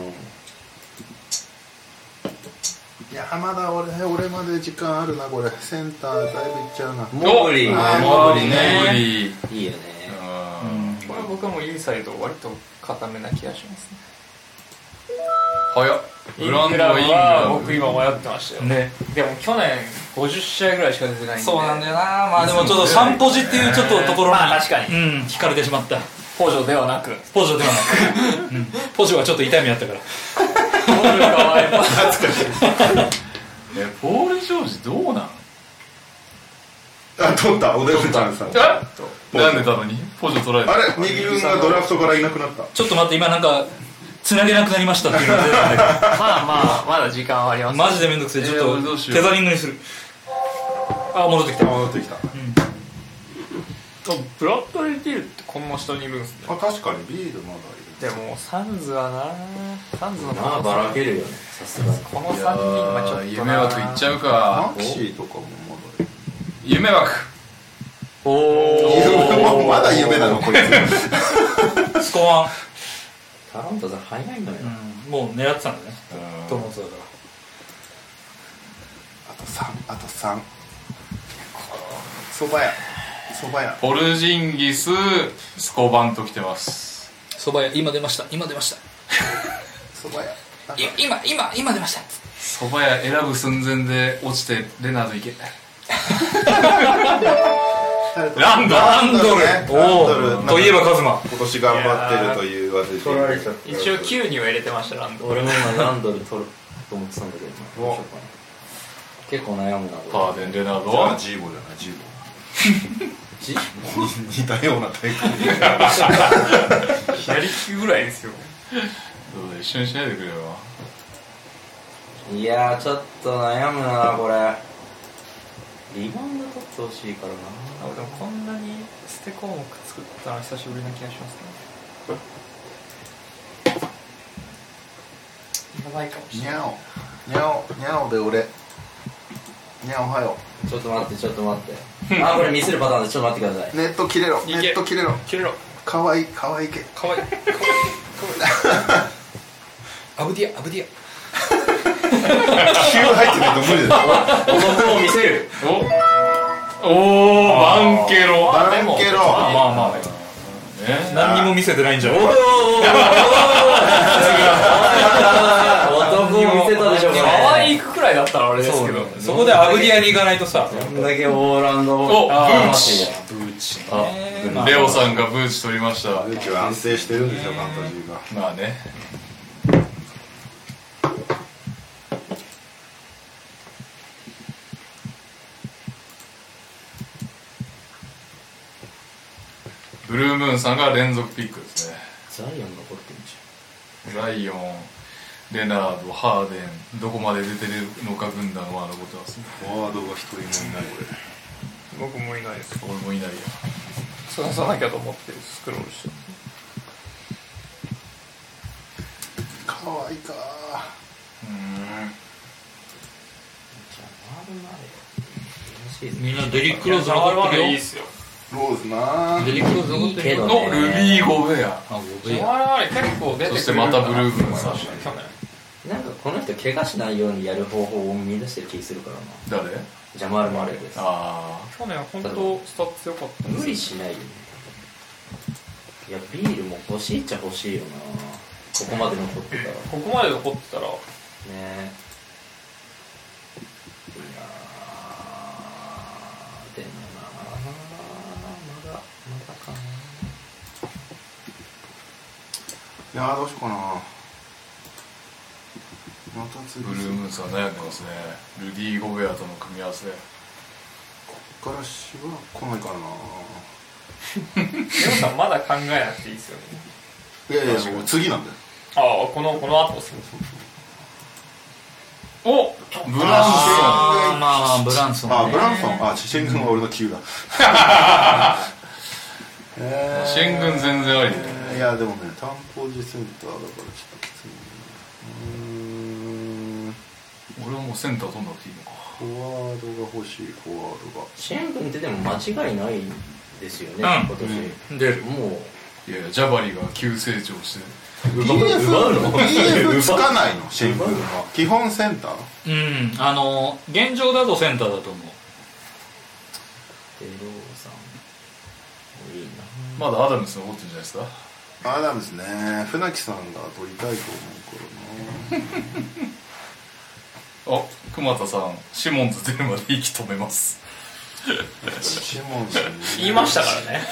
Speaker 3: いや、まだ俺まで時間あるな、これ。センターだいぶいっちゃうな。
Speaker 5: モブリー。
Speaker 2: モブリね。
Speaker 5: いいよね。
Speaker 4: これ僕はもうインサイド割と固めな気がしますね。
Speaker 2: 早っ。
Speaker 4: イングラムは僕今迷ってましたよ
Speaker 1: ね。
Speaker 4: でも去年50試合ぐらいしか出てないんで。
Speaker 1: そうなんだよな。まあでもちょっと3ポジっていうちょっとところに
Speaker 4: まあ確かに
Speaker 1: 惹かれてしまった。
Speaker 4: ポジョではなく
Speaker 1: ポジョではなくポジョはちょっと痛みあったから
Speaker 4: ポジョがわい懐かしい。
Speaker 2: ポール・ジョージどうなん。
Speaker 3: あ、取った。オデルちゃんさん。
Speaker 2: なんでたのにポジョ取られた。
Speaker 3: あれ、右軍がドラフトからいなくなった。
Speaker 1: ちょっと待って、今なんかつなげなくなりましたっていうのが出てた
Speaker 4: まあまだ時間はあります。
Speaker 1: マジでめんどくせえ。ちょっとテザリングにする。あ、戻ってきた。
Speaker 4: ブラッドリー・ティールってこんな下にいるんですね。
Speaker 3: あ、確かにビールまだいる。
Speaker 4: でもサンズはな、サンズの
Speaker 5: まあばらけるよね、さすがに。
Speaker 4: この3人はちょっとな。
Speaker 2: 夢枠いっちゃうか。
Speaker 3: マキシーとかもまだいる。
Speaker 2: 夢枠。
Speaker 3: おお、まだ夢なのこいつ。
Speaker 1: スコワン。
Speaker 5: タラントさん早いのよ。
Speaker 1: もう狙ってたんだね。トモツだから。
Speaker 3: あと3。そば屋。
Speaker 2: ポルジンギス、スコバンと来てます。
Speaker 1: そば屋、今出ました。
Speaker 3: そば屋。
Speaker 1: 今出ました。
Speaker 2: そば屋選ぶ寸前で落ちてレナード行け。ランドル
Speaker 3: ね。
Speaker 1: おお、といえばカズマ。
Speaker 3: 今年頑張ってるというわけで。
Speaker 5: 取られちゃった。
Speaker 4: 一応9には入れてました。ランドル。
Speaker 5: 俺も今ランドル取ると思ってたんだけどな。結構悩むな。
Speaker 2: パーデン、レナード
Speaker 3: じゃあジーボじゃないジーボ。似たようなタイプ。
Speaker 4: 左利きぐらいですよ。
Speaker 2: どうだ、一緒にしないでくれよ。
Speaker 5: いやー、ちょっと悩むなこれ。リバウンド取ってほしいからな。
Speaker 4: でもこんなに捨て項目作ったの久しぶりな気がしますね。やばいかもしれない。
Speaker 3: にゃおで俺。にゃおはよ。
Speaker 5: ちょっと待って。あ、これ見せるパターンでちょっと待ってください。
Speaker 3: ネット切れろ。
Speaker 4: 切れろ。
Speaker 3: かわいいけ。
Speaker 1: アブディア。
Speaker 3: 急入ってないと無理だよ。
Speaker 5: 男を見せる。
Speaker 2: おー、バンケロ。
Speaker 3: バンケロ。
Speaker 1: まあ何にも見せてないんじゃん。
Speaker 5: 男を見せたでしょこれ。
Speaker 4: 可愛いくくらいだったらあれですけど。
Speaker 1: そこでアブディアに行かないとさ。
Speaker 5: こんだけオーランド。
Speaker 2: お、ブーチ。レオさんがブーチ取りました。
Speaker 3: ブーチは安定してるんですよ、ファンタジーが。
Speaker 2: まあね。ブルームーンさんが連続ピックですね。
Speaker 5: ザイオン残ってるんじ
Speaker 2: ザイオン、レナード、ハーデン、どこまで出てるのか軍団は残ってますね。
Speaker 3: フォワードが一人もいないこれ。
Speaker 4: 僕もいないです。
Speaker 2: 俺もいないよ。
Speaker 4: 探さなきゃと思ってスクロールして
Speaker 3: かわいいか。
Speaker 1: みんなデリックローズ残ってるよ。
Speaker 4: いいっすよ。
Speaker 3: ローズな。
Speaker 1: デリックローズ残ってるよ。
Speaker 2: お、ルビー・ゴベア。
Speaker 4: 結構出てくる。
Speaker 2: そしてまたブルームーンさん。
Speaker 4: 去年
Speaker 5: なんかこの人怪我しないようにやる方法を見出してる気するからな。
Speaker 2: 誰？
Speaker 5: ジャマール・マレーです。
Speaker 2: あ
Speaker 4: 去年本当スタッツ良かったんですよ。
Speaker 5: 無理しないよね。いやビールも欲しいっちゃ欲しいよな。ここまで残ってたら。
Speaker 4: ここまで残ってたら
Speaker 5: ね。でもな、まだかな。
Speaker 3: いやーどうしようかな。
Speaker 2: ブルームーンさん悩んでますね。ルディ・ゴベアとの組み合わせ。
Speaker 3: こっからしばらく来ないかな。
Speaker 4: レオさんまだ考えなくていいですよね。
Speaker 3: いやもう次なんだよ。
Speaker 4: ああ、この後ですね。
Speaker 2: おブラン
Speaker 1: まあブランソン、ね、
Speaker 3: ブランソンシェン軍は俺の級だ。
Speaker 2: シェン軍全然ありね。
Speaker 3: いやでもね担保時センターだからちょっときついね。
Speaker 2: 俺はもうセンター取んなくていいのか。
Speaker 3: フォワードが欲しい。フォワードが
Speaker 5: シェン君ってでも間違いないですよね、今年、
Speaker 1: で
Speaker 5: も
Speaker 2: いやジャバリが急成長して
Speaker 3: PF つかないの。シェン軍は基本センター。
Speaker 1: 現状だとセンターだと思う。
Speaker 5: デローさんいいな。
Speaker 2: まだアダムス残ってるんじゃないですか。
Speaker 3: アダムスね。船木さんが取りたいと思うからな。
Speaker 2: あ、熊田さんシモンズ出るまで息止めます。
Speaker 3: シモンさん
Speaker 4: 言いましたからね。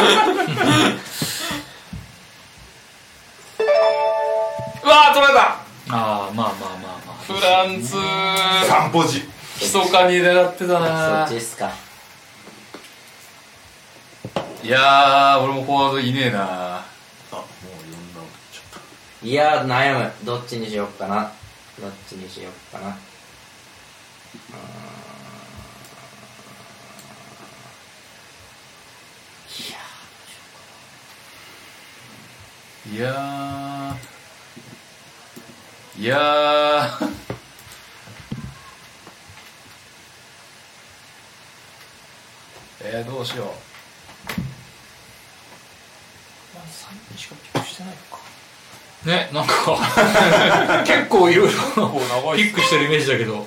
Speaker 2: うわー取られた。
Speaker 1: まあ
Speaker 2: フランツ
Speaker 3: 散歩時
Speaker 2: 密かに狙ってた
Speaker 5: そ
Speaker 2: な
Speaker 5: っちですか。
Speaker 2: いやー俺もフォワードいねえな。
Speaker 3: もう4ラウンドいっちゃった。
Speaker 5: いや悩む。どっちにしよっかな。
Speaker 2: いやーどうしよう。
Speaker 4: 3人しかピックしてないのか。
Speaker 1: ね、なんか結構いろいろピックしてるイメージだけど。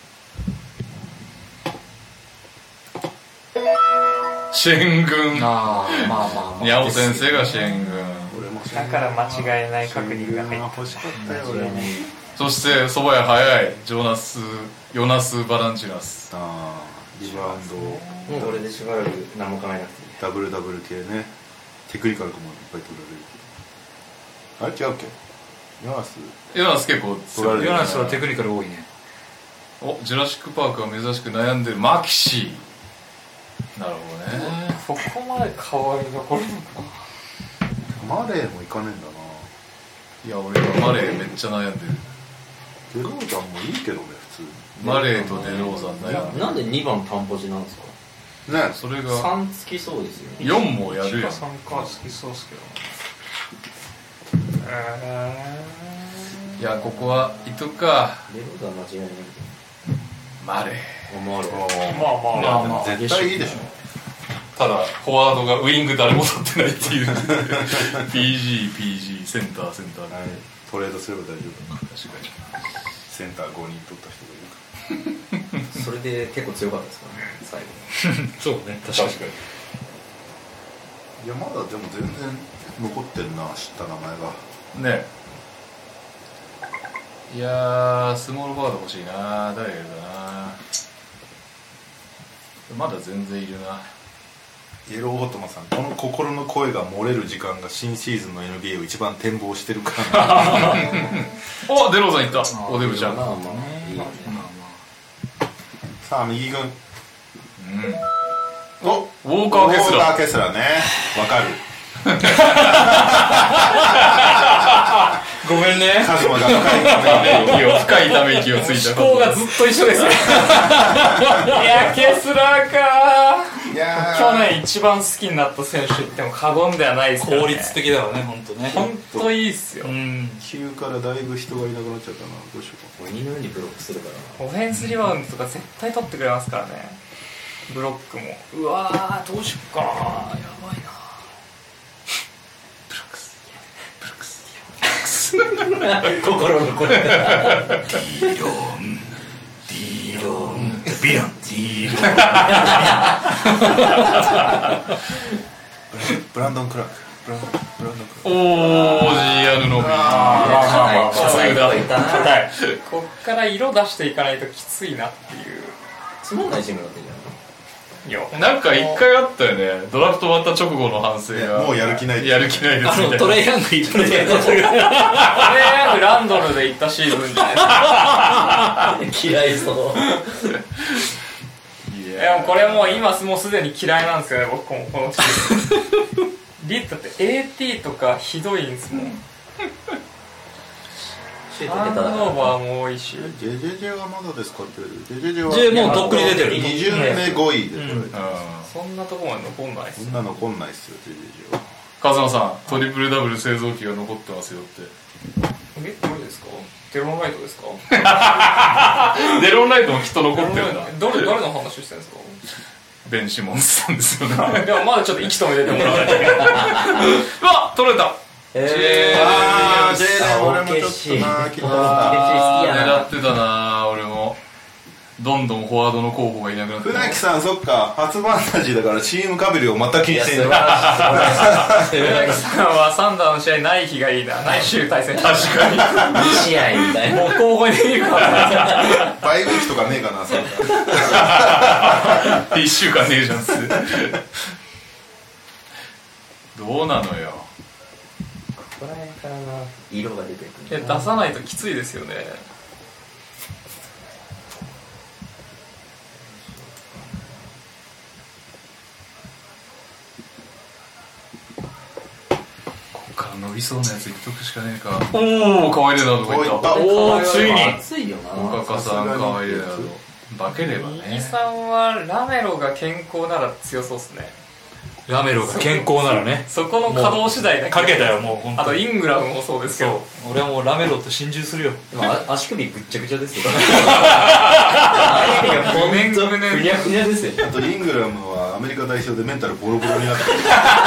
Speaker 2: シェン軍。
Speaker 1: まあ
Speaker 2: ニャオ先生がシェン軍。
Speaker 4: だから間違いない確認が入って
Speaker 3: 欲しかったよ俺も。
Speaker 2: そしてそば屋早いヨナス・バランチナス。
Speaker 3: リバウンド
Speaker 5: もうこれでしばらく何も考えなくていい。
Speaker 3: ダブル系ね。テクニカルもいっぱい取られる。あれ違うっけ。ヨナス
Speaker 2: 結構強い。
Speaker 1: ヨナスはテクニカル多いね。
Speaker 2: おジュラシック・パークが珍しく悩んでるマキシー。なるほどね。
Speaker 4: そこまで変わり残るのか。
Speaker 3: マレーもいかねえんだ
Speaker 2: いや俺はマレーめっちゃ悩んでる。
Speaker 3: な。デローザンもいいけどね普通に。
Speaker 2: マレーとデローザン悩んでる。
Speaker 5: なんで2番担保時なんですか。
Speaker 3: ね。
Speaker 2: それが
Speaker 5: 3つきそうですよね。
Speaker 2: 4もやるやん。
Speaker 4: 3か好きそうっすけど。
Speaker 2: いやここは言っとくか。
Speaker 5: デローザン間違いないんで
Speaker 2: マレー。
Speaker 5: 思われる。
Speaker 4: まあ
Speaker 3: 絶対いいでしょ。
Speaker 2: ただフォワードがウイング誰も取ってないっていうPG センター
Speaker 3: トレードすれば大丈夫。
Speaker 2: 確かに
Speaker 3: センター5人取った人がいるか
Speaker 5: それで結構強かったですからね最後。
Speaker 1: そうね、確かに。
Speaker 3: ら。いやまだでも全然残ってるな。知った名前が
Speaker 2: ね。いやースモールフォワード欲しいな。誰がいるかな。まだ全然いるな。
Speaker 3: イエローオートマさん、この心の声が漏れる時間が新シーズンの NBA を一番展望してるから
Speaker 2: おデローザンいった。おデブちゃん。
Speaker 5: まあいいね。
Speaker 3: さあ右軍、
Speaker 2: おウォーカー・ケスラー。
Speaker 3: ケスラーね。わかる。
Speaker 1: ごめんね。
Speaker 3: カズマが深い
Speaker 2: ため息をついた。
Speaker 1: 思考がずっと一緒ですよ。
Speaker 4: いやケスラーか。
Speaker 3: いや
Speaker 4: 去年一番好きになった選手言っても過言ではないですからね。
Speaker 1: 効率的だよね、本当ね。
Speaker 4: 本当いいっすよ。
Speaker 3: 急からだいぶ人がいなくなっちゃったな。どうしようか。
Speaker 5: 鬼のようにブロックするからな。
Speaker 4: オフェンスリバウンドとか絶対取ってくれますからね。ブロックも。うわーどうしよっかな。やばいな。
Speaker 5: 心の声が
Speaker 3: ブランドン・クラーク。
Speaker 2: おージーアヌノビー。
Speaker 4: 硬い。こっから色出していかないときついなっていう。
Speaker 5: つまんないチームだったじゃん。
Speaker 4: いや
Speaker 2: なんか一回あったよね、ドラフト終わった直後の反省が、
Speaker 3: もうやる気ない
Speaker 2: やる気ないですみたいな。
Speaker 1: トレイヤング行ったみたいなことが
Speaker 4: トレイヤングランドルで行ったシーズンじゃないですか。
Speaker 5: 嫌いそう
Speaker 2: い
Speaker 4: いやもうこれもう今もうすでに嫌いなんですよね、僕もこのシーズン。リットって AT とかひどいんですもん。
Speaker 5: シュート
Speaker 4: ターン
Speaker 5: 下手だから
Speaker 4: オーバーも多いし。
Speaker 3: JJJ はまだですかって言われる。 JJJ は
Speaker 1: J もうとっくに出てる。
Speaker 3: 2巡目5位で取られてる、
Speaker 4: そんなとこまで残んないっす
Speaker 3: そんなの来んないっすよ JJJ は。
Speaker 2: 風間さん、トリプルダブル製造機が残ってますよって。
Speaker 4: どれですか？デロンライトですか？
Speaker 2: デロンライトもきっと残ってるんだ。
Speaker 4: 誰の話してるんですか？
Speaker 2: ベン・シモンズさんですよね。
Speaker 4: でもまだちょっと息止めててもらわないといけない。
Speaker 2: うわ、取れた。
Speaker 3: あー J で俺もちょっとな気にな
Speaker 2: 狙ってたな。俺もどんどんフォワードの候補がいなくなって
Speaker 3: 船木さん、そっか、初ファンタジーだからチームかぶりを全く気にしてない。
Speaker 4: 船木さんはサンダーの試合ない日がいいな。ない週対戦。確かに。
Speaker 5: 2試合みたいな。
Speaker 4: もう候補にいるからね。
Speaker 3: バイウィークとかねえかな、そんな。
Speaker 2: 1週間ねえじゃんっつって。どうなのよ。
Speaker 5: ここら辺からな色が出てくる。
Speaker 4: 出さないときついですよね。
Speaker 2: 伸びそうなやつ言っとくしかねえか。おお、かわいいなとこ行った。
Speaker 3: お
Speaker 2: おお、ついに
Speaker 5: 熱いよな。
Speaker 2: おかかさんかわいいなと化ければ
Speaker 4: 右
Speaker 2: ね。
Speaker 4: さんはラメロが健康なら強そうっすね。
Speaker 1: ラメロが健康ならね。
Speaker 4: そこの稼働次第だけ。
Speaker 1: かけたよもう本当。
Speaker 4: あとイングラムもそうですけど。
Speaker 1: 俺はもうラメロって心中するよ。
Speaker 5: でも足首ぐっちゃぐちゃですよ。
Speaker 4: ごめんごめん
Speaker 5: ふにゃふにゃですよ。
Speaker 3: あとイングラムはアメリカ代表でメンタルボロボロになってる。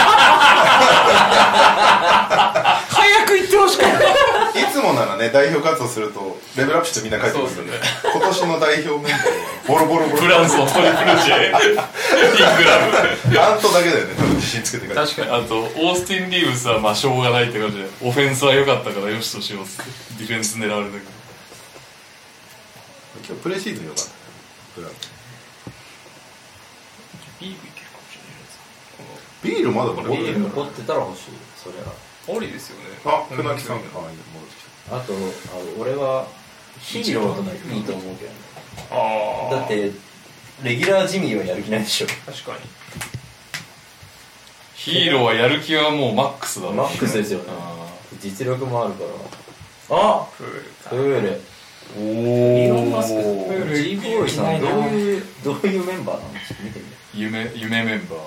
Speaker 1: 早く言ってほしかった。
Speaker 3: いつもならね、代表活動するとレベルアップしてみんな帰ってくるんで、今年の代表メンバーはボロボロボロ。
Speaker 2: フランスのトリプル J イングラム。
Speaker 3: アントだけだよね、多分自信つけて帰って
Speaker 4: 確かに。
Speaker 2: あとオースティン・リーブスはまあしょうがないって感じで、オフェンスは良かったからよしとしようっつってディフェンス狙われたけど、
Speaker 3: 今日プレシーズンよかったね、ブラウン。
Speaker 4: ビールいけるかもしれないです。
Speaker 3: ビールまだ残って
Speaker 5: ビー
Speaker 3: る
Speaker 5: ル残ってたら欲しい。それは。
Speaker 4: ありですよね。
Speaker 3: あ、船木さん、戻ってき
Speaker 5: あと俺はヒーローとかいいと思うけどね。
Speaker 4: ああ。
Speaker 5: だってレギュラージミーはやる気ないでしょ。
Speaker 4: 確かに。
Speaker 2: ヒーローはやる気はもうマックスだろう。
Speaker 5: マックスですよね。
Speaker 2: あ
Speaker 5: 実力もあるから。あ、
Speaker 4: プールか。
Speaker 5: プール。
Speaker 2: ーお
Speaker 5: イーロンマスク。
Speaker 2: お
Speaker 5: プール。ジーボーイさんどういうメンバーなの？ちょっと見てみる。
Speaker 2: 夢メンバー。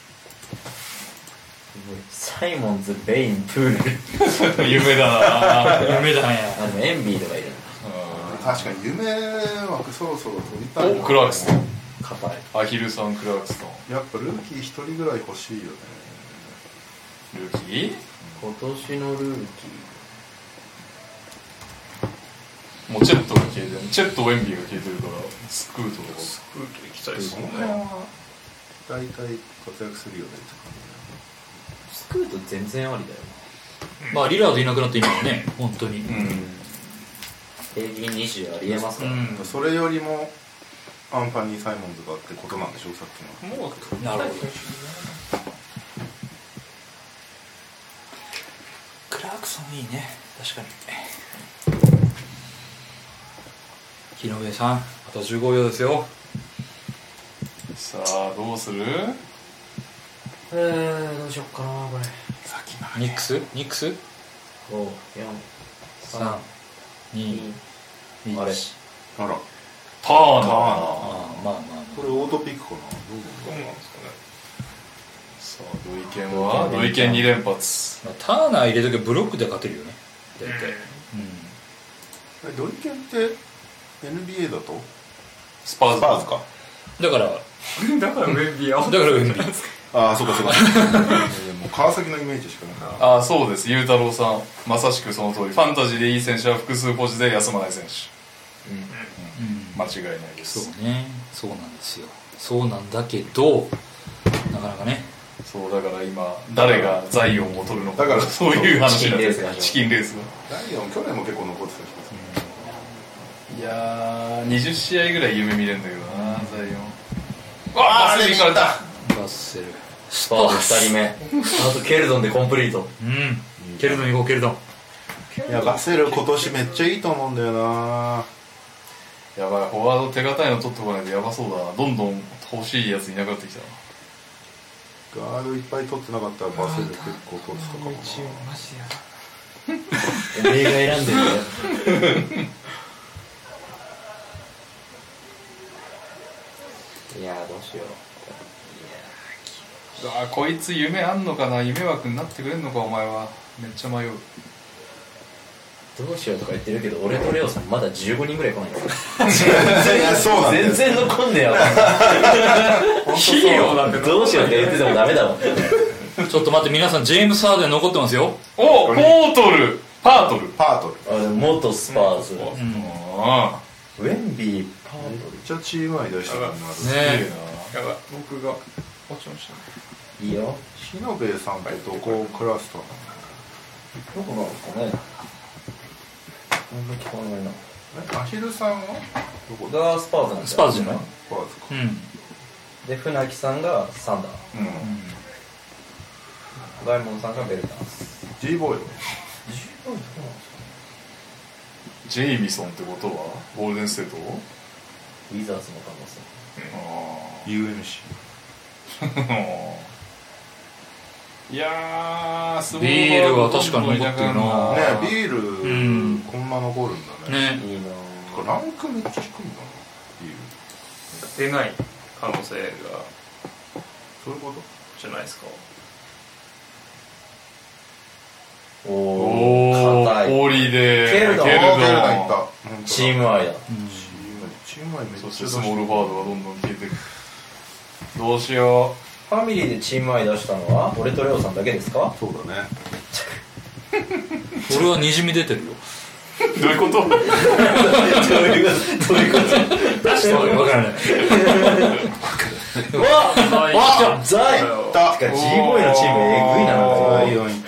Speaker 5: サイモンズ、ベイン、プール。
Speaker 2: 夢だな。
Speaker 1: 夢だね。
Speaker 5: あ、でもエンビーとかいるんだ。
Speaker 3: 確かに夢枠そろそろ取りたいな。
Speaker 2: お、クラークストン。
Speaker 5: 硬い。
Speaker 2: アヒルさん、クラークストン。
Speaker 3: やっぱルーキー一人ぐらい欲しいよね。
Speaker 2: ルーキー
Speaker 5: 今年のルーキ
Speaker 2: もうチェットが消えてる。チェット、ウェンビーが消えてるから、スクートとか。
Speaker 4: プール行きたいです
Speaker 3: この
Speaker 4: もんね。
Speaker 3: 辺は大体活躍するよねって感
Speaker 5: ー。スクート全然ありだよ。
Speaker 1: まあリラードいなくなって今はね、本当に。
Speaker 5: 平均20ありえますから。
Speaker 3: じ。それよりもアンファニー・サイモンズがってことなんでしょう、さっきの。
Speaker 4: もう
Speaker 1: なるほど。クラークソンいいね、確かに。木上さん、あと15秒ですよ。
Speaker 2: さあ、どうする？
Speaker 5: どうしよっかなこれ。
Speaker 1: ニックス
Speaker 5: 5、4、
Speaker 1: 3、2、1。
Speaker 5: あれ
Speaker 3: あら、
Speaker 2: ターナー。
Speaker 1: ああ、まあまあま
Speaker 3: これオートピックかな。どう
Speaker 4: どうなんですかね。
Speaker 2: さあ、土井健は土井健2連発。
Speaker 1: あ。ターナー入れとけばブロックで勝てるよね、大体。
Speaker 3: ドリケンって NBA だと
Speaker 2: スパーズ。
Speaker 3: スパーズか。
Speaker 1: だから、
Speaker 4: だからウェンビーは。
Speaker 1: だからウェンビー。
Speaker 3: ああ、そうかそうか。もう川崎のイメージしかない。
Speaker 2: ああ、そうです。ゆうたろうさん。まさしくその通り。ファンタジーでいい選手は複数ポジで休まない選手。間違いないです。
Speaker 1: そうね、そうなんですよ。そうなんだけど、なかなかね。
Speaker 2: そう、だから今、誰がザイオンを取るのか。
Speaker 3: だから
Speaker 2: そういう話になってる。
Speaker 5: チ
Speaker 2: チキンレースが。
Speaker 3: ダイオン去年も結構残ってた気がする。
Speaker 2: いやー、20試合ぐらい夢見れるんだけどな、ザイオン。 バスに行かれた。
Speaker 1: バッセル
Speaker 5: スパーズ2人目あとケルドンでコンプリート。
Speaker 1: ケルドン行こうケルドン。
Speaker 3: いやバセル今年めっちゃいいと思うんだよな。
Speaker 2: やばい、フォワード手堅いの取ってこないとやばそうだな。どんどん欲しいやついなくなってきたな。
Speaker 3: ガードいっぱい取ってなかったらバセル結構取ってたかもな。
Speaker 5: おめえが選んでるねいやどうしよう。
Speaker 2: こいつ夢あんのかな。夢枠になってくれんのかお前は。めっちゃ迷う。
Speaker 5: どうしようとか言ってるけど俺とレオさんまだ15人ぐらい来ないんですよ
Speaker 3: そうなんだよ。
Speaker 5: 全然残んねえよ
Speaker 4: ヒーローなんて
Speaker 5: どうしようって言っててもダメだもん
Speaker 1: ちょっと待って皆さんジェームス・ハーデン残ってますよ。
Speaker 2: おポートルパートル。
Speaker 3: パートル。
Speaker 5: あでも元スパーズ、
Speaker 2: あ
Speaker 5: ウェンビーパート
Speaker 3: めっちゃチーム愛出してるな。
Speaker 1: ね
Speaker 4: やばい僕が落ちましたね。
Speaker 5: ルいいよ。
Speaker 3: シノベさんってどこクラスター
Speaker 5: どこなんですかね。あんま聞こえないな。
Speaker 3: なの？アヒルさんはどこだ？
Speaker 5: がスパーズなんですよ。
Speaker 1: スパーズじゃない。
Speaker 3: パーズか。
Speaker 5: で船木さんがサンダー、ガイモンさんがベルタンス。
Speaker 3: G ボーイは
Speaker 2: ジェイミソンってことはゴールデンステート。
Speaker 5: ウィザーズの可能性。
Speaker 3: UMC。
Speaker 2: いやー
Speaker 1: ビールは確かに残ってるな。
Speaker 3: ねビールこんな残るんだね。
Speaker 1: ね
Speaker 5: いいな
Speaker 3: これランクめっちゃ低いんだなビール。
Speaker 4: 出ない可能性が
Speaker 3: そういうこと
Speaker 4: じゃないですか。
Speaker 5: お
Speaker 2: お
Speaker 5: お硬い。
Speaker 2: ーホーリーで
Speaker 5: ケルドン
Speaker 3: ケルダンいった。
Speaker 5: チーム愛だ。
Speaker 3: チーム愛めっちゃ
Speaker 2: そ
Speaker 3: 出して
Speaker 2: してスモールフォワードがどんどん消えていく。どうしよ
Speaker 5: ファミリーでチーム愛出したのは俺とレオさんだけですか。
Speaker 3: そうだね。
Speaker 1: 俺はにじみ出てるよ。
Speaker 2: う。どういうこと
Speaker 5: どういうこと
Speaker 1: 分からない。
Speaker 5: わっザイ
Speaker 3: いった
Speaker 5: てか G ボーイのチームえぐいな。
Speaker 3: ライオンいった。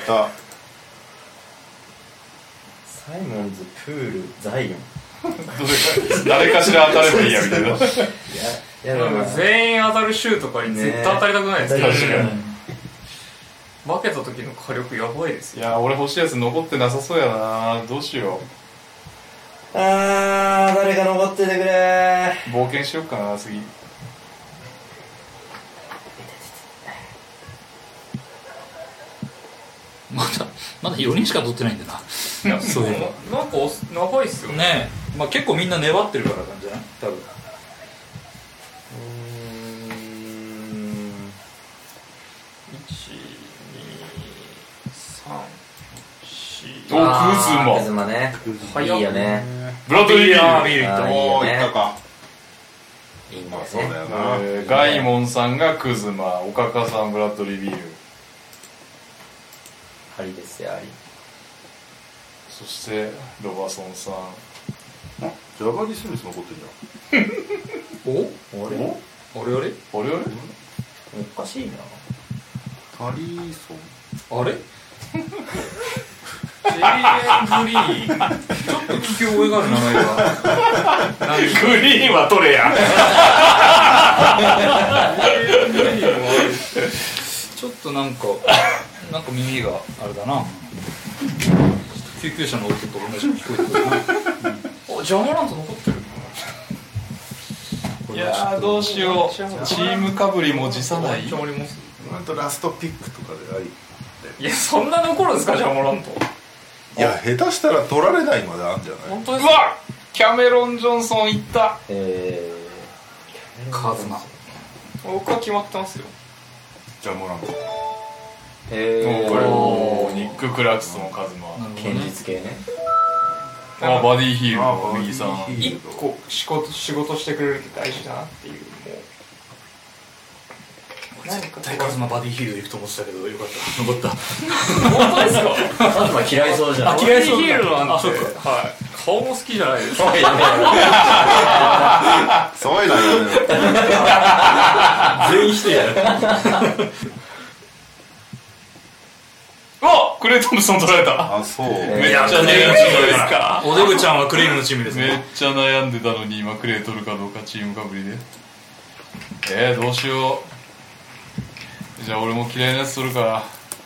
Speaker 5: サイモンズプールザイオン。
Speaker 2: 誰かしら当たればいいやみたいな。
Speaker 5: いやでも
Speaker 4: 全員当たるシューとかに絶対当たりたくないです
Speaker 5: ね
Speaker 4: よ。
Speaker 2: 確かに。
Speaker 4: 負けた時の火力やばいですよ。
Speaker 2: いや俺欲しいやつ残ってなさそうやな。どうしよ
Speaker 5: あー誰か残っててくれ
Speaker 2: う。冒険しよっかな次。
Speaker 1: まだ4人しか取ってないんだな。そういえば
Speaker 4: なんか長いっすよね。
Speaker 1: ねえ、まあ、結構みんな粘ってるからなんじゃない多分。
Speaker 2: おクズマ
Speaker 5: クズマね。いいよね。
Speaker 2: ブラッドリー・ビール
Speaker 1: ビールいった。
Speaker 3: おー
Speaker 5: いいよね
Speaker 3: いったか。
Speaker 5: いいんだよ
Speaker 3: まあそうだ
Speaker 5: ね。
Speaker 3: よな。
Speaker 2: ガイモンさんがクズマ、おかかさんブラッドリー・ビール、
Speaker 5: ありですよあり。
Speaker 2: そしてロバソンさん。
Speaker 3: ジャガリ・スミス残ってるじ
Speaker 1: お
Speaker 5: 俺
Speaker 1: あれあれ
Speaker 2: あれあれ
Speaker 5: おかしいな。
Speaker 3: ゃん。タリーソン。
Speaker 1: あれ
Speaker 4: ジェイレン・グリーン。
Speaker 1: ちょっと聞き覚えがある名前が。
Speaker 2: グリーンは取れや。
Speaker 1: ちょっとなんか耳があれだな。救急車の音と同じく聞こえてくるな。
Speaker 4: おジャモラント残ってる。
Speaker 2: いやーどうしよう。チームかぶりも辞さない。
Speaker 4: めっちゃあります。
Speaker 3: なんとラストピックとかであり。
Speaker 4: いやそんな残るんですかジャモラント。
Speaker 3: いや下手したら取られないまであるんじゃない？
Speaker 4: 本当ですか。
Speaker 2: うわキャメロン・ジョンソンいった。
Speaker 1: カズマ。
Speaker 4: 僕は決まってますよ。
Speaker 3: じゃあもらうの。
Speaker 2: おーニック・クラクソン、カズマ。
Speaker 5: 堅実系ね。
Speaker 2: あバディ・ヒールの右さん。
Speaker 4: 一個仕事してくれるって大事だなっていう。もう何か
Speaker 1: 大カズマバディヒール行くと思ってたけどよかった残った。
Speaker 4: 本当ですか。
Speaker 5: カズマ嫌いそうじゃん。
Speaker 1: 嫌いそうだ
Speaker 4: バディヒールなんて、
Speaker 1: あそっか
Speaker 4: はい、顔も好きじゃないですか。
Speaker 3: そういうのやめろ。
Speaker 1: 全員してやる。
Speaker 2: あクレイ・トンプソン取られた。
Speaker 3: あそう。
Speaker 2: めっちゃ悩んでた。
Speaker 1: おデブちゃんはクレイムのチームですね。
Speaker 2: めっちゃ悩んでたのに今クレイ取るかどうかチームかぶりで。 どうしよう。じゃあ俺も嫌いなやつ取るか。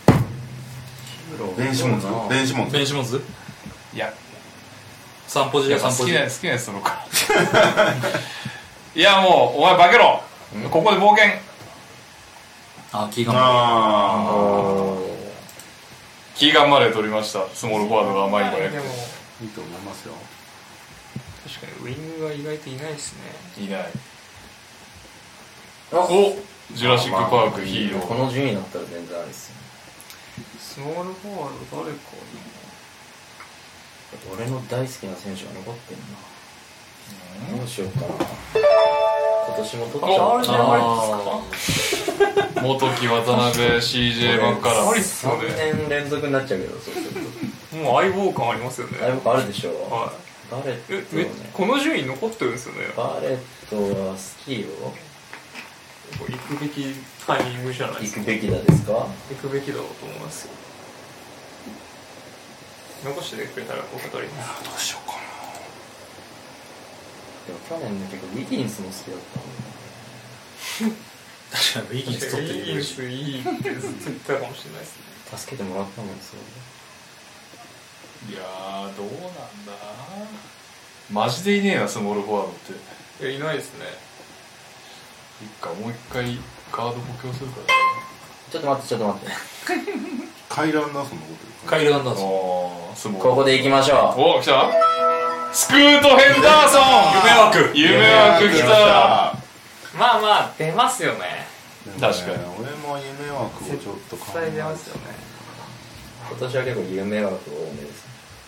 Speaker 3: 電子モンズ電子モンズ
Speaker 1: ベンシモンズ
Speaker 2: いや
Speaker 1: 散歩時
Speaker 2: やっぱ
Speaker 1: や散歩時
Speaker 2: 好きなやつ取ろうか。いやもうお前化けろ、ここで冒険。
Speaker 1: キーガン
Speaker 2: キーガンマレー取りました。スモールフォワードが甘いから
Speaker 4: でも
Speaker 3: いいと思いますよ。
Speaker 4: 確かにウイングが意外といないですね。
Speaker 2: いない。
Speaker 5: お
Speaker 2: ジュラシックパークヒーロー。
Speaker 5: この順位だったら全然ありっすよね。
Speaker 4: スモールフォワード誰か
Speaker 5: 俺の大好きな選手が残ってんな。どうしようかな。今年も取っちゃおうかな。
Speaker 2: 元木渡辺 CJ バンカラー。
Speaker 5: 3年連続になっちゃうけど、そうすると
Speaker 4: もう相棒感ありますよね。
Speaker 5: だいぶあるでしょ。
Speaker 4: は
Speaker 5: バレット
Speaker 4: い。
Speaker 5: ね。
Speaker 4: この順位残ってるんですよね。
Speaker 5: バレットは好きよ。
Speaker 4: 行くべきタイミングじゃないですか。
Speaker 5: 行くべきだですか。
Speaker 4: 行くべきだろうと思いますよ。残してくれたら僕取ります。
Speaker 3: どうしようかな。
Speaker 5: でも去年ね、結構ウィギンスも好きだったんで
Speaker 1: 確かにイギリス取って
Speaker 4: イギリスいいってずっと言ったかもしれないですね。
Speaker 5: 助けてもらったもんですよね。
Speaker 2: いやーどうなんだ。マジでいねえなスモールフォワードって。
Speaker 4: いやいないですね。
Speaker 2: いっかもう一回カード補強するからね。
Speaker 5: ちょっと待ってちょっと待って。
Speaker 3: カイランダーソンのこと
Speaker 1: カイル・アンダーソン
Speaker 2: スモール
Speaker 5: ここで行きましょ
Speaker 2: お来た。スクート・ヘンダーソン。夢枠来た。
Speaker 4: まあまあ出ますよね。
Speaker 2: 確かに
Speaker 3: 俺も夢枠をちょっと考え
Speaker 4: 絶対出ますよね。
Speaker 5: う。今年は結構夢枠多めですね。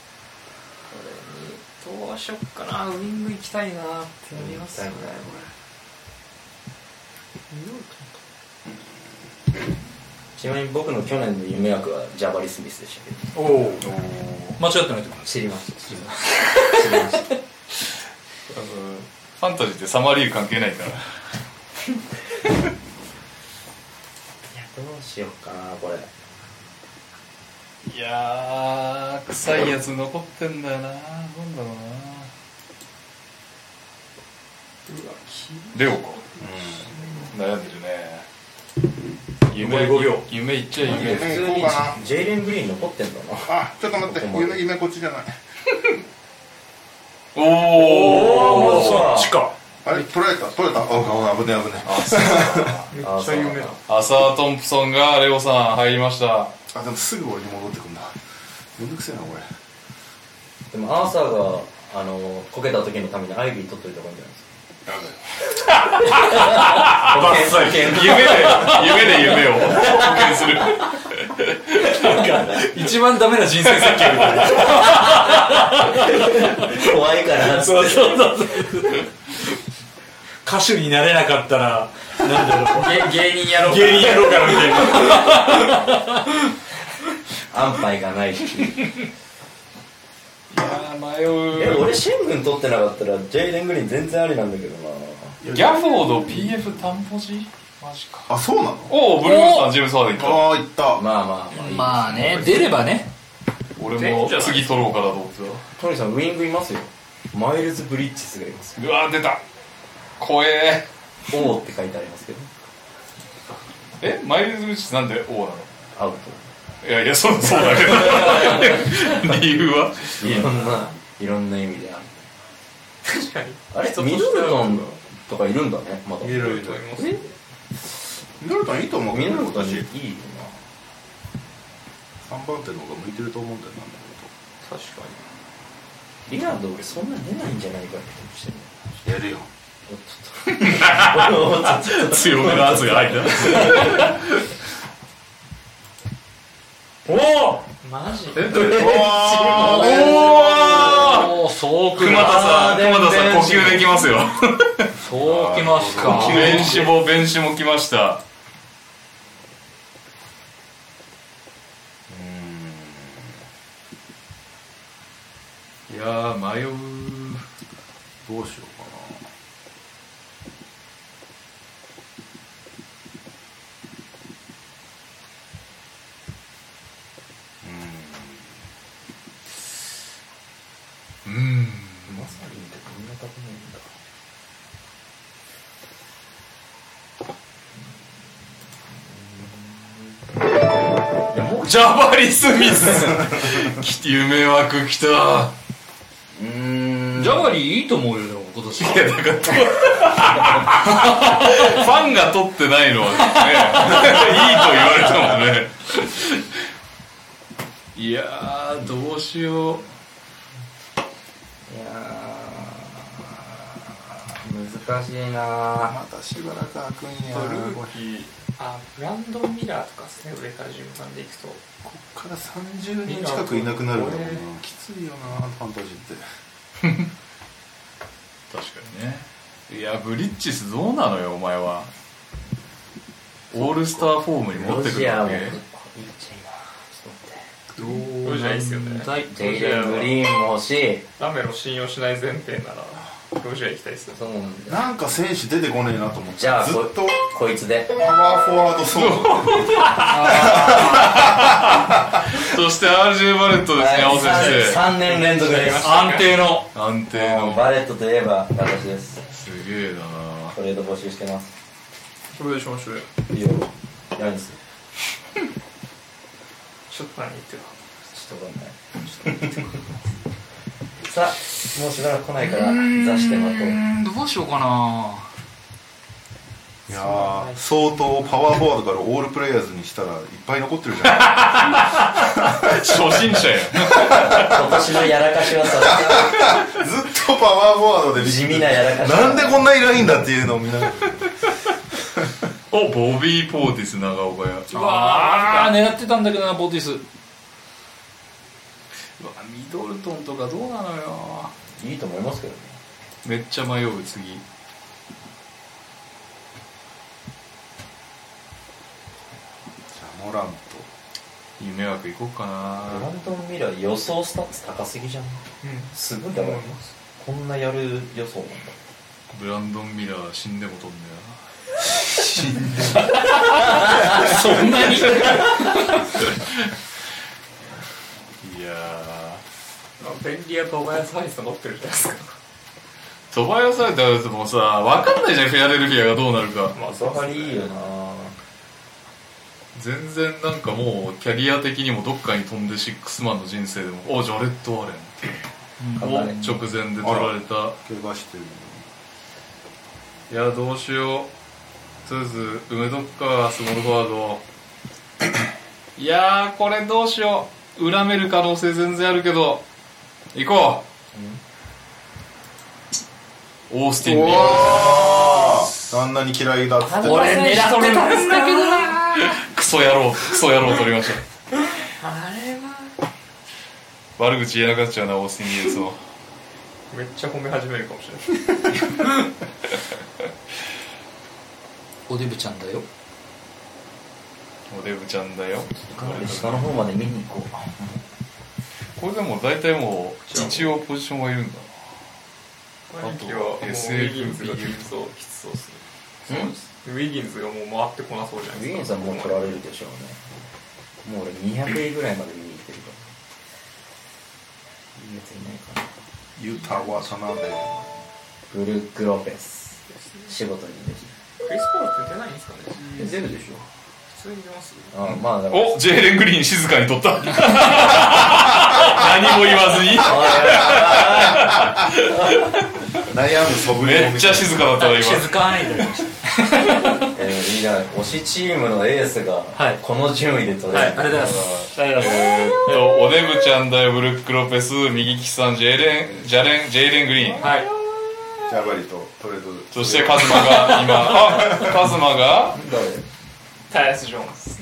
Speaker 4: どうしよっかな。ウイング行きたいなってなりますよね。
Speaker 5: ちなみに僕の去年の夢枠はジャバリ・スミスでしたけど。
Speaker 1: おお間違ってないと思います。
Speaker 5: 知りました知りました。
Speaker 2: ファンタジーってサマーリーグ関係ないから。
Speaker 5: いやどうしようかなこれ。
Speaker 2: いやー臭いやつ残ってんだよな。なんだろうな。レオか、悩んでるね。夢
Speaker 1: 5秒。
Speaker 2: 夢いっちゃい夢。
Speaker 5: 普通にジェイレン・グリーン残ってんだな。
Speaker 3: あ、ちょっと待って夢こっちじゃない。
Speaker 2: おお
Speaker 1: そっちか。
Speaker 3: あれ取られたあ、危ねえ危ねえ。
Speaker 4: めっちゃ夢だ。
Speaker 2: アサー・トンプソンがレオさん入りました。
Speaker 3: あ、でもすぐ俺に戻ってくんだ。めんどくせえなこれ。
Speaker 5: でもアーサーがこけた時のためにアイビー取っといた方がいいんじゃないですか。
Speaker 2: 夢で夢を保険する。
Speaker 1: 一番ダメな人生設計みたいな。
Speaker 5: 怖いから
Speaker 1: そう歌手になれなかったらなんだろう
Speaker 4: 芸人やろう。
Speaker 1: 芸人やろうからみたいな。
Speaker 5: 安牌がないし。
Speaker 2: いやー迷う。
Speaker 5: 俺シェングン取ってなかったらジェイレン・グリーン全然ありなんだけどな。
Speaker 2: ギャフォード PF タンポジマジか。
Speaker 3: あ、そうなの？
Speaker 2: おおブルースタージェームス・ハーデンか。
Speaker 3: ああ、いった。
Speaker 5: まあまあまあいい。
Speaker 1: まあね出ればね。
Speaker 2: 俺も次取ろうかなと思って
Speaker 5: トニーさんウイングいますよ。マイルズ・ブリッジスがいますよ。
Speaker 2: た。うわー出た。怖え。
Speaker 5: 王って書いてありますけど。
Speaker 2: マイルズ・ブリッジなんで O なの？
Speaker 5: アウ
Speaker 2: いやいやそうだけど。理由は？
Speaker 5: ト。いろんな意味である。
Speaker 4: 確かに。
Speaker 5: あれミドルトンとかいるんだねまだ。
Speaker 3: いるいる。ミドルトンいいと思う。
Speaker 5: ミドルトンいいよ
Speaker 3: 3番手の方が向いてると思うんだよな。
Speaker 4: 確か
Speaker 5: な。リラード俺そんな出ないんじゃないかって気もしてる。
Speaker 3: やるよ。
Speaker 2: 強めの圧が入った。
Speaker 1: おお
Speaker 4: に。マジ？
Speaker 1: おそうく
Speaker 2: 熊田さん呼吸できますよ。
Speaker 1: そうきますか。
Speaker 2: 弁士も来ました。いやー迷う。
Speaker 3: どうしようか
Speaker 2: うん。
Speaker 5: マサリンってこんな高いんだ。
Speaker 2: ジャバリ・スミス夢枠きた。
Speaker 1: ジャバリいいと思うよでも今年。
Speaker 2: いやだからファンが取ってないのはねいいと言われてもねいやーどうしよう。
Speaker 5: いや難しいな。
Speaker 3: またしばらく開くんや。
Speaker 4: ルーキーブランドン・ミラーとかですね、上から順番でいくと
Speaker 3: こっから30人近くいなくなるからな。きついよなファンタジーって
Speaker 2: 確かにね。いやブリッジスどうなのよお前は。オールスターフォームに持ってくるわけ。
Speaker 5: ロジャーもいいっちゃいいな。ちょっと待って。
Speaker 4: ロジャーいいっすよね。
Speaker 5: ジェイレン・グリーンも欲しい。
Speaker 4: ラメロ信用しない前提ならロジャー行きたいっすよ。
Speaker 5: そうなんだよ。
Speaker 3: なんか選手出てこねえなと思って、
Speaker 5: じゃあ
Speaker 3: ずっと
Speaker 5: こいつで
Speaker 3: パワーフォワードそう
Speaker 2: そして RJ バレットですね、青先生。
Speaker 5: 3年連続です。
Speaker 1: 安定の
Speaker 2: 安定の
Speaker 5: バレットといえば私です。
Speaker 2: すげえだな。
Speaker 5: トレード募集してます。
Speaker 4: それでしましょうよ。
Speaker 5: いいよ。やりす。
Speaker 4: ちょっと何言ってるか
Speaker 5: ちょっとわかんない。さあ、もうしばらく来ないから出して待とう。
Speaker 1: どうしようかな。
Speaker 3: いやー相当パワーフォワードからオールプレイヤーズにしたらいっぱい残ってるじゃ
Speaker 2: 初心者や。
Speaker 5: 今年のやらかしはさ、
Speaker 3: んずっとパワーフォワードで
Speaker 5: 地味なやらかし。
Speaker 3: なんでこんないないんだっていうのを見ながら
Speaker 2: おボビー・ポーティス長岡屋。
Speaker 4: うわ
Speaker 1: 狙ってたんだけどなポーティス。
Speaker 2: うわミドルトンとかどうなのよ。
Speaker 5: いいと思いますけどね。
Speaker 2: めっちゃ迷う次。
Speaker 3: じゃあモランと
Speaker 2: 夢枠行こうかな。
Speaker 5: ブランドン・ミラー予想スタッツ高すぎじゃん。すごいだろ。こんなやる予想なんだ。
Speaker 2: ブランドン・ミラー死んでも飛んだよ。
Speaker 1: そんなに
Speaker 2: いや
Speaker 4: 便利屋とお前サイズ乗ってるじゃないですか。
Speaker 2: トバヤされたやつもさ分かんないじゃん。フィアデルフィアがどうなるか。
Speaker 4: まあ
Speaker 5: サハリいいよな。
Speaker 2: 全然なんかもうキャリア的にもどっかに飛んでシックスマンの人生でもジャレット・アレンを直前で取られた。
Speaker 3: 怪我してる。
Speaker 2: いやどうしよう。とりあえず埋めとくかスモールフォワード。いやーこれどうしよう。恨める可能性全然あるけど行こう。オースティン・リー
Speaker 3: あんなに嫌いだっつって
Speaker 1: 俺狙ってたんだけどな。
Speaker 2: クソ野郎取りました。
Speaker 1: あれは
Speaker 2: 悪口言えなくなっちゃうなオースティン・リーですも。
Speaker 4: めっちゃ褒め始めるかもしれない。
Speaker 1: おデブちゃんだよ。
Speaker 2: おデブちゃんだよ。
Speaker 5: 下の方まで見に行こう。
Speaker 2: これでも大体もう一応ポジションはいるんだ。
Speaker 4: 今季はもうウ
Speaker 2: SF
Speaker 4: ィギンズがきつそうっすね。ウィギンズがもう回ってこなそうじゃないですか。
Speaker 5: ウィギンズはもう取られるでしょうね。もう俺200位ぐらいまで見に行ってるから。いいやついないかな。
Speaker 3: ユタ渡辺
Speaker 5: ブルック・ロペス仕事に出て
Speaker 4: クリス・ポールって出ないんですかね。
Speaker 5: 出るでしょ。
Speaker 4: 普通に出ます。
Speaker 5: あまあだから
Speaker 2: おジェイレン・グリーン静かに取った。何も言わずに
Speaker 3: 悩む素振り
Speaker 2: めっちゃ静かだったわ今。
Speaker 1: 静かになりまし
Speaker 5: いいな。推しチームのエースが
Speaker 1: はい
Speaker 5: この順位で取
Speaker 1: た。はい、
Speaker 5: れる、
Speaker 1: ありがとうございます。ありがとうございます。
Speaker 2: おデブちゃんだよブルック・ロペス右利きさんジェイレン・グリーン。
Speaker 1: はい。
Speaker 3: ジャバリとトレード。
Speaker 2: そしてカズマが今カズマが
Speaker 4: タイス・ジョーンズ。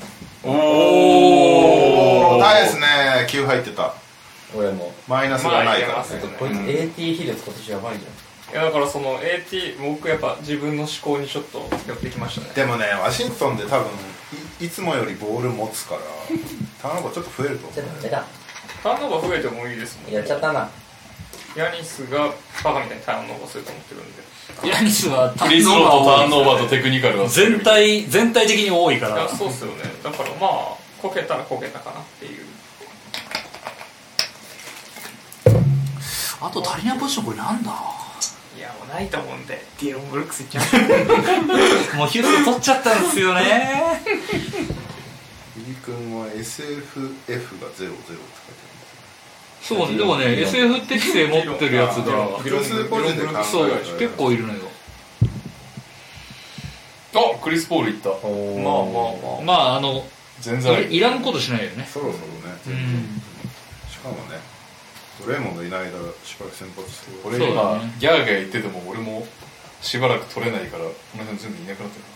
Speaker 2: お
Speaker 3: タイですね。9入ってた。
Speaker 5: 俺も
Speaker 3: マイナスがないからね。
Speaker 5: こいつ AT 比率今年やばいじゃん。
Speaker 4: いやだからその AT 僕やっぱ自分の思考にちょっと寄ってきましたね。
Speaker 3: でもねワシントンで多分 いつもよりボール持つからターンオーバーちょっと増えると思う。
Speaker 5: ちょっとダメだ。
Speaker 4: ターンオーバー増えてもいいですもん。
Speaker 5: やっちゃったな。
Speaker 4: ヤニスがバカみたいにターンオーバーすると思ってるんで。
Speaker 1: ヤニスは
Speaker 2: フリースローとターンオーバーとテクニカルは
Speaker 1: 全体的に多いか
Speaker 4: いや
Speaker 1: ら。
Speaker 4: そうっすよね。だからまあこけたらこけたかなっていう。
Speaker 1: あと足りないポジションこれなんだ。
Speaker 4: いやもうないと思うんでディロン・ブルックスいっちゃう。
Speaker 1: もうヒューストン取っちゃったんですよね。
Speaker 3: リー君は SFF が00って書いてある。
Speaker 1: そうね、でもね SF 適性持ってるやつが
Speaker 3: 複数個人で考える
Speaker 1: そう結構いるのよ。
Speaker 2: あ、クリス・ポールいった。
Speaker 1: まあ
Speaker 2: 全然
Speaker 1: いらんことしないよね。
Speaker 3: そろそろね、しかもねドレーモンドいない間しばらく先発してる。
Speaker 2: 俺今、ギャーギャー言ってても俺もしばらく取れないからこの辺全部いなくなってる。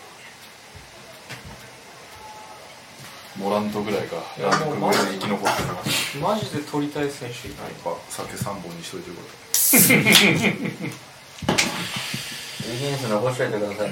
Speaker 2: モラントぐらいかランク上で生き残ってる。
Speaker 4: マジで取りたい選手いない。
Speaker 3: やっぱ酒3本にしといてく
Speaker 5: ウィギンス残しといてください。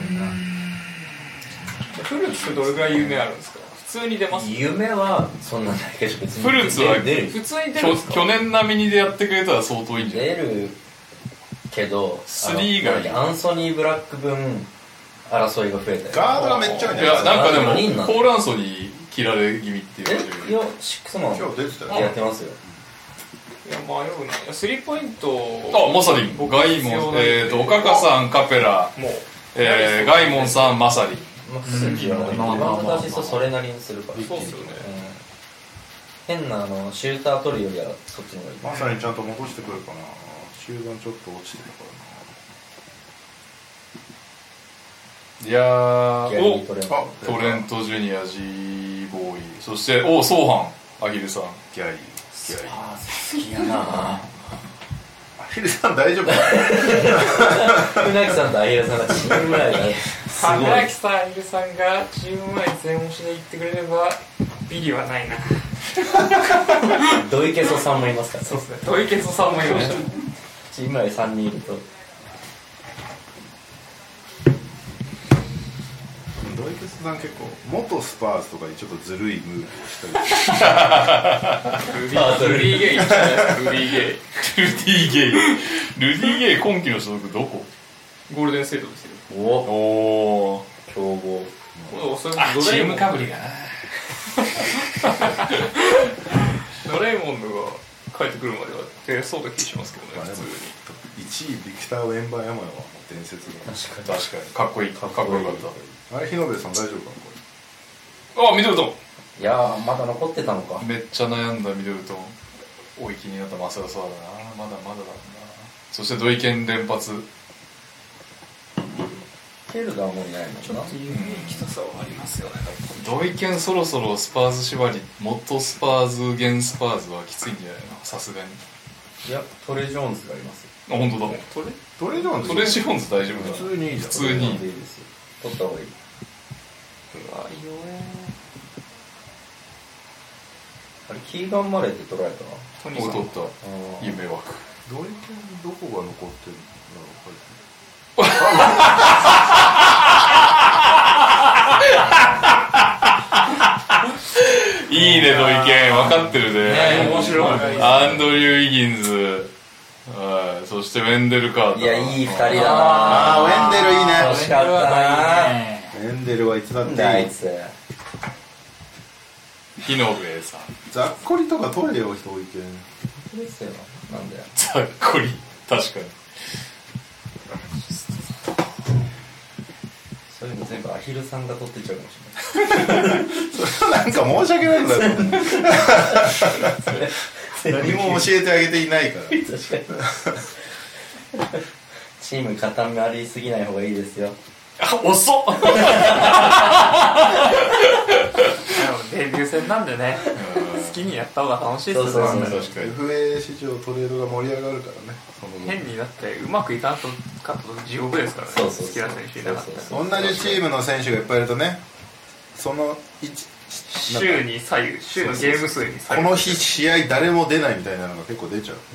Speaker 4: フルーツってどれぐらい夢あるんですか？普通に出ます？
Speaker 5: 夢はそんなんないけど別に
Speaker 2: フルーツは
Speaker 5: 出る
Speaker 4: 普通に出るんですか？
Speaker 2: 去年並みにでやってくれたら相当いいんじゃない？
Speaker 5: 出るけど
Speaker 2: 3が
Speaker 5: アンソニー・ブラック分争いが増えたよ。
Speaker 3: ガードがめっちゃ多いん
Speaker 2: い
Speaker 3: じゃないですか。
Speaker 2: やなんかでも
Speaker 5: 4人なんだ
Speaker 2: ポール・アンソニー切られ気味っていう
Speaker 5: いやシックスマン
Speaker 3: 今日出てたよ
Speaker 5: やってますよ。
Speaker 4: いや迷うな。スリーポイント
Speaker 2: あ、マサリン、ガイモン、おかかさん、カペラ、
Speaker 4: もう
Speaker 2: ガイモンさん、マサリン。
Speaker 5: まあ数値はリバウンドアシストそれなりにするから。
Speaker 4: そうっすよね。
Speaker 5: 変なシューター取るよりはそっちの方がいい。
Speaker 3: まさにちゃんと戻してくるかな。終盤ちょっと落ちてるから
Speaker 2: いやー、
Speaker 5: ト
Speaker 2: トレント・ジュニア、G ボーイ、そして、ソーハン、アヒルさん。
Speaker 3: ギャリー
Speaker 5: あー好きやな
Speaker 3: アヒルさん大丈夫か
Speaker 5: 船木さんとアヒルさんがチーム前で
Speaker 4: 花木さん、アヒルさんがチーム前に全押しで行ってくれればビリはないな。
Speaker 5: ドイケソさんもいますから。
Speaker 4: そうですね。トイケソさんもいました。
Speaker 5: チーム前3人いると
Speaker 3: ドイケスさん結構元スパーズとかにちょっとずるいムーブをしたり
Speaker 4: ルディ・ゲイ。ルディ・ゲイ。
Speaker 2: ルディ・ゲイ、今季の所属どこ？
Speaker 4: ゴールデンステートですよ。
Speaker 2: おー、
Speaker 5: 強豪。
Speaker 2: チームかぶりがな。
Speaker 4: ドレイモンドが帰ってくるまでは出そうな気しますけどね、普通に。
Speaker 3: 1位ビクター・ウェンバー・ヤマヤは伝説だ。
Speaker 2: 確かに、かっこいい、かっこよかった。
Speaker 3: あれ、日野部さん大丈夫かなこ
Speaker 2: あ、ミドルトン。
Speaker 5: いやーまだ残ってたのか。
Speaker 2: めっちゃ悩んだミドルトン。おい気になったマサラソワだな。まだまだだな。そしてドイケン連発。
Speaker 5: ケルダーもいないのかな。
Speaker 4: ユニークさはありますよね。
Speaker 2: ドイケンそろそろスパーズ縛り、元スパーズ現スパーズはきついんじゃないの、さすがに。
Speaker 5: いやトレ・ジョーンズがいますよ。
Speaker 2: あ、本当だ。
Speaker 3: れトレジョーンズ
Speaker 2: トレジョーンズ大丈夫だな。
Speaker 3: 普通にいいじゃん。
Speaker 2: 普通に
Speaker 5: いいですよ。取った方がいい。
Speaker 4: うわ、弱
Speaker 5: あれキーガン・マレーって取られたな。
Speaker 4: トニーさん。
Speaker 2: 取った夢枠。
Speaker 3: ドイケンどこが残ってるんだろう。
Speaker 2: いいね、ドイケン。分かってるね。
Speaker 4: 面白い。
Speaker 2: アンドリュー・イギンズ。はい。そしてウェンデル・カーター。
Speaker 5: いやいい2人だな。
Speaker 3: あーウェンデルいいね。
Speaker 5: 惜しかったな。
Speaker 3: ウェンデルはいつだっていい。
Speaker 5: あいつ
Speaker 2: 日野部さん。
Speaker 3: ざっこりとか取れよ、人多いけん。
Speaker 5: ですよ。なんだよ。
Speaker 2: ざっこり。確かに。
Speaker 5: そういうの全部アヒルさんが取ってっちゃうかもしれない。
Speaker 3: それはなんか申し訳ないんだよ。何も教えてあげていないから。
Speaker 5: 確かに。チーム固まりすぎない方がいいですよ。
Speaker 2: あ、遅っ
Speaker 4: デビュー戦なんでね、好きにやった方が楽しいですよね。
Speaker 5: そうそう
Speaker 2: 確かに。
Speaker 3: FA 市場トレードが盛り上がるからね。その分
Speaker 4: 変になってうまくいかんとかと地獄ですからね。
Speaker 5: そうそうそう
Speaker 4: 好きな選手いなかったら。
Speaker 3: 同じチームの選手がいっぱいいるとね、その
Speaker 4: 週に左右、週のゲーム数に左右。
Speaker 3: この日試合誰も出ないみたいなのが結構出ちゃう。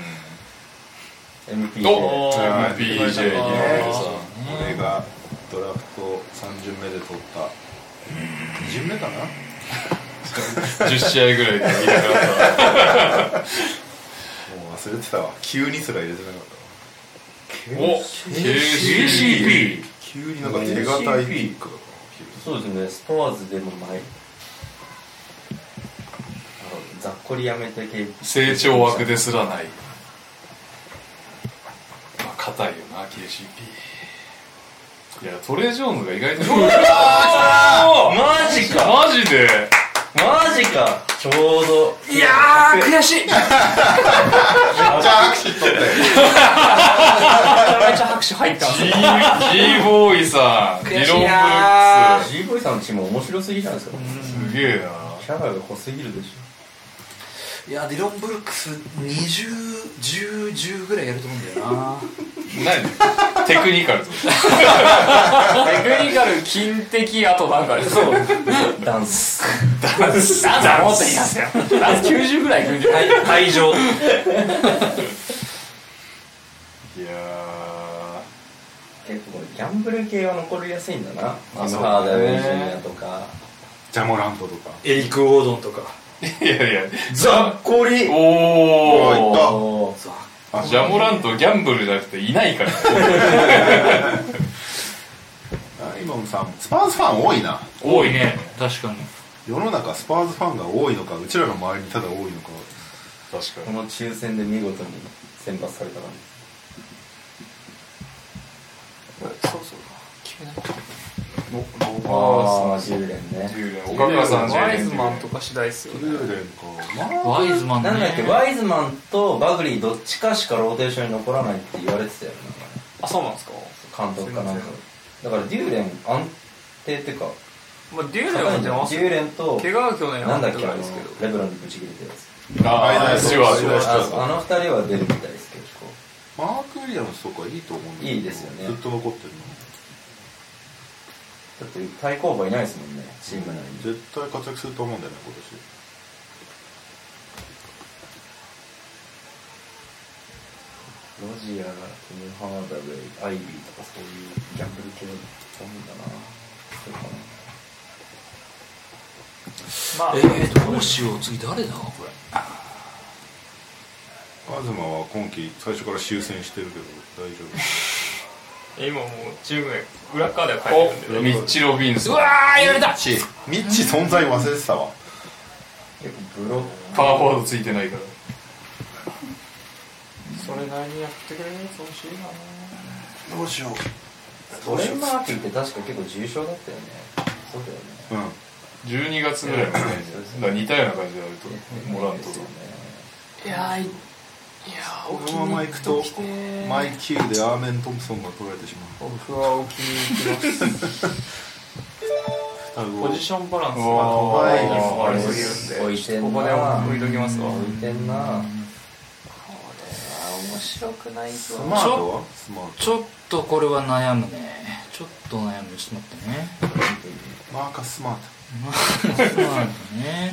Speaker 5: MPJ。
Speaker 2: お
Speaker 3: あー
Speaker 2: MPJ
Speaker 3: さん
Speaker 2: 日野部さん。
Speaker 3: 俺がドラフト3巡目で取った2巡目かな。
Speaker 2: 10試合ぐらいでいなくなった。
Speaker 3: もう忘れてたわ。急にすら入れてなかったわ。
Speaker 2: お KCP。
Speaker 3: 急になんか手堅いピックだから
Speaker 5: そうですね。ストアーズでもない。ざっこりやめて
Speaker 2: 成長枠ですらない。まあ硬いよな KCP。いやトレイ・ジョーンズが意外とマジかマジで
Speaker 5: マジか。ちょうど。
Speaker 1: いやー悔しい。めちゃ
Speaker 3: めっちゃ拍手取って
Speaker 4: めちゃ拍手入ってます。
Speaker 2: G ボーイさん、
Speaker 1: 悔しいな
Speaker 2: ディロンブルックス
Speaker 5: G ボーイさんのチーム面白すぎじゃないですか。
Speaker 2: すげえな。
Speaker 5: キャラが濃すぎるでし
Speaker 1: いやディロンブルックス2010ぐらいやると思うんだよな。
Speaker 2: 何テクニカルと
Speaker 4: テクニカル金的あとなんかそう
Speaker 5: ょ。ダンス。
Speaker 4: ダンスはもっといいですよ。ダンス90ぐらいいくんじゃない？
Speaker 1: 会場。
Speaker 2: いや
Speaker 5: 結構ギャンブル系は残りやすいんだな。ハーダウェイジュニアとか。
Speaker 3: ジャモラントとか
Speaker 1: エリック・ウォードンとか。
Speaker 2: ーいやいや
Speaker 5: ザッコリ。
Speaker 2: お
Speaker 3: お
Speaker 2: おジャモラントギャンブルじゃなくていないから
Speaker 3: 今もさスパーズファン多いな。
Speaker 1: 多いね。確かに。
Speaker 3: 世の中スパーズファンが多いのかうちらの周りにただ多いのか。
Speaker 2: 確か
Speaker 5: この抽選で見事に選抜されたから。
Speaker 4: そうそう決めなきゃ。
Speaker 5: ああ、10連ね。
Speaker 2: に岡川さん
Speaker 4: ワイズマンとか次第っすよね。
Speaker 3: 10連か
Speaker 1: ワイズマンね。
Speaker 5: なんだっけ、ワイズマンとバグリーどっちかしかローテーションに残らないって言われてたよね。
Speaker 4: あ、そうなんですか。
Speaker 5: 監督かなんか。だからデューレン安定っていうか、
Speaker 4: まあデューレンは出ます
Speaker 5: デューレンと、
Speaker 4: 怪我は去年
Speaker 5: なんだっけ、
Speaker 4: ないですけど。
Speaker 5: レブロンでブチ切れてるやつ。
Speaker 2: スチュワート
Speaker 5: あの二人は出るみたいですけど、
Speaker 3: マーク・ウィリアムスとかいいと思うんだけど
Speaker 5: いいですよね
Speaker 3: ずっと残ってる
Speaker 5: だって対抗馬いないですもんね、チーム内に。
Speaker 3: の絶対活躍すると思うんだよね今
Speaker 5: ロジアがトム・ハーダウェイ、アイビーとかそういうギャンブル系だと思うんだな。そうかな。
Speaker 4: まあ
Speaker 1: どうしよう次誰だこれ。
Speaker 3: 年。東は今季最初から修正してるけど大丈
Speaker 4: 今もうチーム名裏側では書いてるんで、
Speaker 2: ミッチ・ロビンソン
Speaker 1: うわーやられた。
Speaker 3: 夫。ミッチ存在忘れてたわ。
Speaker 5: 結構ブロッ
Speaker 2: パワーフォワードついてないから
Speaker 4: それなりにやってくれるやつ欲しいな。
Speaker 3: どうしよう。
Speaker 5: トレン・マーティって確か結構重症だったよね。そうだよね。
Speaker 3: うん。
Speaker 2: 12月ぐらいのねだから似たような感じでやるとモラントと
Speaker 4: いやー
Speaker 3: このまま行くとマイキューでアーメン・トンプソンが取られてしまう。
Speaker 4: 僕は置きに行きますポジションバランスが
Speaker 3: はい
Speaker 4: 悪すぎるんで
Speaker 5: 置いてんな。
Speaker 4: ここで置いときますわ。
Speaker 5: 置いてんな。
Speaker 4: これは面白くない
Speaker 3: ス
Speaker 4: ぞ。
Speaker 3: マートはスマート。
Speaker 1: ちょっとこれは悩むね。ちょっと悩む。ちょっと待ってね。
Speaker 3: マーカス・スマート。
Speaker 1: そうなんだね。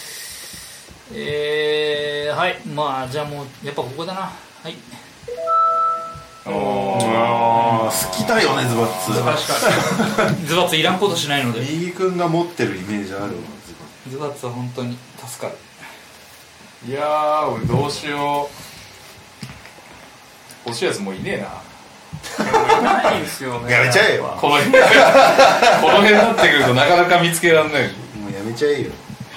Speaker 1: はいまあじゃあもうやっぱここだな。はい
Speaker 3: 好きだよねズバッツ。
Speaker 4: 確かに
Speaker 1: ズバッツいらんことしないので。
Speaker 3: 右君が持ってるイメージあるわ
Speaker 1: ズバッツは本当に助かる。
Speaker 2: いやー俺どうしよう欲しいやつもういねえな
Speaker 4: ないんですよね。
Speaker 3: やめちゃえよ。
Speaker 2: この辺この辺になってくるとなかなか見つけられない
Speaker 3: もうやめちゃえよ。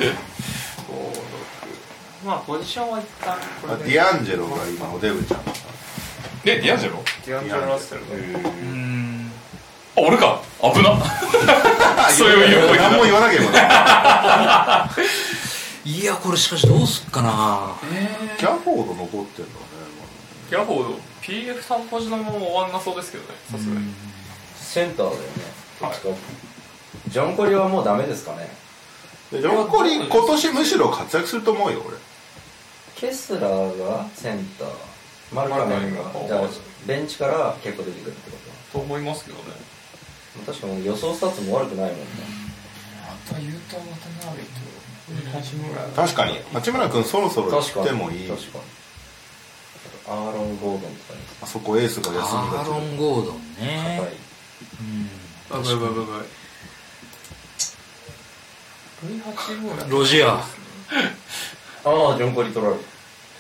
Speaker 4: まあポジションは一旦これで
Speaker 3: ディアンジェロが今おデブちゃん。
Speaker 2: ディアンジェロ
Speaker 4: ディアンジェロ・ラッセル
Speaker 2: あ俺か危なそういう
Speaker 3: 何も言わなければね。
Speaker 1: いやこれしかしどうすっかな。
Speaker 3: キャフォード残ってんだね。
Speaker 4: ギャフォード PF3 ポジのまま終わんなそうですけどね、さすがに。
Speaker 5: センターだよね。どっちかジョン・コリはもうダメですかね。
Speaker 3: ジョン・コリ今年むしろ活躍すると思うよ俺。
Speaker 5: ケスラーがセンター、マルカネンがじゃあベンチから結構出てくるってこと
Speaker 4: 思いますけどね。
Speaker 5: 確かに予想スタッツも悪くないもんね。
Speaker 4: あとはユータ・ワタナベと八村。
Speaker 3: 確かに八村君そろそろ行ってもいい。
Speaker 5: 確かにアーロン・ゴードンとかに
Speaker 3: あそこエースが休みが
Speaker 1: アーロン・ゴードンね。
Speaker 5: 硬い。
Speaker 4: バイバイバイバイ。V8
Speaker 1: ロジア。
Speaker 5: ああ、ジョン・コリ取られる。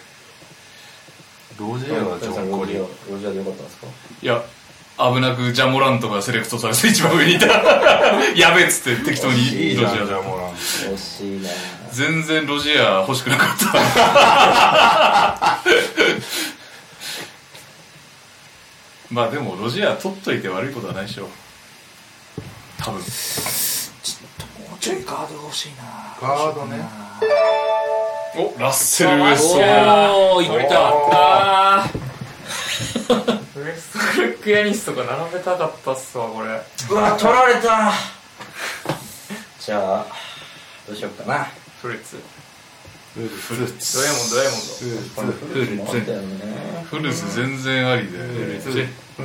Speaker 3: ロジェはジョン・コリ。
Speaker 5: ロジアでよかったんですか。
Speaker 2: いや危なくジャモラントがセレクトされて一番上にいたやべえっつって適当に
Speaker 3: いいじゃん
Speaker 2: ロジア
Speaker 3: じゃあもらう。
Speaker 5: 惜しいな。
Speaker 2: 全然ロジア欲しくなかったまあでもロジア取っといて悪いことはないでしょ多分
Speaker 1: ちょっともうちょいガードが欲しいな。
Speaker 3: ガードね。
Speaker 2: おラッセル・ウェスト
Speaker 1: おーいった。
Speaker 4: あウエストブルック・ヤニスとか並べたかったっすわこれ。
Speaker 5: うわ取られた。じゃあどうしようかな。
Speaker 4: フルーツ
Speaker 3: フルーツ
Speaker 4: ドヤモンド
Speaker 5: フルーツだよね。
Speaker 2: フルーツ全然ありで
Speaker 1: フルーツ。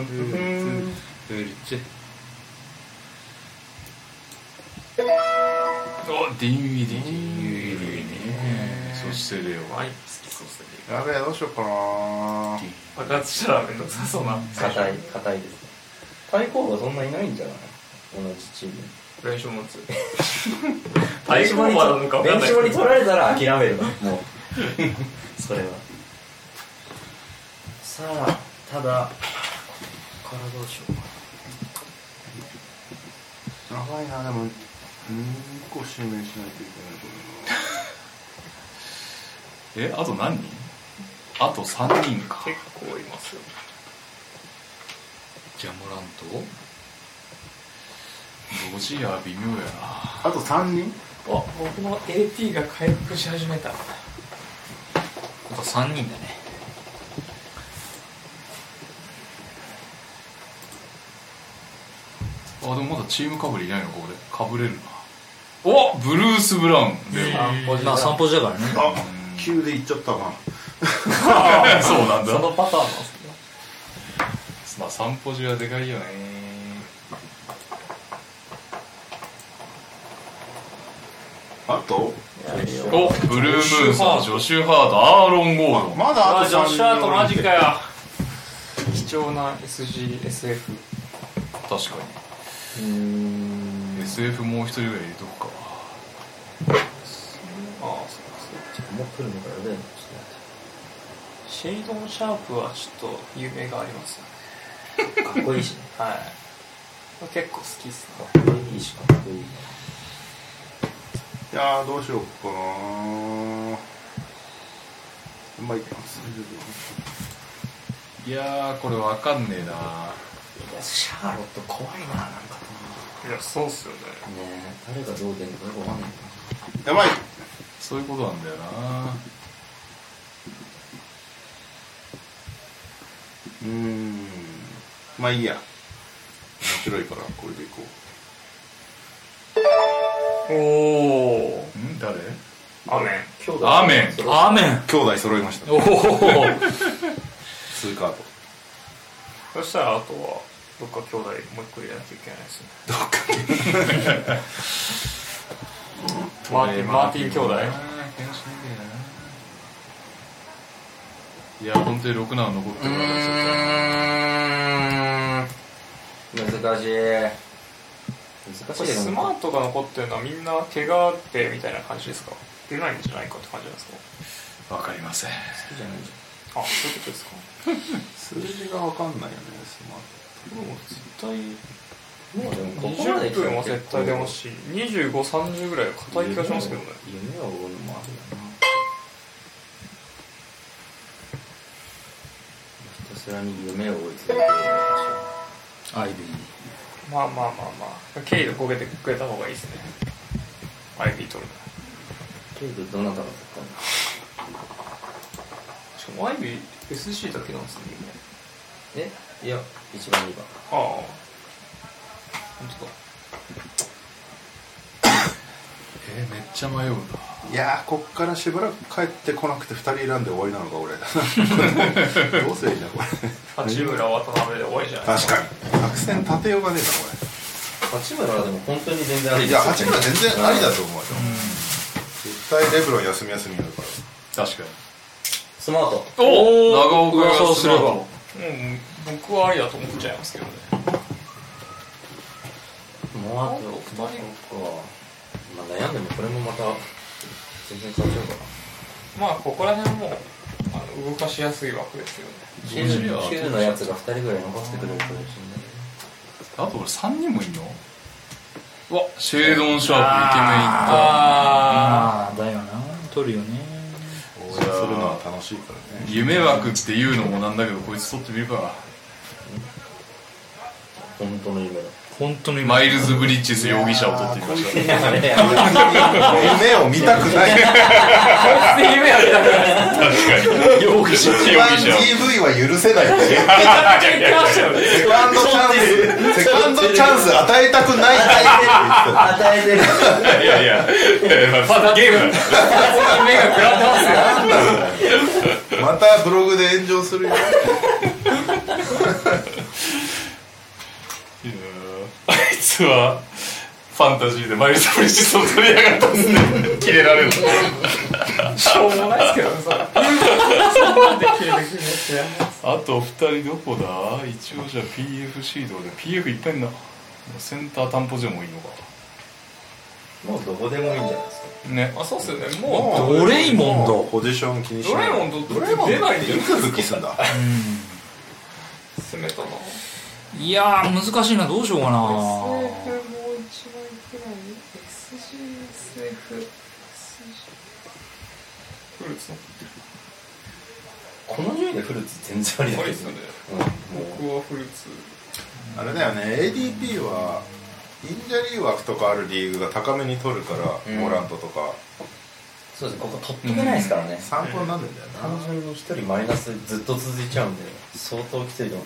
Speaker 2: おディンウィディそしてレオ
Speaker 4: はい好きそうっすね。
Speaker 3: やべえどうしようかな。
Speaker 4: 爆発したらめんどくさそうな
Speaker 5: 硬いですね。対抗馬そんないないんじゃない？同じチーム。
Speaker 4: 練習持つ対抗馬なのか分かんない。
Speaker 5: 練習に取られたら諦めるわもうそれは。さあただここからどうしようか。
Speaker 3: 長いな。でも2個指名しないといけないと
Speaker 2: あと何人？あと3人か。
Speaker 4: 結構いますよ。
Speaker 2: ジャモラントロジア微妙やな。
Speaker 3: あと3人。
Speaker 4: あ僕の AT が回復し始めた。
Speaker 1: あと3人だね。
Speaker 2: あでもまだチームかぶりいないのか。俺かぶれるな。おブルース・ブラウンレオ。
Speaker 1: まあ散歩時だからね。
Speaker 3: あ9でいっちゃったな。
Speaker 2: そうなんだ。
Speaker 4: そのパターンなんですね。
Speaker 2: まあ散歩時はでかいよね。
Speaker 3: あと
Speaker 2: おブルームーンさん、ジョシュ・ハート、アーロン・ゴードン。
Speaker 3: まだあと3人。
Speaker 4: ジョシュアートマジかよ。貴重な SGSF。
Speaker 2: 確かに SF もう一人ぐらい入れとくか。
Speaker 5: もう来るのかやべえな。
Speaker 4: シェイドン・シャープはちょっと夢がありますよね。
Speaker 5: かっこいいしね。
Speaker 4: はい結構好きっすね。
Speaker 5: かっこいいしかっこいい。
Speaker 3: いやーどうしようかな。まあいいか。
Speaker 2: いやーこれわかんねえな。
Speaker 5: シャーロット怖いななんか。
Speaker 4: いやそうっすよね。
Speaker 5: ねえ誰がどう出るのかよくわかんない。
Speaker 3: やばい。
Speaker 2: そういうことなんだよな。
Speaker 3: まあいいや。面白いからこれでいこう。
Speaker 4: おお。
Speaker 2: 誰？
Speaker 4: アメン。
Speaker 5: 兄弟
Speaker 2: アーメン。
Speaker 1: アーメン。
Speaker 3: 兄弟揃いました。
Speaker 1: おお。
Speaker 3: 2カード。
Speaker 4: そしたらあとはどっか兄弟もう一個入れなきゃいけないですね。マーティン兄弟。
Speaker 2: いや本当に6難残ってるわけですよ。
Speaker 5: 難しい。難しいけど
Speaker 4: スマートが残ってるのはみんな怪我あってみたいな感じですか？出ないんじゃないかって感じなんですか？
Speaker 2: わかりません。
Speaker 5: 好きじゃないじ
Speaker 4: あ、そういうことですか？
Speaker 3: 数字が分かんないよね。スマー
Speaker 4: でも絶対
Speaker 5: ゃん。もうでもここまで
Speaker 4: 20分は絶対出ますし、25、30ぐらいは硬い気がしますけどね。
Speaker 5: 夢を追うのもあるよな。ひたすらに夢を追い続ける
Speaker 1: アイビー。
Speaker 4: まあケイドこけてくれた方がいいですね。アイビー取るの。
Speaker 5: けどどなたが取ったんだ。
Speaker 4: しかもアイビー SC だけなんですね。
Speaker 5: いや1番2番。
Speaker 4: ああ本当だ。
Speaker 2: めっちゃ迷うな。
Speaker 3: いやーこっからしばらく帰ってこなくて2人選んで終わりなのか俺。どうすりゃいいんだこれ。
Speaker 4: 八村渡辺で終わりじゃないですか。
Speaker 3: 確かに作戦立てようがねえなこ
Speaker 5: 八村はでも本当に全然あり
Speaker 3: れ。いや八村全然ありだと思うよ。絶対レブロン休みやるから
Speaker 2: 確かに。
Speaker 5: スマート。
Speaker 2: お長岡が
Speaker 1: そうすれば
Speaker 4: もう僕はありだと思っちゃいますけどね。
Speaker 5: もうあと2人か。まあ悩んでもこれもまた全然変わっちゃうかな。
Speaker 4: まあここら辺も動かしやすい枠ですよね。
Speaker 5: 9のやつが2人ぐらい残ってくれるかもしれない。
Speaker 2: あと俺3人もいんの？うわシェードン・シャープイケメンいった。
Speaker 1: ああだよな。取るよね。
Speaker 3: 応援するのは楽しいからね。
Speaker 2: 夢枠っていうのもなんだけどこいつ取ってみるか。
Speaker 5: 本当の夢だ。
Speaker 1: 本当に
Speaker 2: マイルズ・ブリッジス容疑者を取ってみました。
Speaker 3: 夢を見たくない
Speaker 4: 夢は見たくない
Speaker 2: 確かに容疑者
Speaker 3: F1 GV は許せないって
Speaker 4: 言ってましたよね。
Speaker 3: セカンドチャンス与えたくないって
Speaker 5: 与えてる。
Speaker 2: いやいやゲームだ
Speaker 4: 目が食らってますよ。
Speaker 3: またブログで炎上するよ
Speaker 2: あいつはファンタジーでマイルズ・ブリッジスを取り上がったんですね。キレられるの
Speaker 4: しょうもないですけどね、それ。そんなんで切れてくるやつや。
Speaker 2: あと2人どこだ。一応じゃあ PF シードで PF いっぱいいんだ。センター担保所もいいのか
Speaker 5: もうどこでもいいんじゃないですか。
Speaker 2: ね。
Speaker 4: あ、そうっすよね。も
Speaker 1: ドレイモンド
Speaker 3: ポジション気にし
Speaker 4: ド
Speaker 3: ない
Speaker 4: ラえもんと出ないんで
Speaker 3: いつ復帰すんだ
Speaker 4: 攻めたな。
Speaker 1: いやー難しいな、どうしようかな。
Speaker 4: SF もう一枚くらい SGSF フルーツの
Speaker 5: この順位でフルーツ全然ありだけど。
Speaker 4: ありっすよね。僕はフルーツ。
Speaker 3: あれだよね ADP はインジャリー枠とかあるリーグが高めに取るから、モラントとか
Speaker 5: そうです、ここ取っとけないですからね。
Speaker 3: 参考になるんだよな、
Speaker 5: 単純に一人マイナスずっと続いちゃうんで相当きついと思う。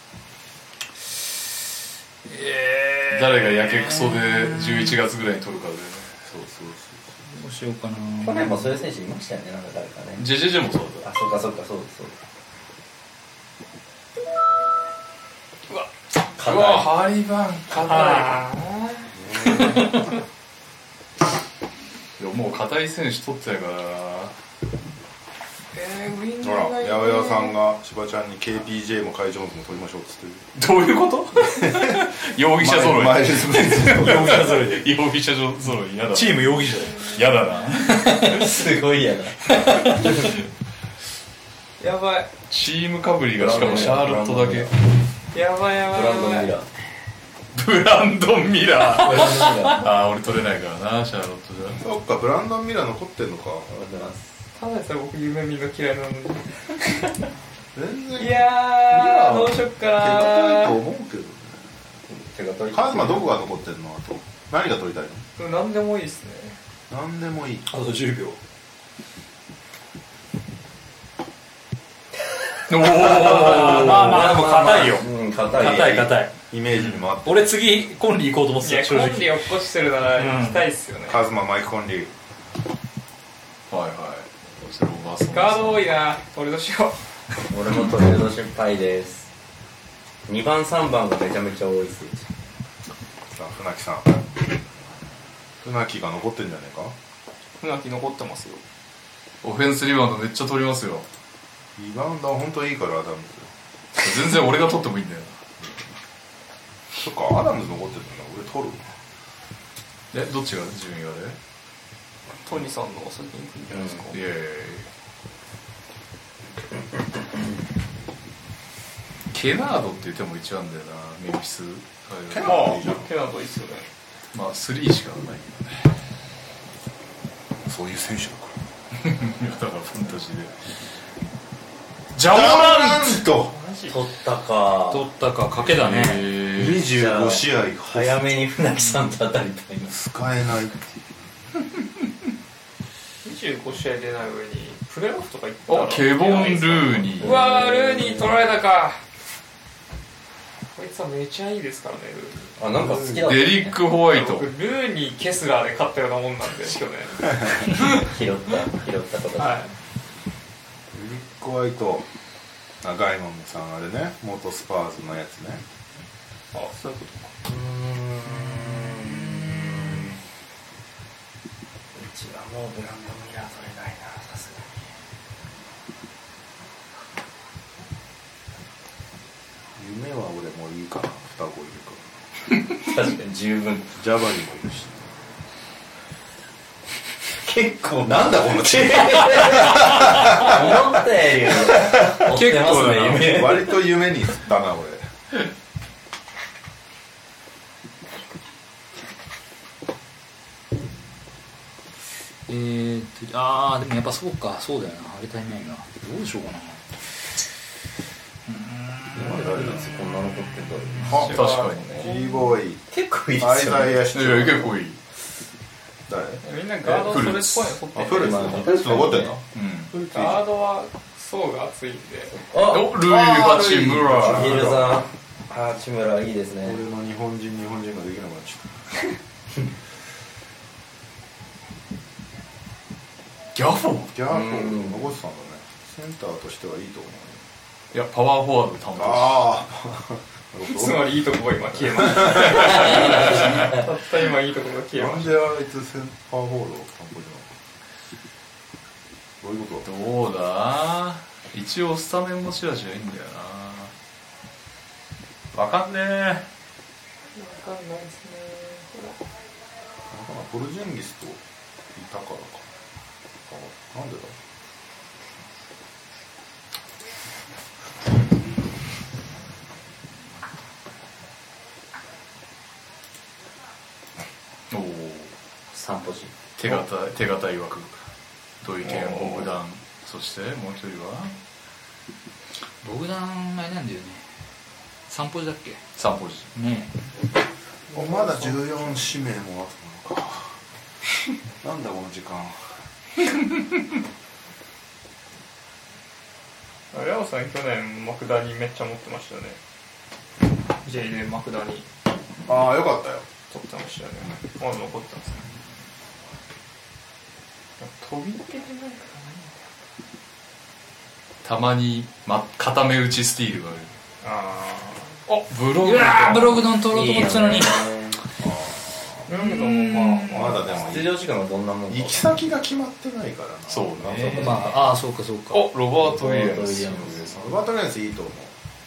Speaker 2: 誰がやけくそで11月ぐらいに取るかで。
Speaker 3: そうそうそう
Speaker 1: どうしようかな。
Speaker 5: 去年もそういう選手いましたよね、なんか誰かね。
Speaker 2: ジェジェジェもそうだっ
Speaker 5: あ、そうかそうか、そうですそうです。
Speaker 4: うわ
Speaker 2: た。うわハリバン硬い。いやもう硬い選手取っちゃうからな。
Speaker 4: ウィン
Speaker 3: ほら八百屋さんが千葉ちゃんに KPJ も会場も取りましょうっつってる
Speaker 2: どういうこと容疑者揃い
Speaker 3: マイルズブリッジの
Speaker 1: 容疑者揃いで
Speaker 2: 容疑者揃いやだ
Speaker 1: チーム容疑者
Speaker 2: やだな
Speaker 5: すごいやな。
Speaker 4: やばい
Speaker 2: チームかぶりがしかもシャーロットだけ
Speaker 4: やばいやばい
Speaker 5: ブランドンミラー。
Speaker 2: ブランドン・ミラー
Speaker 5: ブランドンミラー。
Speaker 2: ああ俺取れないからなシャーロットじゃ
Speaker 3: そっかブランドン・ミラー残ってんのか
Speaker 5: ありがとうございます。
Speaker 4: ただでさえ僕夢見が嫌いなのに
Speaker 3: 全然
Speaker 4: いやーどうしよっか
Speaker 3: 手堅い
Speaker 4: な
Speaker 3: と思うけどね
Speaker 5: 手が取り
Speaker 3: カズマどこが残ってんのあと何が取りたいの
Speaker 4: 何でもいいっすね
Speaker 3: 何でもいい
Speaker 1: あと10秒。
Speaker 2: おお
Speaker 1: まあまあでも硬いよ。
Speaker 5: うん、硬い。
Speaker 1: 硬い硬い。
Speaker 3: イメージにもあって
Speaker 1: 俺次コンリー行こうと思ってた、
Speaker 4: いや
Speaker 1: 正直。
Speaker 4: コンリ落っこしてるなら行きたいっすよね、
Speaker 3: カズママイクコンリー
Speaker 2: はいはいそれもまあそう
Speaker 4: ガード多いなトレードしよ
Speaker 5: 俺もトレード心配です。2番3番がめちゃめちゃ多いです。
Speaker 3: さあ船木さん船木が残ってんじゃねえか
Speaker 4: う船木残ってますよ
Speaker 2: オフェンスリバウンドめっちゃ取りますよ
Speaker 3: リバウンドは本当いいからアダムズ
Speaker 2: 全然俺が取ってもいいんだよ
Speaker 3: そっかアダムズ残ってるんだ俺取る
Speaker 2: えどっちが順位が
Speaker 4: トニーさんの先に行くんじゃないですか、
Speaker 2: イエーイケナードって言っても一番だよなメンフィス
Speaker 3: ケナ
Speaker 4: まあ
Speaker 3: ードいいじゃん
Speaker 4: ケナードいいっすよね
Speaker 2: まあ3しかないけどね
Speaker 3: そういう選手だから
Speaker 2: だからファンタジーでジャモラン
Speaker 3: ト
Speaker 5: 取ったか。
Speaker 1: 取ったか賭けだね。
Speaker 3: 25試合
Speaker 5: 早めに船木さんと当たりたいな。
Speaker 3: 使えない
Speaker 4: 25試合出ない上にプレーオフとか行ったら
Speaker 2: おケボン・ルーニー
Speaker 4: うわールーニー取られたかこいつはめちゃいいですからねルーニー
Speaker 5: あ、なんか好きだった、
Speaker 2: デリック・ホワイト
Speaker 4: 僕ルーニーケスラーで勝ったようなもんなんで去年
Speaker 5: 拾ったこと
Speaker 4: はい
Speaker 3: エリック・ホワイトガイマンさんあれね元スパーズのやつね
Speaker 4: あそういうことか
Speaker 5: うちはもうブランドミラー取れないな、さすが
Speaker 3: 夢は俺もいいかな双子いるか
Speaker 5: に。確かに十分。
Speaker 3: らジャバリもいるし
Speaker 5: 結構
Speaker 3: なんだこのチーム
Speaker 5: 思ったより追ってますね、夢。
Speaker 3: 割と夢に振ったな俺
Speaker 1: でもやっぱそうか、そうだよな、あれ足りないな。どうしようかな。
Speaker 5: つこんな残ってんだろう。
Speaker 3: あ、
Speaker 2: 確かに
Speaker 3: キーボーイ
Speaker 5: 結構いいっ
Speaker 3: アイ
Speaker 5: すよね。
Speaker 3: ザイアシ
Speaker 2: いや結構いい。
Speaker 3: 誰？
Speaker 4: みんなガードそれっぽいの取ってる。
Speaker 3: フルーツ残ってんの？
Speaker 4: ガードは層が厚いんで。
Speaker 5: あ、
Speaker 2: おルイ八村。
Speaker 5: ヒルさん、八村いいですね。
Speaker 3: 俺の日本人ができなくなっちゃった
Speaker 2: ギャフォー。
Speaker 3: ギャーフォー残ってたんだね。センターとしてはいいと思う。
Speaker 2: いやパワーフォワード担当。
Speaker 3: あ
Speaker 4: つまりいいとこが今消えました。たった今いいとこが消え
Speaker 3: なん
Speaker 4: まし
Speaker 3: であいつセンターフォードを担保じゃなの？どういうこと？
Speaker 2: どうだ。一応スタメン持ち味はいいんだよな。わかんねえ。
Speaker 4: た。わかんないですね。
Speaker 3: ポルジンギスといたからか。なんでだ？
Speaker 2: おお。
Speaker 5: 散歩時。
Speaker 2: 手堅い枠。土井健、ボグダン、そしてもう一人は
Speaker 1: ボグダンあれなんだよね。散歩時だっけ？
Speaker 2: 散歩時。
Speaker 1: ね
Speaker 3: まだ14指名もあったのか。なんだこの時間。
Speaker 4: ヤオさん去年マクダニめっちゃ持ってましたよね。J でマクダニ
Speaker 3: ああよかったよ。
Speaker 4: 取ってましたよね。まだ残ってますね。飛び抜けてないからないんだよ。
Speaker 2: たまに、固め打ちスティールがある。
Speaker 4: あ
Speaker 2: ブログ。
Speaker 1: うわーブログドン取ろうと思ってたのに。
Speaker 4: ブログドンも
Speaker 3: まだでも
Speaker 5: 出場時間はどんなもんか。
Speaker 3: 行き先が決まってないからな。
Speaker 2: そうね。
Speaker 1: まあそうかそうか。
Speaker 2: おロバート・ウィリアムス。
Speaker 3: ロバート・レンスいいと思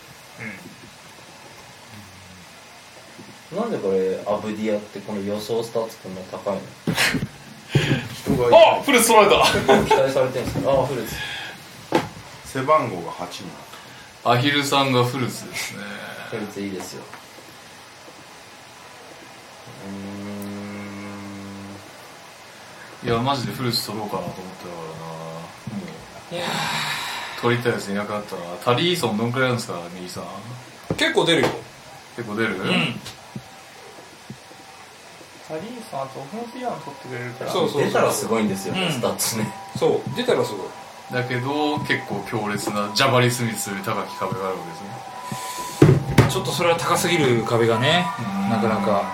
Speaker 3: う。
Speaker 5: なんでこれアブディアってこの予想スタッツこんな高いの？
Speaker 3: 人がい
Speaker 2: あフルーツ取られた。
Speaker 5: 期待されてるんですか？あ、フルーツ。
Speaker 3: 背番号が8になった。
Speaker 2: アヒルさんがフルーツですね。
Speaker 5: フルーツいいですよ。
Speaker 2: いやマジでフルーツ取ろうかなと思ってたからな。もう取りたいやついなくなったな。タリーソンどんくらいなんですか右さん？
Speaker 1: 結構出るよ。
Speaker 2: 結構出る？
Speaker 1: うん。
Speaker 4: タリーさんとオフェンスリバウンド取ってくれるから。
Speaker 1: そう
Speaker 5: 出たらすごいんですよね、
Speaker 1: うん
Speaker 5: スタッツね。
Speaker 1: そう出たらすごい。
Speaker 2: だけど結構強烈なジャバリ・スミスより高き壁があるわけですね。
Speaker 1: ちょっとそれは高すぎる壁がね、なかなか。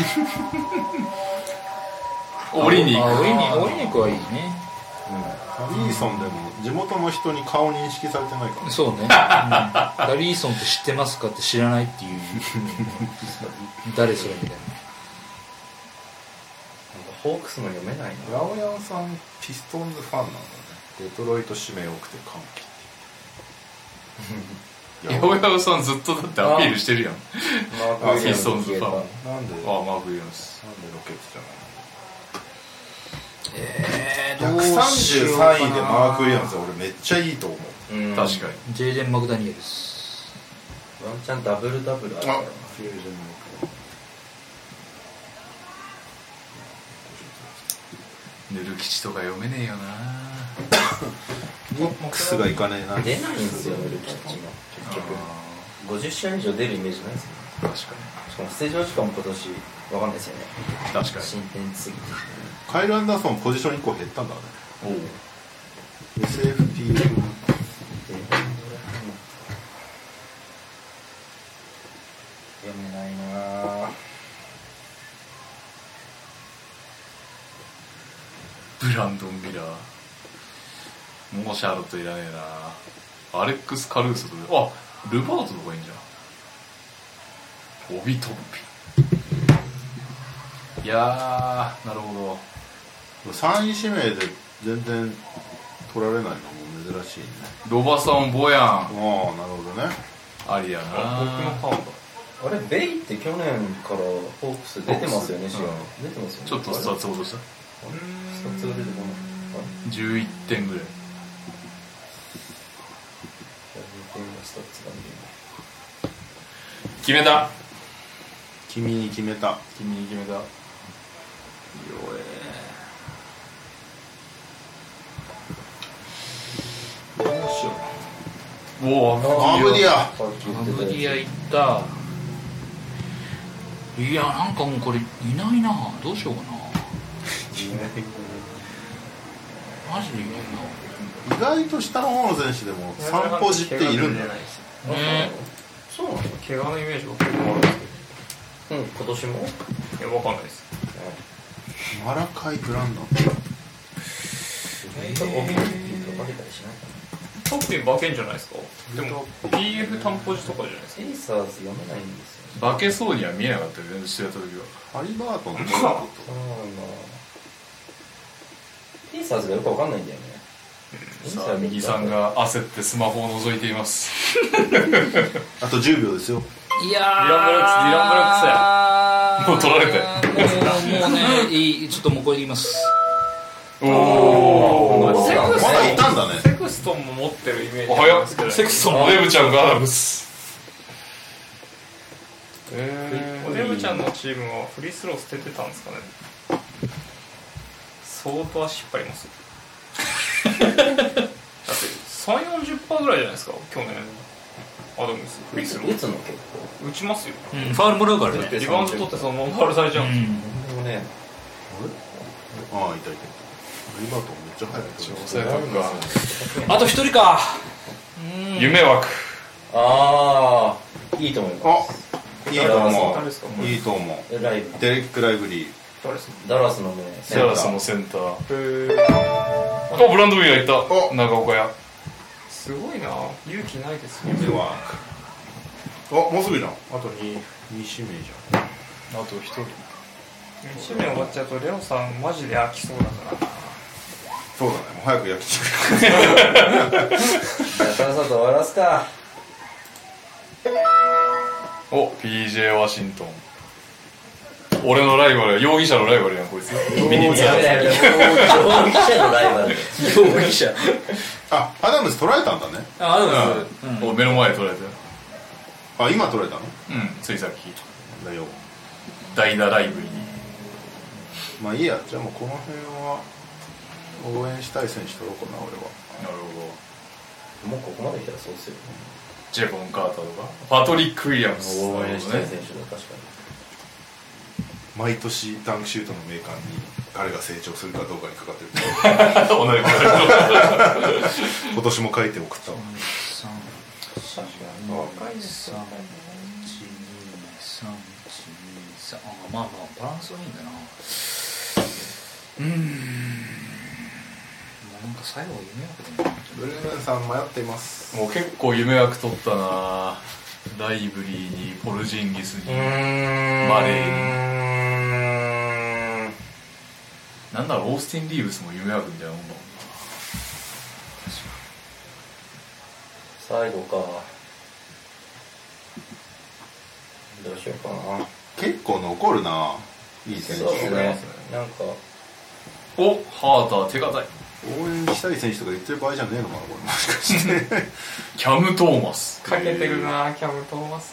Speaker 2: 降りに行く。
Speaker 1: 降りに行くはいいね。
Speaker 3: タリーソンでも地元の人に顔認識されてないから。
Speaker 1: そうね。ダリーソンって知ってますかって知らないっていう。誰それみたいな。
Speaker 5: ホークスも読めないな。
Speaker 3: ヤオヤオさんピストンズファンなんだね。デトロイト指名多くて歓喜って
Speaker 2: ヤオヤオさんずっとだってアピールしてるやん。
Speaker 5: マーク・ウィリアムズ
Speaker 2: ピストンズファン。
Speaker 3: なんで
Speaker 2: マーク・ウィリアムス。
Speaker 3: なんでロケッツじゃない
Speaker 1: どうしようかな。
Speaker 3: 133位でマーク・ウィリアムズは俺めっちゃいいと思う。
Speaker 5: うん、
Speaker 2: 確かに。
Speaker 1: ジェイデン・マクダニエルス。
Speaker 5: ワンチャンダブルダブルあるからな。
Speaker 3: フィールドに
Speaker 2: ヌル吉とか読めねえよな。
Speaker 3: ニックスがいかねえな。
Speaker 5: 出ないんですよね、ルキッチも結局50試合以上出るイメージないですよね。
Speaker 2: 確か
Speaker 5: しかも出場時間も今年わかんないですよね。
Speaker 2: に。確かに。
Speaker 5: 進展すぎて。
Speaker 3: カイル・アンダーソンポジション1個減ったんだね。
Speaker 2: おう
Speaker 3: SFT
Speaker 5: 読めないなぁ。
Speaker 2: ブランドン・ミラー。もうシャーロットいらねえな。アレックス・カルーソとあルバートとかいいんじゃん。オビトッピ。いやーなるほど。
Speaker 3: 3位指名で全然取られないのも珍しいね。
Speaker 2: ロバソン・ボヤン
Speaker 3: ああなるほどね。
Speaker 2: ありや
Speaker 4: 僕の
Speaker 2: な。
Speaker 4: 顔だ。
Speaker 5: あれベイって去年からホークス出てますよね、試合。出てますよね。
Speaker 2: ちょっとスタッツ落とした
Speaker 5: スタッツが出てこない。
Speaker 2: 11点ぐらい。
Speaker 5: スタッツが見え
Speaker 2: 決めた。
Speaker 3: 君に決めた。
Speaker 2: 君に決めた。よ
Speaker 3: どうしよ
Speaker 2: おお
Speaker 3: アブディア
Speaker 5: さっき言
Speaker 1: ア
Speaker 5: ってたやつ
Speaker 1: ブディア行った。いやなんかもうこれいないな。どうしようかな。マジでいないな。
Speaker 3: 意外と下の方の選手でも散歩時っているんだよ。
Speaker 5: そうなの？
Speaker 4: 怪我のイメージは結構あるんです
Speaker 5: うん、今年も？
Speaker 4: けどいやわかんないです
Speaker 3: マラカイ・ブランドン。
Speaker 5: 意外と帯のピンク分けたりしないか
Speaker 4: トッピン化けんじゃないですか。でも PF 担保時とかじゃないですか。
Speaker 5: な。エイサーズ読めないんですよね。
Speaker 2: 化けそうには見えなかったよね、してた時は。
Speaker 3: ハリバートンとか
Speaker 5: そうなんだ。エイサーズがよく分かんないんだよね。
Speaker 2: さあ右さんが焦ってスマホを覗いています。
Speaker 3: あと10秒ですよ。
Speaker 1: いやー
Speaker 4: ディランブルックスや。
Speaker 2: もう取られて
Speaker 1: もうねいいちょっともうこれでいきます。
Speaker 2: おお
Speaker 4: セクス
Speaker 3: まだいたんだね。
Speaker 4: セクストンも持ってるイメージ
Speaker 2: おはよう
Speaker 4: ですけど、
Speaker 1: セクストン
Speaker 2: おデブちゃんがアダムス。
Speaker 4: おデブちゃんのチームはフリースロー捨ててたんですかね。相当足引っ張りますよ。だって3-40% ぐらいじゃないですか去年アダムスフリースロー
Speaker 5: 打つの結構。
Speaker 4: 打ちますよ。
Speaker 1: うん、ファウルもらうからね。
Speaker 4: リバウンド取ってそのままファウルされちゃうんですよ。
Speaker 5: でもね、
Speaker 3: ああいたいた。ハリバートンめっちゃ速い。
Speaker 2: 抑えたか
Speaker 1: あと一人か。
Speaker 2: 夢枠。
Speaker 5: ああ、いいと思いま
Speaker 3: あ、いいと思
Speaker 4: 誰ですか
Speaker 3: う。いいと思う。
Speaker 5: す。ライブ、
Speaker 3: デレック・ライブリー。
Speaker 4: 誰ですか。
Speaker 5: ダラスのね、
Speaker 2: セラスのセンター。
Speaker 4: へー
Speaker 2: おブランドウィーがいた。
Speaker 3: お
Speaker 2: 長岡屋。
Speaker 4: すごいな。勇気ないですね。
Speaker 3: 夢は。あ、もうすぐじゃん。あと2指名じゃん。
Speaker 2: あと一人。
Speaker 4: 1名終わっちゃうとレオさんマジで飽きそうだからな。
Speaker 3: そうだね。もう早く焼きち
Speaker 5: じゃあさっさと終わらすか。
Speaker 2: お PJ ワシントン。俺のライバル、容疑者のライバルやんこいつ。ミニツ
Speaker 5: やめやめ容疑者のライバルで。
Speaker 1: 容疑者。
Speaker 3: あ、アダムス取られたんだね。
Speaker 1: あ、アダムス。
Speaker 2: お目の前で取られたよ。
Speaker 3: あ、今取られたの
Speaker 2: ついさっき
Speaker 3: だよ。
Speaker 2: 代打ライブに。
Speaker 3: まあいいや。じゃあもうこの辺は応援したい選手取ろうかな、俺は。
Speaker 2: なるほど。
Speaker 5: もうここまで来たらそうするよね。
Speaker 2: ジェボン・カーターとかパトリック・ウィリアムス。
Speaker 5: 応援したい選
Speaker 2: ね。
Speaker 5: 手だ、確か
Speaker 3: 毎年ダンクシュートの名鑑に彼が成長するかどうかにかかってる。
Speaker 2: 同じくらいの
Speaker 3: 今年も書いて送ったわ。
Speaker 4: 若いですよね。
Speaker 1: あ、まあまあバランスはいいんだな。なんか最後は夢枠だな。
Speaker 3: ブルーメンさん迷っています。
Speaker 2: もう結構夢枠取ったな。ライブリーにポルジンギスにマレーに。なんだろう、オースティン・リーブスも夢枠みたいなもんだもんな。
Speaker 5: 最後か。どうしようかな。
Speaker 3: 結構残るな。いい選手。
Speaker 5: そうですね。なんか
Speaker 2: おハーター手堅い。
Speaker 3: 応援したい選手とか言ってる場合じゃねえのかな、これもしかして。
Speaker 2: キャム・トーマス。
Speaker 4: かけてるなキャム・トーマス。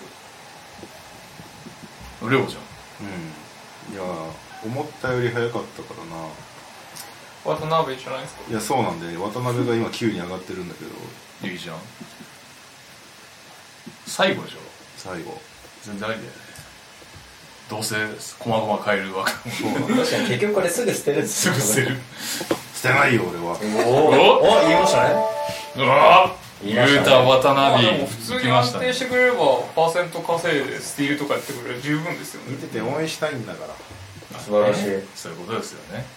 Speaker 2: レオじゃん。
Speaker 3: いや思ったより早かったからな。
Speaker 4: 渡辺じゃないですか。
Speaker 3: いやそうなんで渡辺が今9に上がってるんだけど、
Speaker 2: いいじゃん。最後でしょ。
Speaker 3: 最後
Speaker 2: 全然ありだよね。どうせ細々変えるわけ。
Speaker 3: そうなんだ。
Speaker 5: 確かに結局これすぐ捨てるんですよ。
Speaker 2: すぐ捨てる。
Speaker 3: 捨てないよ俺は。
Speaker 5: お言いましたね。
Speaker 2: うわ
Speaker 5: 言いましたね
Speaker 2: ユータ渡
Speaker 4: まあで
Speaker 2: 辺
Speaker 4: も普通
Speaker 2: 行き
Speaker 4: に安
Speaker 2: ましたね。
Speaker 4: 定してくれればパーセント稼いでスティールとかやってくれれば十分ですよね。
Speaker 3: 見てて応援したいんだから。
Speaker 5: 素晴らしい。
Speaker 2: そういうことですよね。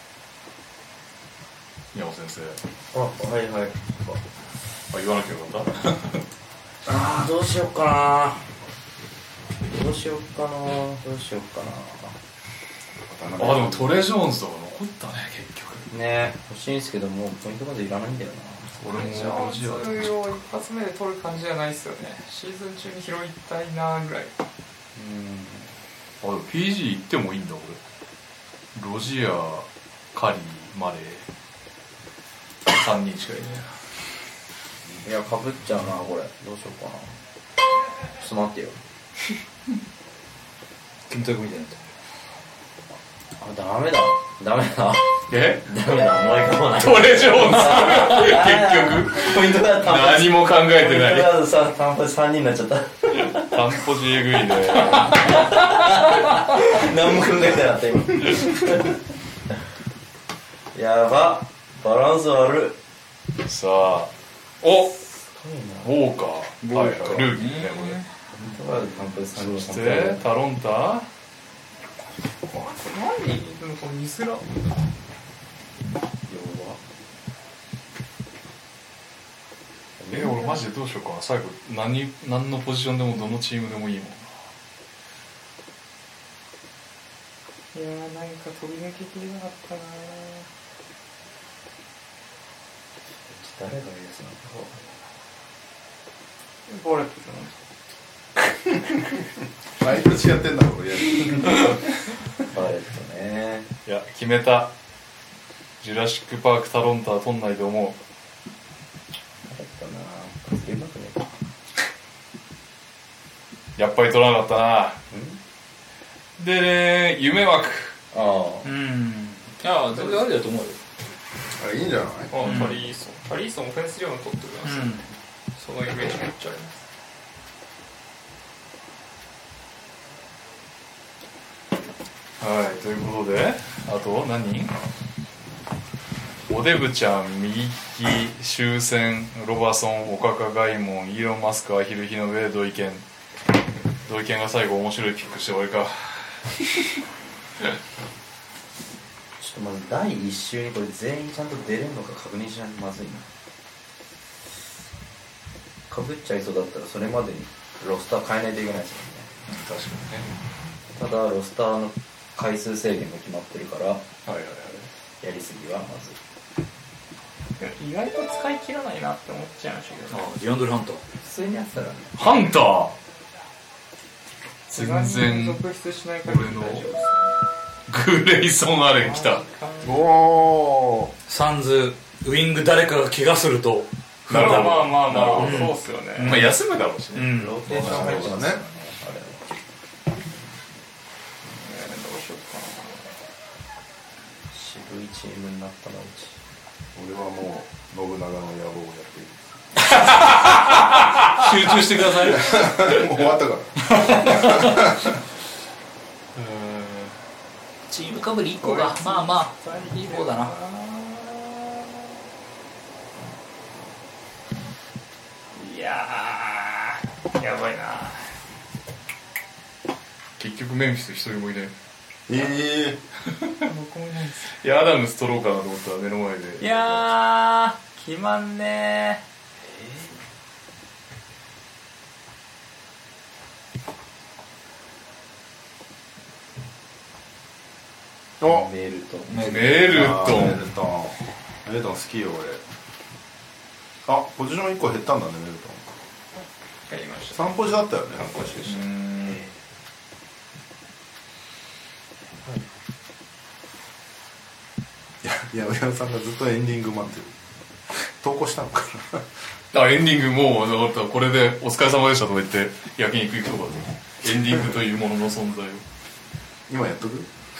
Speaker 2: 宮尾先生。
Speaker 5: あ、はいはい。
Speaker 2: あ、言わなきゃよかった。
Speaker 5: あーどうしようかな。どうしようかな。どうしようか
Speaker 2: あ、でもトレジョーンズとか残ったね結局。
Speaker 5: な。ね欲しいんですけどもうポイントまでいらないんだよな。
Speaker 2: 俺も
Speaker 4: じゃあ
Speaker 2: 同じや
Speaker 4: それを一発目で取る感じじゃないですよね。シーズン中に拾いたいなぐらい。
Speaker 2: あ、でも PG 行ってもいいんだこれ。ロジア、カリー、マレー3人しかいね
Speaker 5: いやかぶっちゃうなこれ。どうしようかな。ちょっと待ってよ。
Speaker 1: キムタクみたいな。
Speaker 5: あ、ダメだ。 ダメだ、思い浮かばない。
Speaker 2: トレジョーンズ結
Speaker 5: ポイントが
Speaker 2: 局何も考えてない。
Speaker 5: ポイントがさ、単発3人になっちゃった。
Speaker 2: タンポジえぐいね。
Speaker 5: 何も考えてなかった今。やば、バランス悪い。
Speaker 2: さあ、おウォーカー、はいはい、ルーキーねこれ。そしてタロンタ。
Speaker 4: 何なんか見づら。
Speaker 2: 俺マジでどうしようかな。最後何のポジションでもどのチームでもいいもんな。
Speaker 4: いやー、なんか飛び抜けきれなかったな。
Speaker 5: 誰がいいですか。
Speaker 4: バレットじゃないですか。
Speaker 3: 毎年やってんだろ俺。
Speaker 5: バレットね。
Speaker 2: いや決めた。ジュラシックパークタロンター取んないと思う。やっぱり取らなかったな。でね、夢枠。
Speaker 5: ああ、
Speaker 1: うん。いや全然ありだと思うよ。
Speaker 3: あれいいんじゃない？
Speaker 4: タリーソンオフェンスリバウンド取ってくれます、そのイメージめっちゃあります。
Speaker 2: はい、ということであと何人？おデブちゃん、右利き、終戦、ロバソン、オカカガイモン、イーロン・マスク、アヒル・ヒノベ、土井健が最後面白いピックして終わりか。
Speaker 5: ちょっとまず第1週にこれ全員ちゃんと出れるのか確認しないとまずいな。かぶっちゃいそうだったらそれまでにロスター変えないといけないです
Speaker 2: 確かにね。
Speaker 5: もんね。ただロスターの回数制限が決まってるから、
Speaker 2: はいはいはい。
Speaker 5: やりすぎはまず
Speaker 4: 意外と使い切らないなって思っちゃいましたけど、
Speaker 1: ディアンドル・ハント。
Speaker 5: 普通にやってたらね。
Speaker 2: ハンター全然
Speaker 4: 続出しない限り大丈夫です。
Speaker 2: グレイソン・アレン来た。
Speaker 3: おー、
Speaker 1: サンズウィング誰かが怪我すると。
Speaker 2: なるほど。
Speaker 4: まあ、
Speaker 2: なるほど。
Speaker 4: そうっすよね。
Speaker 2: まあ休むだろうしね。
Speaker 1: うん。
Speaker 5: ローテーション入ってますからね、あれは。
Speaker 4: どうしようかな。
Speaker 5: 渋いチームになったな、うち。
Speaker 3: 俺はもう信長の野望をやっている。
Speaker 1: 集中してください。
Speaker 3: もう終わったから
Speaker 1: チームかぶり1個がまあまあいい方だな。
Speaker 4: いやー、やばいな。
Speaker 2: 結局メンフィス一人もいない。
Speaker 4: 僕もいないです。
Speaker 2: いやアダムス取ろうかなと思ったら目の前で。
Speaker 4: いやー、決まんね
Speaker 3: お、
Speaker 5: メールと
Speaker 2: メルトン。
Speaker 3: メルトン好きよ俺。あ、ポジション1個減ったんだねメルト
Speaker 4: ー。やりました。
Speaker 3: ン。3ポジだったよね。
Speaker 2: うーん。
Speaker 3: いや、上山さんがずっとエンディング待ってる。投稿したのか
Speaker 2: あ、エンディングもうだからこれでお疲れ様でしたとか言って焼肉行くとかでエンディングというものの存在を
Speaker 3: 今やっとく考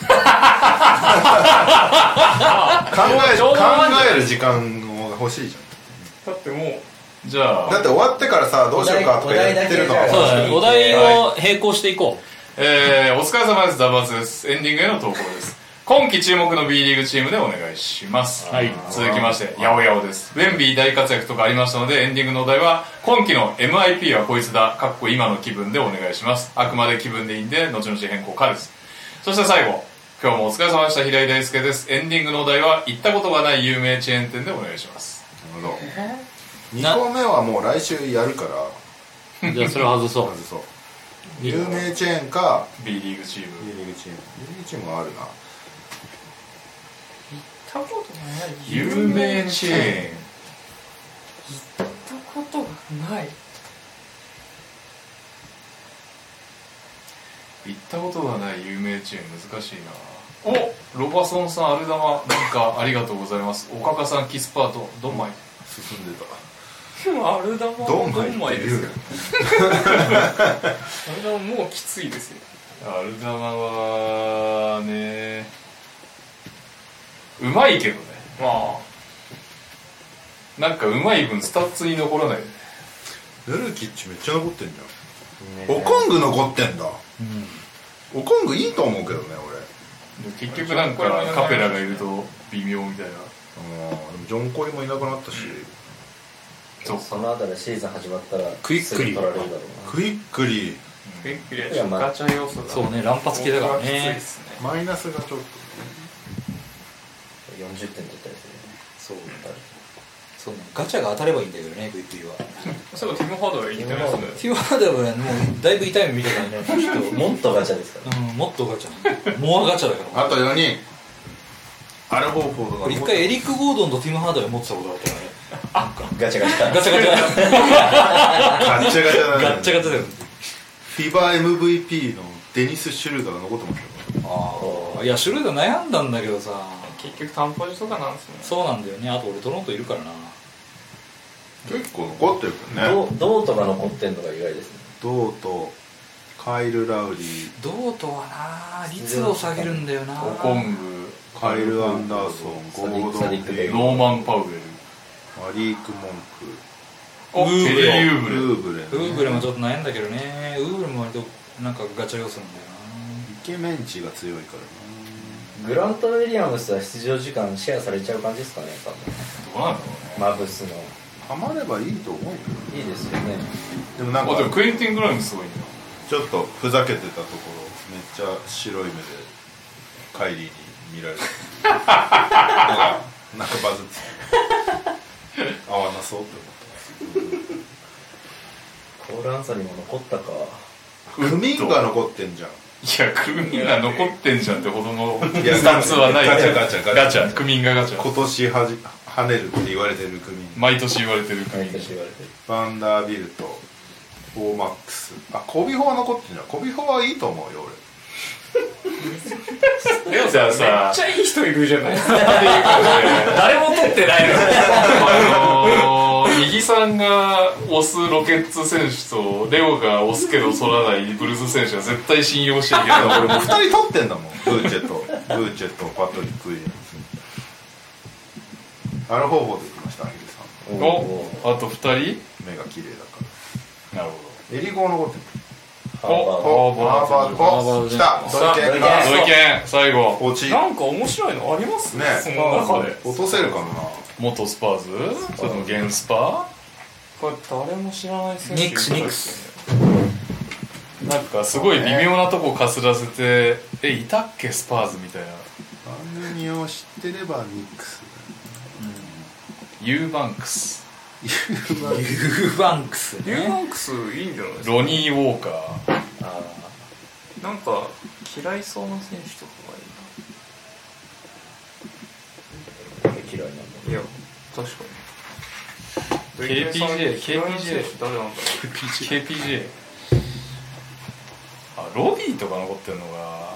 Speaker 3: える時間が欲しいじ
Speaker 4: だってもう
Speaker 2: じゃあ
Speaker 3: ゃん。だって終わってからさどうしようかとかやってるのは
Speaker 1: そうだね。お題を並行していこ
Speaker 2: お疲れ様です。ダバツです。エンディングへの投稿です。今季注目の B リーグチームでお願いします。
Speaker 1: はい。
Speaker 2: 続きましてヤオヤオです。ウェンビー大活躍とかありましたのでエンディングのお題は今季の MIP はこいつだかっこ今の気分でお願いします。あくまで気分でいいんで後々変更可です。そして最後、今日もお疲れ様でした。平井大輔です。エンディングのお題は行ったことがない有名チェーン店でお願いします。
Speaker 3: なるほど。2個目はもう来週やるから
Speaker 1: う。じゃあそれを外そう。
Speaker 3: そう有名チェーンか
Speaker 2: B リーグチーム
Speaker 3: B リーグチーム B リーグチームがあるな。
Speaker 4: 行ったことない。
Speaker 2: 有名チェーン。
Speaker 4: 行ったことがない。
Speaker 2: 行ったことがない有名チェーン難しいな。お、ロバソンさん、アルダマなんかありがとうございます。おかかさん、キスパートドンマイ
Speaker 3: 進んでた。
Speaker 4: アルダマ
Speaker 3: ドン
Speaker 4: ドンマ
Speaker 3: マイって言う
Speaker 4: イですよ。アルダマもうきついですよ。
Speaker 2: アルダマはねうまいけどね。
Speaker 4: ま
Speaker 2: なんかうまい分スタッツに残らないよね。
Speaker 3: ヌルキッチめっちゃ残ってんじゃん、オコング残ってんだ、オコングいいと思うけどね
Speaker 2: 結局なんかカペラがいると微妙みたいな。
Speaker 3: 俺でもジョン・コイもいなくなったし、
Speaker 5: そのあたりシーズン始まったら
Speaker 1: クイックリ
Speaker 5: すぐ取られるだろうな。
Speaker 3: クイックリ
Speaker 4: あクイックリはちょっとガチャ要素が
Speaker 1: そうね、乱発系だから
Speaker 4: きつい
Speaker 1: ね
Speaker 4: っ。すね。
Speaker 3: マイナスがちょっと
Speaker 5: 40点取ったりするね。
Speaker 1: そうそうね、ガチャが当たればいいんだけどね、クイックリは。
Speaker 4: そういえばティム・ハードウェイ言ってないですね。
Speaker 1: ティワードはね、もうだいぶ痛い目見たからね、ちょっと
Speaker 5: もっとガチャですから。
Speaker 1: もっとガチャ、モアガチャだから。
Speaker 3: あと4人アルホーフォードが
Speaker 1: これ一回エリック・ゴードンとティム・ハードが持ってたことがあったからね。
Speaker 5: ガチャガチャ。
Speaker 1: ガチャガチャ
Speaker 3: ガッチャガチャだね
Speaker 1: ガッチャガチャだよ。
Speaker 3: フィバ MVP のデニス・シュルーダーが残ってますよ。
Speaker 1: いや、シュルーダー悩んだんだけどさ、
Speaker 4: 結局担保時とかなんですね。
Speaker 1: そうなんだよね。あと俺トロントいるからな。
Speaker 3: 結構残ってるからね。
Speaker 5: ドートが残ってんのが意外ですね。
Speaker 3: ドーとカイル・ラウリー、
Speaker 1: ドートはな、率を下げるんだよな。
Speaker 2: オコング、
Speaker 3: カイル・アンダーソン、ゴードン・ヘイ、
Speaker 2: ノーマン・パウエル、
Speaker 3: マリーク・モン
Speaker 2: ケリー・ユー
Speaker 3: ク、
Speaker 2: ブレン、
Speaker 3: ルーブレン、
Speaker 1: ウーブレもちょっと悩んだけどね。ウーブレも割となんかガチャ要素なんだよ
Speaker 3: イケメン値が強いから
Speaker 5: グラント・ウィリアムスは出場時間シェアされちゃう感じですかね、多分。
Speaker 2: どうなんだろうね。
Speaker 5: マブスの。
Speaker 3: な。ハマればいいと思うよ。
Speaker 5: いいですよね。
Speaker 3: でもなんか
Speaker 2: でもクエンティン・グライムすごいんだよ。
Speaker 3: ちょっとふざけてたところめっちゃ白い目でカイリーに見られるなんかバズって合わなそうって思って
Speaker 5: コール・アンソニーも残ったか。
Speaker 3: ます。クミンが残ってんじゃん。
Speaker 2: いや、クミンが残ってんじゃんってほどの
Speaker 3: いや
Speaker 2: スタッツはない。
Speaker 3: ガチャガチャガチャ
Speaker 2: ガチャ、クミンがガチャ。
Speaker 3: 今年跳ねるって言われてるクミン、
Speaker 2: 毎年言われてるクミン。
Speaker 5: 毎年言われてる。
Speaker 3: バンダービルト、フォーマックス、あ、コビホは残ってんじゃん。コビホはいいと思うよ
Speaker 4: レオ
Speaker 2: じゃあ
Speaker 4: さんめ
Speaker 2: さ
Speaker 4: っちゃいい人いるじゃないですか。誰も取ってないの。
Speaker 2: 右さんが押すロケッツ選手とレオが押すけど取らないブルーズ選手は絶対信用しちゃいけない。
Speaker 3: 俺もう2人取ってんだもん。ブーチェとパトリック・ウィリアムス。アルホーボード行きました、アヒルさん。
Speaker 2: お、あと2人。
Speaker 3: 目が綺麗だか
Speaker 2: なるほ
Speaker 3: ら。エリゴー残ってる。
Speaker 5: ハーバード。
Speaker 3: ハーバード、来た、ドイケンが
Speaker 2: ど。土井健最後
Speaker 3: 落ち、
Speaker 4: なんか面白いのあります
Speaker 3: ね
Speaker 4: その中で。
Speaker 3: 落とせるかな。
Speaker 2: 元スパーズ、それとも現スパ。
Speaker 4: これ誰も知らない選手
Speaker 1: ニックスニックス
Speaker 2: なんかすごい微妙なとこかすらせて、いたっけスパーズみたいな。
Speaker 3: 番組を知ってればニックス。
Speaker 2: ユーバンクス、
Speaker 1: ユーバンクス
Speaker 4: ユーバ
Speaker 1: ね。
Speaker 4: ンクスいいんじゃないですか。
Speaker 2: ロニー・ウォーカー、
Speaker 5: あ
Speaker 4: なんか嫌いそうな選手とか
Speaker 5: あ、嫌いなんだ。
Speaker 4: がいいな。いや確かに。
Speaker 2: KPJ
Speaker 4: 嫌いな選手誰なんだろう。
Speaker 2: KPJ、 あ、ロビーとか残ってるのが、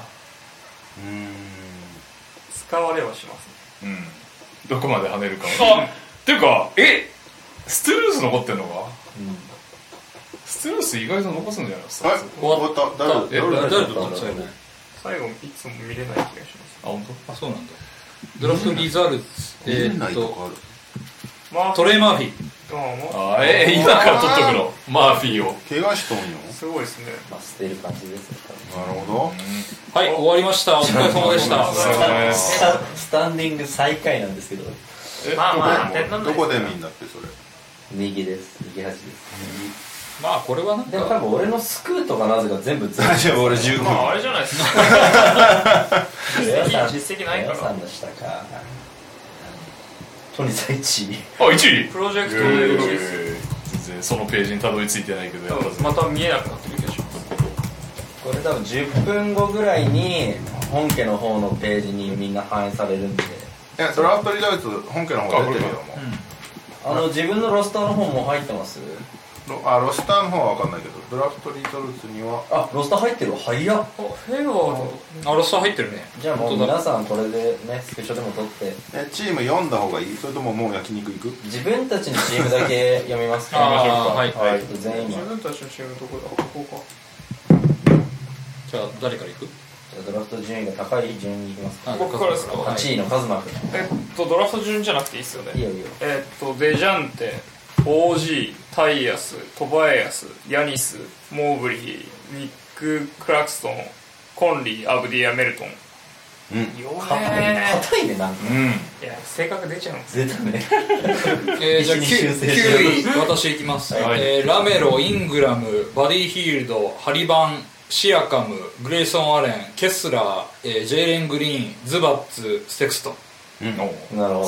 Speaker 4: 使われはしますね。
Speaker 2: うん、どこまで跳ねるかも。あ、っていうか、ストゥルース残ってんのか。ストゥルース意外と残すんじゃないですか。
Speaker 3: はい、終わった。誰
Speaker 1: 誰
Speaker 3: 誰
Speaker 1: だった最後。
Speaker 4: 最後いつも見れない気がします。
Speaker 2: あ、本
Speaker 1: あ、そうなんだ。ドラフトリザルツ、
Speaker 3: 見れないとかある。
Speaker 1: トレイ・マーフィー。
Speaker 2: 当。あ、今から取っとくの、マーフィーを。
Speaker 3: 怪我しとんよ。
Speaker 4: すごいですね。
Speaker 5: まあ、捨てる感じですね。
Speaker 3: なるほ
Speaker 1: はい、終わりました。お疲れ様でした。
Speaker 2: お疲れ様です
Speaker 5: スタンディング最下位なんですけど、
Speaker 4: まあまあ
Speaker 3: ど。
Speaker 4: 点なんない
Speaker 3: どこで見んだってそれ。
Speaker 5: 右です。右端です。
Speaker 1: まあ、これはなん
Speaker 5: でも多
Speaker 1: か、
Speaker 5: 分俺のスクーとかなぜか全部ずれ
Speaker 3: じゃあ俺十分。
Speaker 4: まああれじゃないですか。実績ないから
Speaker 5: さんの下か。トニサ1位。
Speaker 2: あ、1位。
Speaker 4: プロジェクトの1位です。
Speaker 2: 全然そのページにたどり着いてないけど、やっぱ
Speaker 4: また見えなくなってる気がします。
Speaker 5: これ多分10分後ぐらいに本家の方のページにみんな反映されるんで、
Speaker 3: いや、ドラフトリザルツ本家の方出てるよもう。
Speaker 5: 自分のロスターの方も入ってます？
Speaker 3: ロスターの方は分かんないけど、ドラフトリザルツには
Speaker 5: あ、ロスター入ってるわ。早っ。
Speaker 4: あ、フェイワード。
Speaker 1: あ、ロスター入ってるね。
Speaker 5: じゃあもう
Speaker 1: 本当だ
Speaker 5: 皆さんこれでね、スクショでも撮って
Speaker 3: チーム読んだ方がいい？それとももう焼肉行く？
Speaker 5: 自分たちのチームだけ読みますか。
Speaker 1: あーはい
Speaker 5: はい。全員
Speaker 4: 自
Speaker 5: 今
Speaker 4: 分たちのチームどこだ？ここか。
Speaker 1: じゃあ、誰から行く？
Speaker 5: ドラフト順位が高い順にいきますか。
Speaker 4: 僕からですか。
Speaker 5: 8位のカズマ君。
Speaker 4: ドラフト順じゃなくていいっすよね。
Speaker 5: いいよいいよ。
Speaker 4: デジャンテ、OG、タイヤス、トバエヤス、ヤニス、モーブリー、ニック・クラクストン、コンリー、アブディア・メルトン。
Speaker 5: 硬いね、なんか。
Speaker 4: いや、性格出ちゃうんです
Speaker 5: 出たね。
Speaker 1: じゃあ 9位私いきます、ラメロ、イングラム、バディ・ヒールド、ハリバン、シアカム、グレイソン・アレン、ケスラー、ジェイレン・グリーン、ズバッツ、セクストン。
Speaker 5: なるほど。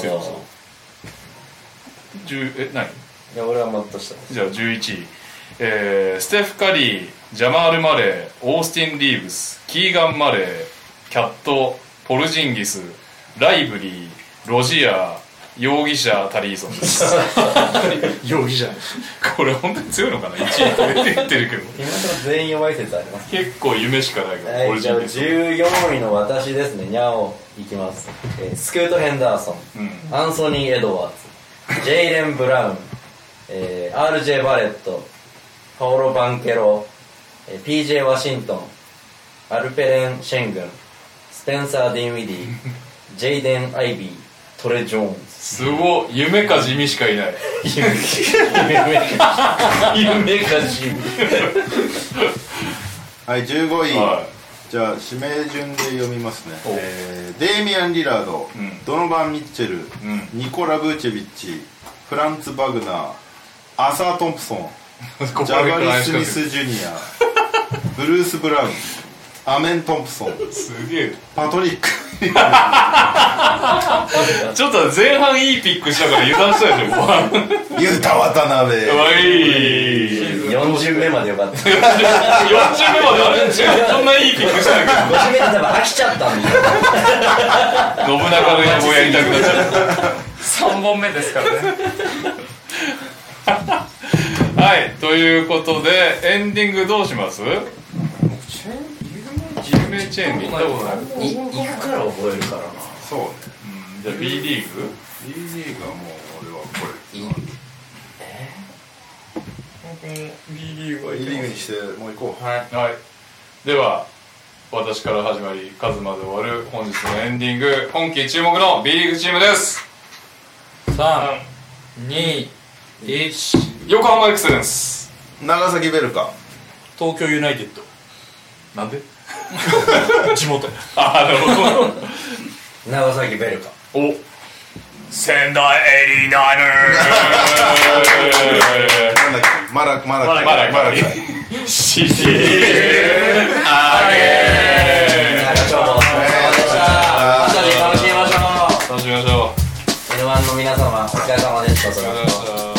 Speaker 2: 何？
Speaker 5: いや、俺はもっとした。
Speaker 2: じゃあ11位、ステフ・カリー、ジャマール・マレー、オースティン・リーブス、キーガン・マレー、キャット、ポルジンギス、ライブリー、ロジア、容疑者タリーソンです。
Speaker 1: 容疑者。
Speaker 2: これ本当に強いのかな？1位って言ってるけど
Speaker 5: 今のところ全員弱い説あります。
Speaker 2: 結構夢しかないけど、
Speaker 5: はい、じゃあ14位の私ですね。ニャオいきます。スクート・ヘンダーソン、アンソニー・エドワーズ、ジェイレン・ブラウン、RJ バレット、パオロ・バンケロ、PJ ワシントン、アルペレン・シェングン、スペンサー・ディンウィディ、ジェイデン・アイビー、トレ・ジョーンズ。
Speaker 2: すごい、夢か地味しかいない。
Speaker 5: 夢か地味。
Speaker 3: はい、15位、じゃあ指名順で読みますね。デイミアン・リラード、ドノバン・ミッチェル、ニコラ・ブーチェビッチ、フランツ・バグナー、アサー・トンプソン、ジャバリ・スミス・ジュニア、ブルース・ブラウン、アメン・トンプソン、
Speaker 2: すげえ、
Speaker 3: パトリック
Speaker 2: ちょっと前半いいピックしたから油断したでしょ。
Speaker 3: ユータ・渡辺、
Speaker 5: 40目までよかった。
Speaker 2: 40目まであれそんないいピックしたんだけど、
Speaker 5: 50目で多分飽きちゃったんだよ。
Speaker 2: 信長の野望やりたくなっちゃった
Speaker 4: 3本目ですからね。
Speaker 2: はい、ということでエンディングどうします？有名チェーンに行ったことない。
Speaker 5: 行くから覚えるからな。
Speaker 3: そうね、
Speaker 2: じゃあ B リーグ
Speaker 3: B リーグはもう俺はこれ
Speaker 4: 僕も B リーグは
Speaker 3: B リーグにしてもう行こう。
Speaker 2: はい、では私から始まりカズまで終わる本日のエンディング、今季注目の B リーグチームです。
Speaker 1: 3、2、1。
Speaker 2: 横浜エクセレンス、
Speaker 3: 長崎ベルカ、
Speaker 1: 東京ユナイテッド。
Speaker 2: なんで
Speaker 1: 地元。
Speaker 2: なるほど。
Speaker 5: 長崎ベルカ、
Speaker 2: お、仙台エリーナイナ
Speaker 3: なんだっけ、マラカ
Speaker 2: シティアゲー。
Speaker 5: 長丁場お疲れ様でした。楽しみましょう。
Speaker 2: 楽しみましょう。
Speaker 5: N1 の皆様お疲れ様でした。
Speaker 2: お疲れ様でした。